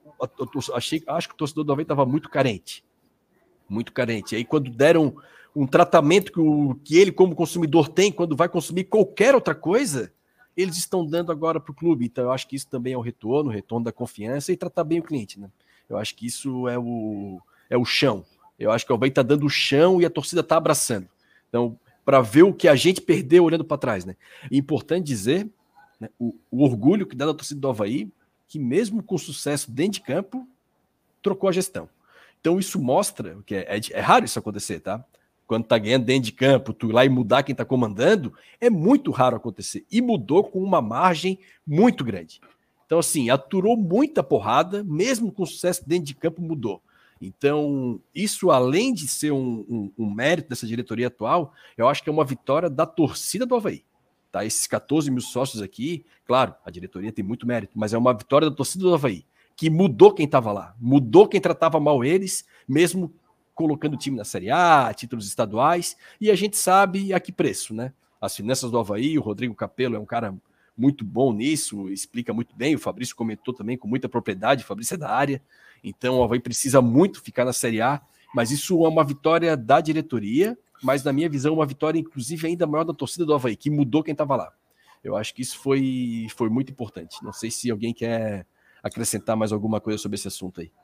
Achei, acho que o torcedor do Avaí estava muito carente. Muito carente. Aí, quando deram um tratamento que, o, que ele, como consumidor, tem quando vai consumir qualquer outra coisa, eles estão dando agora para o clube. Então, eu acho que isso também é o retorno, o retorno da confiança e tratar bem o cliente, né? Eu acho que isso é o, é o chão. Eu acho que o Avaí está dando o chão e a torcida está abraçando. Então, para ver o que a gente perdeu olhando para trás, né? É importante dizer, né, o, o orgulho que dá da torcida do Avaí, que mesmo com sucesso dentro de campo, trocou a gestão. Então isso mostra, que é, é, é raro isso acontecer, tá? Quando tá ganhando dentro de campo, tu ir lá e mudar quem tá comandando, é muito raro acontecer. E mudou com uma margem muito grande. Então assim, aturou muita porrada, mesmo com sucesso dentro de campo, mudou. Então isso, além de ser um, um, um mérito dessa diretoria atual, eu acho que é uma vitória da torcida do Avaí. Tá, esses quatorze mil sócios aqui, claro, a diretoria tem muito mérito, mas é uma vitória da torcida do Avaí, que mudou quem estava lá, mudou quem tratava mal eles, mesmo colocando o time na Série A, títulos estaduais, e a gente sabe a que preço, né? As finanças do Avaí, o Rodrigo Capello é um cara muito bom nisso, explica muito bem, o Fabrício comentou também com muita propriedade, o Fabrício é da área, então o Avaí precisa muito ficar na Série A, mas isso é uma vitória da diretoria, mas na minha visão uma vitória inclusive ainda maior da torcida do Avaí, que mudou quem estava lá. Eu acho que isso foi, foi muito importante. Não sei se alguém quer acrescentar mais alguma coisa sobre esse assunto aí.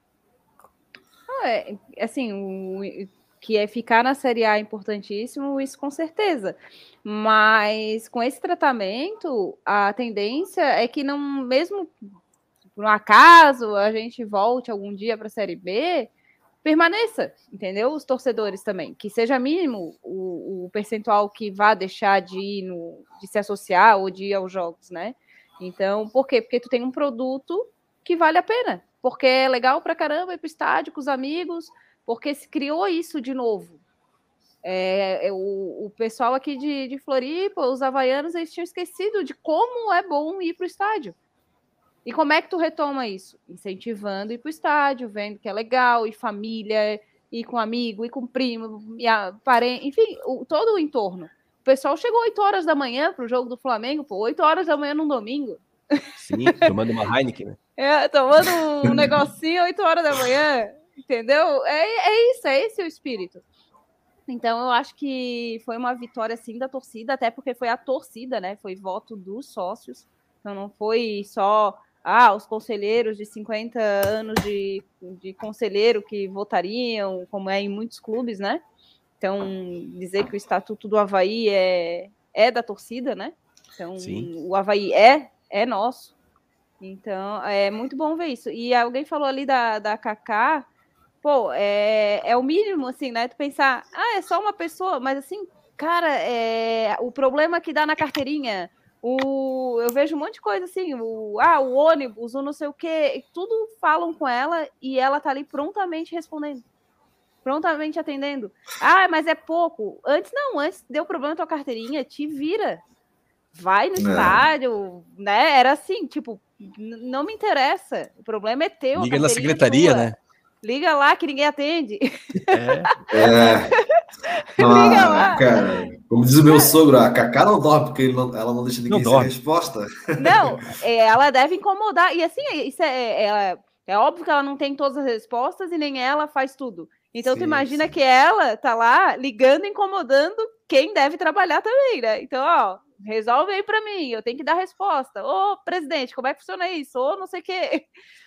É, assim, o, que é ficar na Série A é importantíssimo, isso com certeza. Mas com esse tratamento, a tendência é que não, mesmo por um acaso a gente volte algum dia para a Série B, permaneça, entendeu? Os torcedores também, que seja mínimo o, o percentual que vá deixar de ir no, de se associar ou de ir aos jogos, né? Então, por quê? Porque tu tem um produto que vale a pena, porque é legal pra caramba ir pro estádio com os amigos, porque se criou isso de novo. É, é, o, o pessoal aqui de, de Floripa, os havaianos, eles tinham esquecido de como é bom ir pro estádio. E como é que tu retoma isso? Incentivando ir para o estádio, vendo que é legal, e família, e com amigo, e com primo, e a parente, enfim, o, todo o entorno. O pessoal chegou oito horas da manhã para o jogo do Flamengo, pô, oito horas da manhã num domingo. Sim, tomando uma Heineken, né? É, tomando um negocinho oito horas da manhã, entendeu? É, é isso, é esse o espírito. Então, eu acho que foi uma vitória, sim, da torcida, até porque foi a torcida, né? Foi voto dos sócios. Então, não foi só ah, os conselheiros de cinquenta anos de, de conselheiro que votariam, como é em muitos clubes, né? Então, dizer que o Estatuto do Avaí é, é da torcida, né? Então, sim. O Avaí é, é nosso. Então, é muito bom ver isso. E alguém falou ali da, da Kaká. Pô, é, é o mínimo, assim, né? Tu pensar, ah, é só uma pessoa, mas assim, cara, é, o problema que dá na carteirinha, o, eu vejo um monte de coisa assim, o, ah, o ônibus, o não sei o quê, tudo falam com ela e ela tá ali prontamente respondendo, prontamente atendendo. Ah, mas é pouco. Antes não, antes deu problema na tua carteirinha, te vira. Vai no é. estádio, né? Era assim, tipo, não me interessa, o problema é teu. Liga na secretaria, tua. Né? Liga lá que ninguém atende. É. é. Liga ah, lá. Cara, como diz o meu sogro, a Kaká não dorme, porque ele não, ela não deixa ninguém sem resposta. Não, ela deve incomodar. E assim, isso é, é, é óbvio que ela não tem todas as respostas e nem ela faz tudo. Então, sim, tu imagina sim. que ela tá lá ligando, incomodando quem deve trabalhar também, né? Então, ó, resolve aí pra mim, eu tenho que dar resposta. Ô, presidente, como é que funciona isso? Ô, não sei o quê.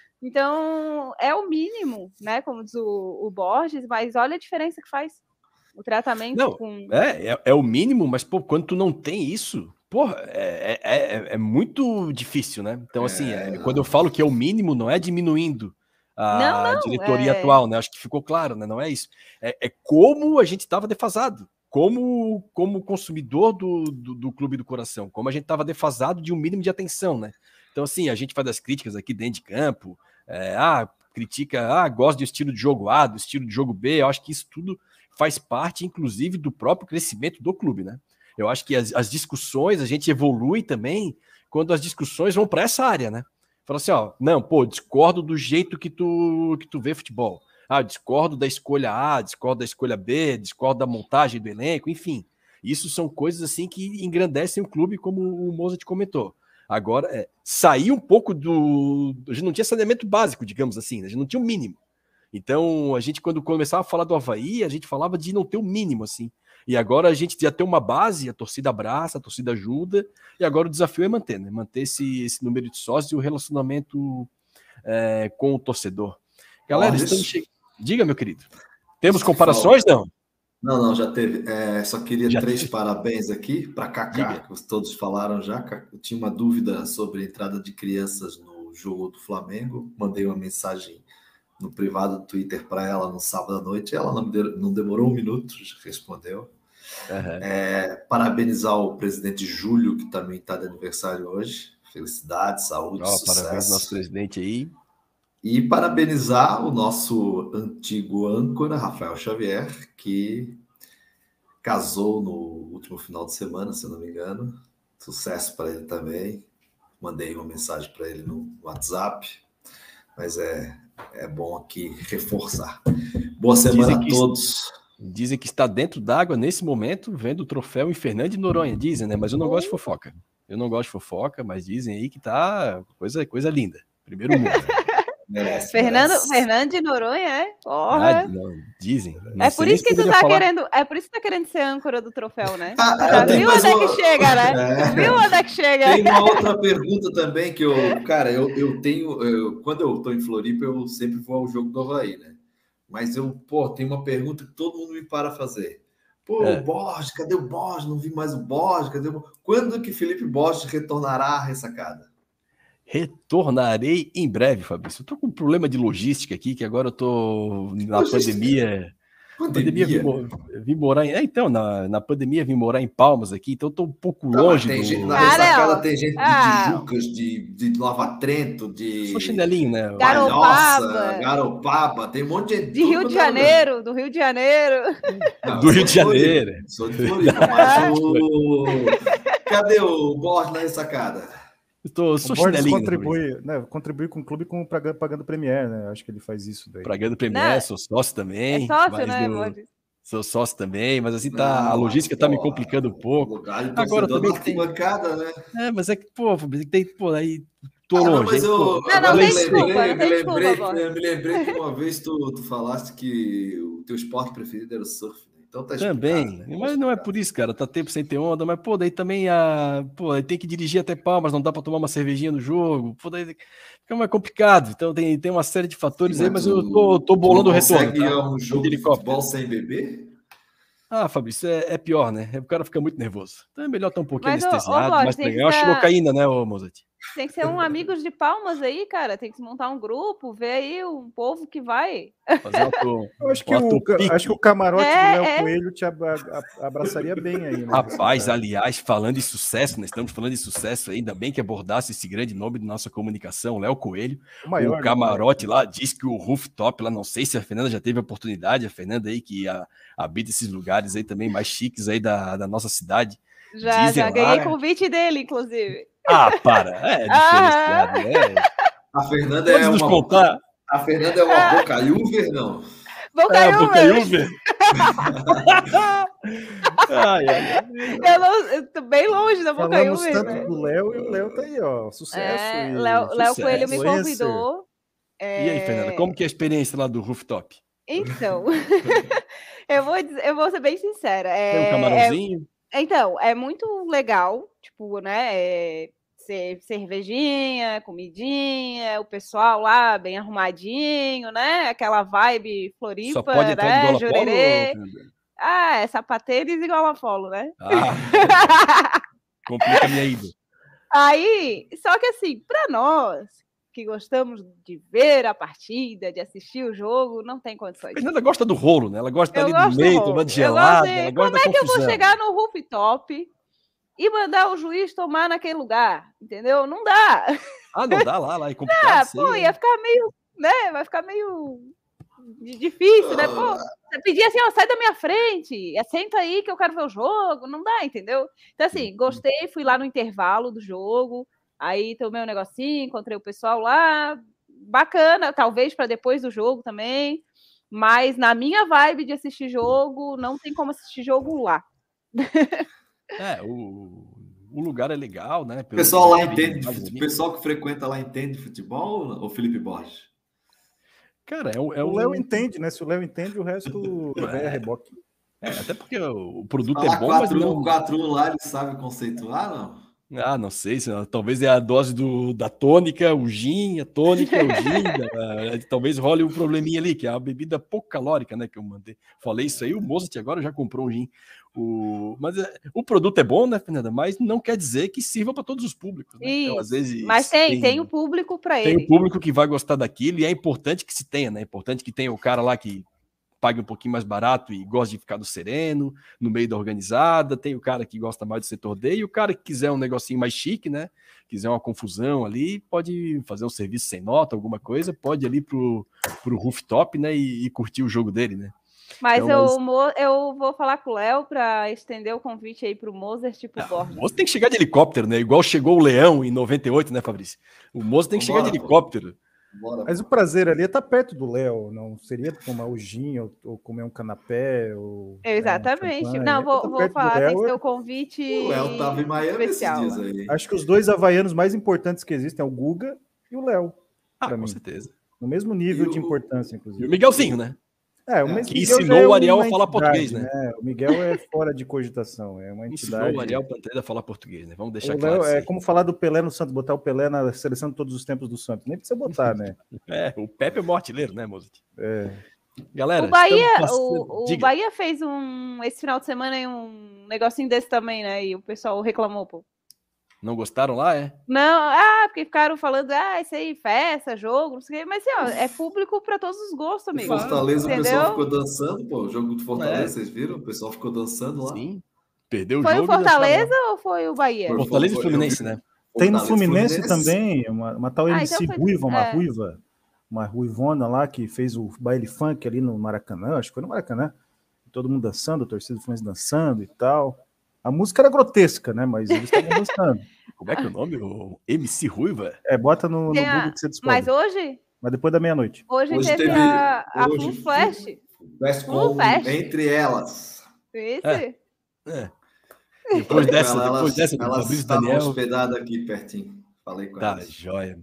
Então, é o mínimo, né? Como diz o, o Borges, mas olha a diferença que faz o tratamento. Não, com... é, é, é o mínimo, mas, pô, quando tu não tem isso, pô, é, é, é muito difícil, né? Então, assim, é, quando eu falo que é o mínimo, não é diminuindo a não, não, diretoria é... atual, né? Acho que ficou claro, né? Não é isso. É, é como a gente estava defasado, como, como consumidor do, do, do Clube do Coração, como a gente estava defasado de um mínimo de atenção, né? Então, assim, a gente faz as críticas aqui dentro de campo, é, ah, critica, ah, gosta do estilo de jogo A, do estilo de jogo B, eu acho que isso tudo faz parte, inclusive, do próprio crescimento do clube, né? Eu acho que as, as discussões, a gente evolui também quando as discussões vão para essa área, né? Fala assim, ó, não, pô, discordo do jeito que tu, que tu vê futebol. Ah, discordo da escolha A, discordo da escolha B, discordo da montagem do elenco, enfim. Isso são coisas, assim, que engrandecem o clube, como o Mozart comentou. Agora, é, sair um pouco do... A gente não tinha saneamento básico, digamos assim, né? A gente não tinha o um mínimo. Então, a gente, quando começava a falar do Avaí, a gente falava de não ter o um mínimo, assim. E agora a gente já tem uma base, a torcida abraça, a torcida ajuda, e agora o desafio é manter, né? Manter esse, esse número de sócios e o relacionamento é, com o torcedor. Galera, estamos che... diga, meu querido. Temos comparações, não? Não, não, já teve. É, só queria já três teve. parabéns aqui para Kaká, que todos falaram já. Eu tinha uma dúvida sobre a entrada de crianças no jogo do Flamengo. Mandei uma mensagem no privado do Twitter para ela no sábado à noite. Ela não, não demorou um minuto, já respondeu. Uhum. É, parabenizar o presidente Júlio, que também está de aniversário hoje. Felicidade, saúde, oh, sucesso. Parabéns ao nosso presidente aí. E parabenizar o nosso antigo âncora, Rafael Xavier, que casou no último final de semana, se eu não me engano. Sucesso para ele também. Mandei uma mensagem para ele no WhatsApp. Mas é, é bom aqui reforçar. Boa semana a todos. Dizem que está dentro d'água nesse momento, vendo o troféu em Fernando de Noronha. Dizem, né? Mas eu não gosto de fofoca. Eu não gosto de fofoca, mas dizem aí que tá coisa, coisa linda. Primeiro mundo. Merece, Fernando, merece. Fernando de Noronha, é? Porra. Ah, não, dizem. Não é por isso que tu tá falar... querendo, é por isso que tá querendo ser âncora do troféu, né? Ah, Já viu onde é que chega, né? É. Viu onde é que chega? Tem uma outra pergunta também que eu, cara, eu, eu tenho, eu, quando eu tô em Floripa, eu sempre vou ao jogo do Avaí, né? Mas eu, pô, tem uma pergunta que todo mundo me para fazer. Pô, é. o Borges, cadê o Borges? Não vi mais o Borges, cadê o... Quando que Felipe Borges retornará à ressacada? Retornarei em breve, Fabrício. Eu tô com um problema de logística aqui, que agora eu tô na logística. pandemia. Pandemia? pandemia vim, vim morar em. É, então, na, na pandemia vim morar em Palmas aqui, então eu tô um pouco tá, longe. Tem do... gente na ressacada, tem gente ah. de Tijucas, de, de Nova Trento, de. Sou chinelinho, né? Garopaba. Garopaba, tem um monte de gente. De Rio de Janeiro, do Rio de Janeiro. Não, do Rio de Janeiro. Sou de Floripa, mas o. Cadê o Borges na ressacada? Tô, sou o Borges contribui, né, contribui com o clube com, pagando Premier, né? Acho que ele faz isso daí. Pagando Premier, não, sou sócio também. É sócio, né, Borges? Sou sócio também, mas assim, tá, não, a logística tá me complicando um pouco. Agora também tem... bancada, né? É, mas é que, pô, tem, pô, aí tô longe. Ah, não, mas eu, não, não, eu tem me desculpa, lembrei, não tem me desculpa, lembrei, me lembrei que uma vez tu, tu falaste que o teu esporte preferido era o surf. Então tá Também, explicado, né? mas não é por isso, cara. Tá tempo sem ter onda, mas, pô, daí também a. Pô, aí tem que dirigir até Palmas, não dá pra tomar uma cervejinha no jogo. Pô, daí fica mais complicado. Então tem, tem uma série de fatores Sim, aí, mas mas eu tu- tô, tô bolando o tu retorno. consegue ir Tá? a um jogo de futebol sem beber? Ah, Fabrício, é, é pior, né? O cara fica muito nervoso. Então é melhor estar um pouquinho Mas, ô, ô, anestesiado, Borges, mais tem que legal. estar- Xilocaína, né, ô Mozart? Tem que ser um Amigos de Palmas aí, cara. Tem que se montar um grupo, ver aí um povo que vai. Fazer uma tour, Eu acho que, uma o, tour acho que o camarote É, do Léo é. Coelho te abra- a- abraçaria bem aí, né? Rapaz, aliás, falando em sucesso, nós estamos falando de sucesso, ainda bem que abordasse esse grande nome da nossa comunicação, Léo Coelho. O maior, o né? camarote lá diz que o rooftop lá, não sei se a Fernanda já teve a oportunidade, a Fernanda aí que a, habita esses lugares aí também mais chiques aí da, da nossa cidade. Já, Dizem já lá- ganhei convite dele, inclusive. Ah, para, é diferenciado, né? A Fernanda Pode é nos uma. contar? A Fernanda é uma bocaiúver, não? Bocaiúva. É, Bocaiúva? Ai, ai, ai. Eu, não, eu tô bem longe da Falamos Bocaiúva. tanto né? do Léo e o Léo tá aí, ó. Sucesso. É, e... Léo, Léo sucesso. Coelho me Influencer. convidou. E aí, Fernanda, como que é a experiência lá do rooftop? Então, eu, vou dizer, eu vou ser bem sincera. É, Tem um camarãozinho? é- então, é muito legal, tipo, né? É, ce- cervejinha, comidinha, o pessoal lá bem arrumadinho, né? Aquela vibe Floripa, Só pode entrar de né? gola Jurerê. polo? Fernanda? Ah, é sapateiros e gola polo, né? Ah, complica a minha ida. Aí, só que assim, para nós que gostamos de ver a partida, de assistir o jogo, não tem condições. Fernanda gosta do rolo, né? Ela gosta Eu ali gosto do do meio, rolo. tomando Eu gelada, gosto de- ela gosta Como da é que eu vou confusão. chegar no rooftop e mandar o juiz tomar naquele lugar? Entendeu? Não dá. Ah, não dá lá, lá é complicado Ah, isso aí, pô, né? ia ficar meio, né? Vai ficar meio di- difícil, né? Pô, você pedir assim, ó, sai da minha frente, senta aí que eu quero ver o jogo, não dá, entendeu? Então, assim, gostei, fui lá no intervalo do jogo, aí tomei um negocinho, encontrei o pessoal lá, bacana, talvez para depois do jogo também, mas na minha vibe de assistir jogo, não tem como assistir jogo lá. É, o, o lugar é legal, né? O Pelo- pessoal lá pelo- entende, pelo- o pessoal que frequenta lá entende futebol, ou Felipe Borges? Cara, é, o- é O um- Léo entende, né? Se o Léo entende, o resto é a reboque. é, até porque o, o produto Falar é bom, mas quatro não... um quatro um lá, ele sabe conceituar, não? Ah, não sei, se, talvez é a dose do, da tônica, o gin, a tônica, o gin, da- talvez role um probleminha ali, que é a bebida pouco calórica, né, que eu mandei. Falei isso aí, o Mozart agora já comprou um gin. O, mas é, o produto é bom, né, Fernanda? Mas não quer dizer que sirva para todos os públicos, né? Então, às Isso. vezes, Mas tem, tem o público para tem ele. o público que vai gostar daquilo e é importante que se tenha, né? É importante que tenha o cara lá que pague um pouquinho mais barato e gosta de ficar no sereno, no meio da organizada, tem o cara que gosta mais do setor D e o cara que quiser um negocinho mais chique, né? Quiser uma confusão ali, pode fazer um serviço sem nota, alguma coisa, pode ir ali pro, pro rooftop, né? E, e curtir o jogo dele, né? Mas, Então, eu, Mo- eu vou falar com o Léo para estender o convite aí pro Mozart, tipo Ah, Borges. o Moço tem que chegar de helicóptero, né? Igual chegou o Leão em noventa e oito, né, Fabrício? O Moço tem que chegar de Vambora, pô. helicóptero. Bora. Mas o prazer ali é estar perto do Léo, não seria tomar o gin ou, ou comer um canapé. Ou, Exatamente. né, um champanhe, Não, né? vou, Tá vou perto do falar, tem Léo, que ser é- o convite O Léo tava em Miami esses especial. dias lá. aí. Acho que os dois havaianos mais importantes que existem é o Guga e o Léo. Ah, Pra com mim. certeza. No mesmo nível E de o- importância, E o inclusive. Miguelzinho, né? É, o É, Miguel que já ensinou é o Ariel uma a falar entidade, português, né? O Miguel é fora de cogitação, é uma Ensinou entidade. o Ariel Pantera a falar português, né? Vamos deixar O claro Léo, isso é aí. como falar do Pelé no Santos, botar o Pelé na seleção de todos os tempos do Santos. Nem precisa botar, né? É, o Pepe é o artilheiro, né, Mozart? É. Galera, O Bahia, estamos passando- o, o Diga. Bahia fez um esse final de semana aí um negocinho desse também, né? E o pessoal reclamou, pô. Não gostaram lá, é? Não, ah, porque ficaram falando, ah, isso aí, festa, jogo, não sei o quê. Mas assim, ó, é público para todos os gostos, Em amigo. Fortaleza, o Entendeu? pessoal ficou dançando, pô. O jogo do Fortaleza, É. vocês viram? O pessoal ficou dançando lá. Sim. Perdeu o Foi o jogo. e deixaram lá. Fortaleza ou foi o Bahia? Foi. Fortaleza e Foi- Fluminense, né? Tem no Fortaleza, Fluminense, também, uma, uma tal Ah, M C então foi- Ruiva, uma é. ruiva, uma ruivona lá que fez o baile funk ali no Maracanã, acho que foi no Maracanã. Todo mundo dançando, a torcida do Fluminense dançando e tal. A música era grotesca, né? Mas eles estavam dançando. Como é que é o nome? O M C Ruiva? É, bota no, no Tem a- Google que você descobre. Mas Mas, hoje, depois da meia-noite. hoje, Hoje teve, teve- a, a hoje- Full Flash. Best Full com Fest. entre elas. Esse? É. É. Depois dessa, Ela- depois elas, dessa, do elas Fabrício estavam Daniel. hospedadas aqui pertinho. Falei com Tá, elas. joia.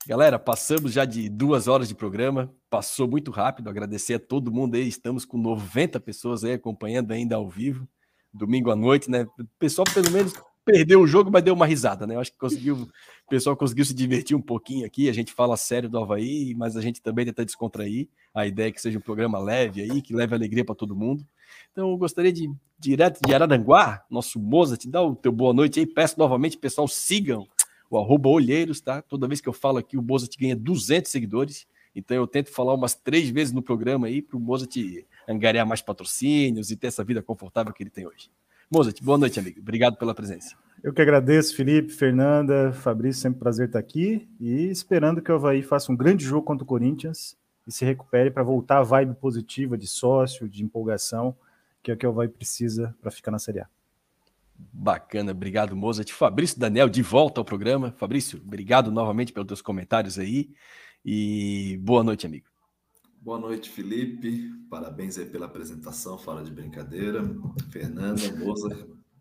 Galera, passamos já de duas horas de programa, passou muito rápido, agradecer a todo mundo aí, estamos com noventa pessoas aí acompanhando ainda ao vivo, domingo à noite, né? O pessoal pelo menos perdeu o jogo, mas deu uma risada, né? Eu acho que conseguiu, o pessoal conseguiu se divertir um pouquinho aqui, a gente fala sério do Avaí, mas a gente também tenta descontrair, a ideia é que seja um programa leve aí, que leve alegria para todo mundo. Então eu gostaria de, direto de Araranguá, nosso Mozart, te dar o teu boa noite aí, peço novamente, pessoal, sigam o arroba Olheiros, tá? Toda vez que eu falo aqui, o Mozart ganha duzentos seguidores, então eu tento falar umas três vezes no programa aí, para o Mozart angariar mais patrocínios e ter essa vida confortável que ele tem hoje. Mozart, boa noite, amigo. Obrigado pela presença. Eu que agradeço, Felipe, Fernanda, Fabrício, sempre um prazer estar aqui, e esperando que o Avaí faça um grande jogo contra o Corinthians e se recupere para voltar à vibe positiva de sócio, de empolgação, que é o que o Avaí precisa para ficar na Série A. Bacana, obrigado, Mozart. Fabrício Daniel, de volta ao programa. Fabrício, obrigado novamente pelos teus comentários aí e boa noite, amigo. Boa noite, Felipe. Parabéns aí pela apresentação, fora de brincadeira. Fernanda, Mozart.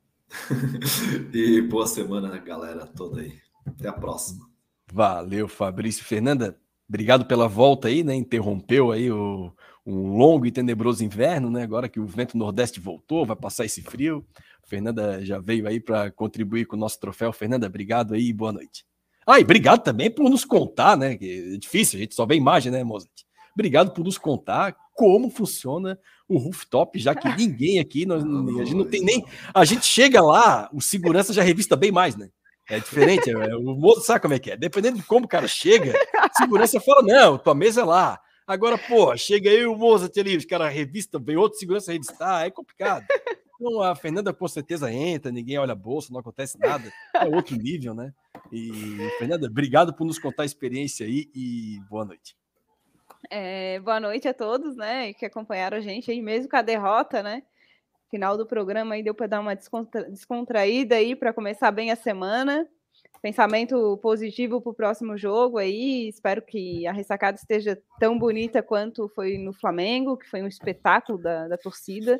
E boa semana, galera toda aí. Até a próxima. Valeu, Fabrício. Fernanda, obrigado pela volta aí, né? Interrompeu aí o, um longo e tenebroso inverno, né? Agora que o vento nordeste voltou, vai passar esse frio. Fernanda já veio aí para contribuir com o nosso troféu. Fernanda, obrigado aí e boa noite. Ah, e obrigado também por nos contar, né? Que é difícil, a gente só vê imagem, né, Mozart? Obrigado por nos contar como funciona o rooftop, já que ninguém aqui, nós, a gente não tem nem... A gente chega lá, o segurança já revista bem mais, né? É diferente, é, o Mozart sabe como é que é. Dependendo de como o cara chega, a segurança fala, não, tua mesa é lá. Agora, pô, chega aí o Mozart ali, os caras revistam, vem outro segurança revistar, é complicado. Então, a Fernanda com certeza entra, ninguém olha a bolsa, não acontece nada, é outro nível, né? E, Fernanda, obrigado por nos contar a experiência aí e boa noite. É, boa noite a todos, né, que acompanharam a gente aí, mesmo com a derrota, né? Final do programa aí deu para dar uma descontra... descontraída aí para começar bem a semana. Pensamento positivo para o próximo jogo aí. Espero que a ressacada esteja tão bonita quanto foi no Flamengo, que foi um espetáculo da, da torcida.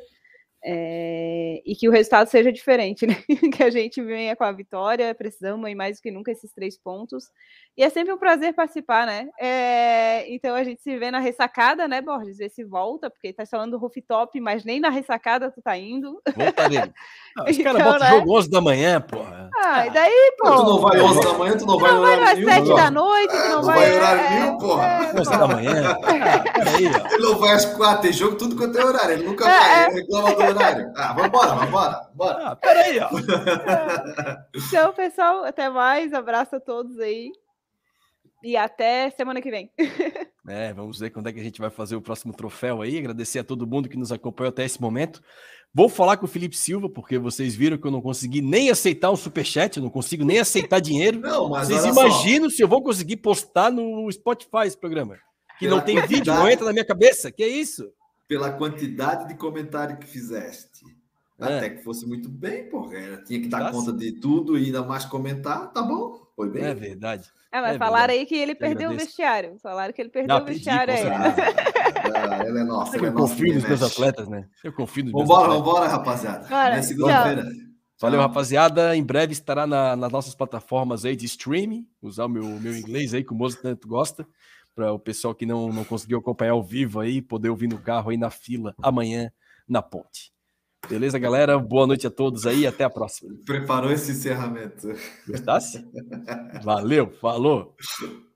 É, e que o resultado seja diferente, né? Que a gente venha com a vitória, precisamos aí mais do que nunca esses três pontos. E é sempre um prazer participar, né? É, então a gente se vê na ressacada, né, Borges? Ver se volta, porque tá falando do rooftop, mas nem na ressacada tu tá indo. Voltarei. Ah, os Então, caras botam né? jogo onze da manhã, porra. Ah, e daí, pô? Tu não vai onze da manhã, tu não vai não vai horário às nenhum, sete pô. da noite, tu não, Não vai... vai horário é, nenhum, porra. é, onze da manhã. Ah, peraí, ó. Ele não vai às quatro, tem jogo tudo quanto é horário. Ele nunca É, vai, é. ele reclama do horário. Ah, vambora, vambora, bora. Ah, peraí, ó. Então, pessoal, até mais. Abraço a todos aí. E até semana que vem. É, vamos ver quando é que a gente vai fazer o próximo troféu aí. Agradecer a todo mundo que nos acompanhou até esse momento. Vou falar com o Felipe Silva, porque vocês viram que eu não consegui nem aceitar um superchat, eu não consigo nem aceitar dinheiro. Não, mas vocês olha imaginam se eu vou conseguir postar no Spotify esse programa? Que Pela não tem quantidade. vídeo, não entra na minha cabeça. Que é isso? Pela quantidade de comentário que fizeste. É. Até que fosse muito bem, porra. Era- Tinha que dar Tá conta de tudo e ainda mais comentar, tá bom? Foi bem. É verdade. É, mas É falaram verdade. aí que ele Eu perdeu agradeço. o vestiário. Falaram que ele perdeu Não, o perdi, vestiário com aí. certeza. Ah, ela é nossa, ela é Eu nossa. confio nos meus mexe. atletas, né? Eu confio nos meus Vambora, atletas. vambora, rapaziada. Bora, Amanhã é segunda-feira. Valeu, Tchau. rapaziada. Em breve estará na- nas nossas plataformas aí de streaming. Usar o meu, meu inglês aí, que o Mozo tanto gosta. Para o pessoal que não, não conseguiu acompanhar ao vivo aí, poder ouvir no carro aí na fila amanhã na ponte. Beleza, galera? Boa noite a todos aí. Até a próxima. Preparou esse encerramento. Gostasse? Valeu, falou.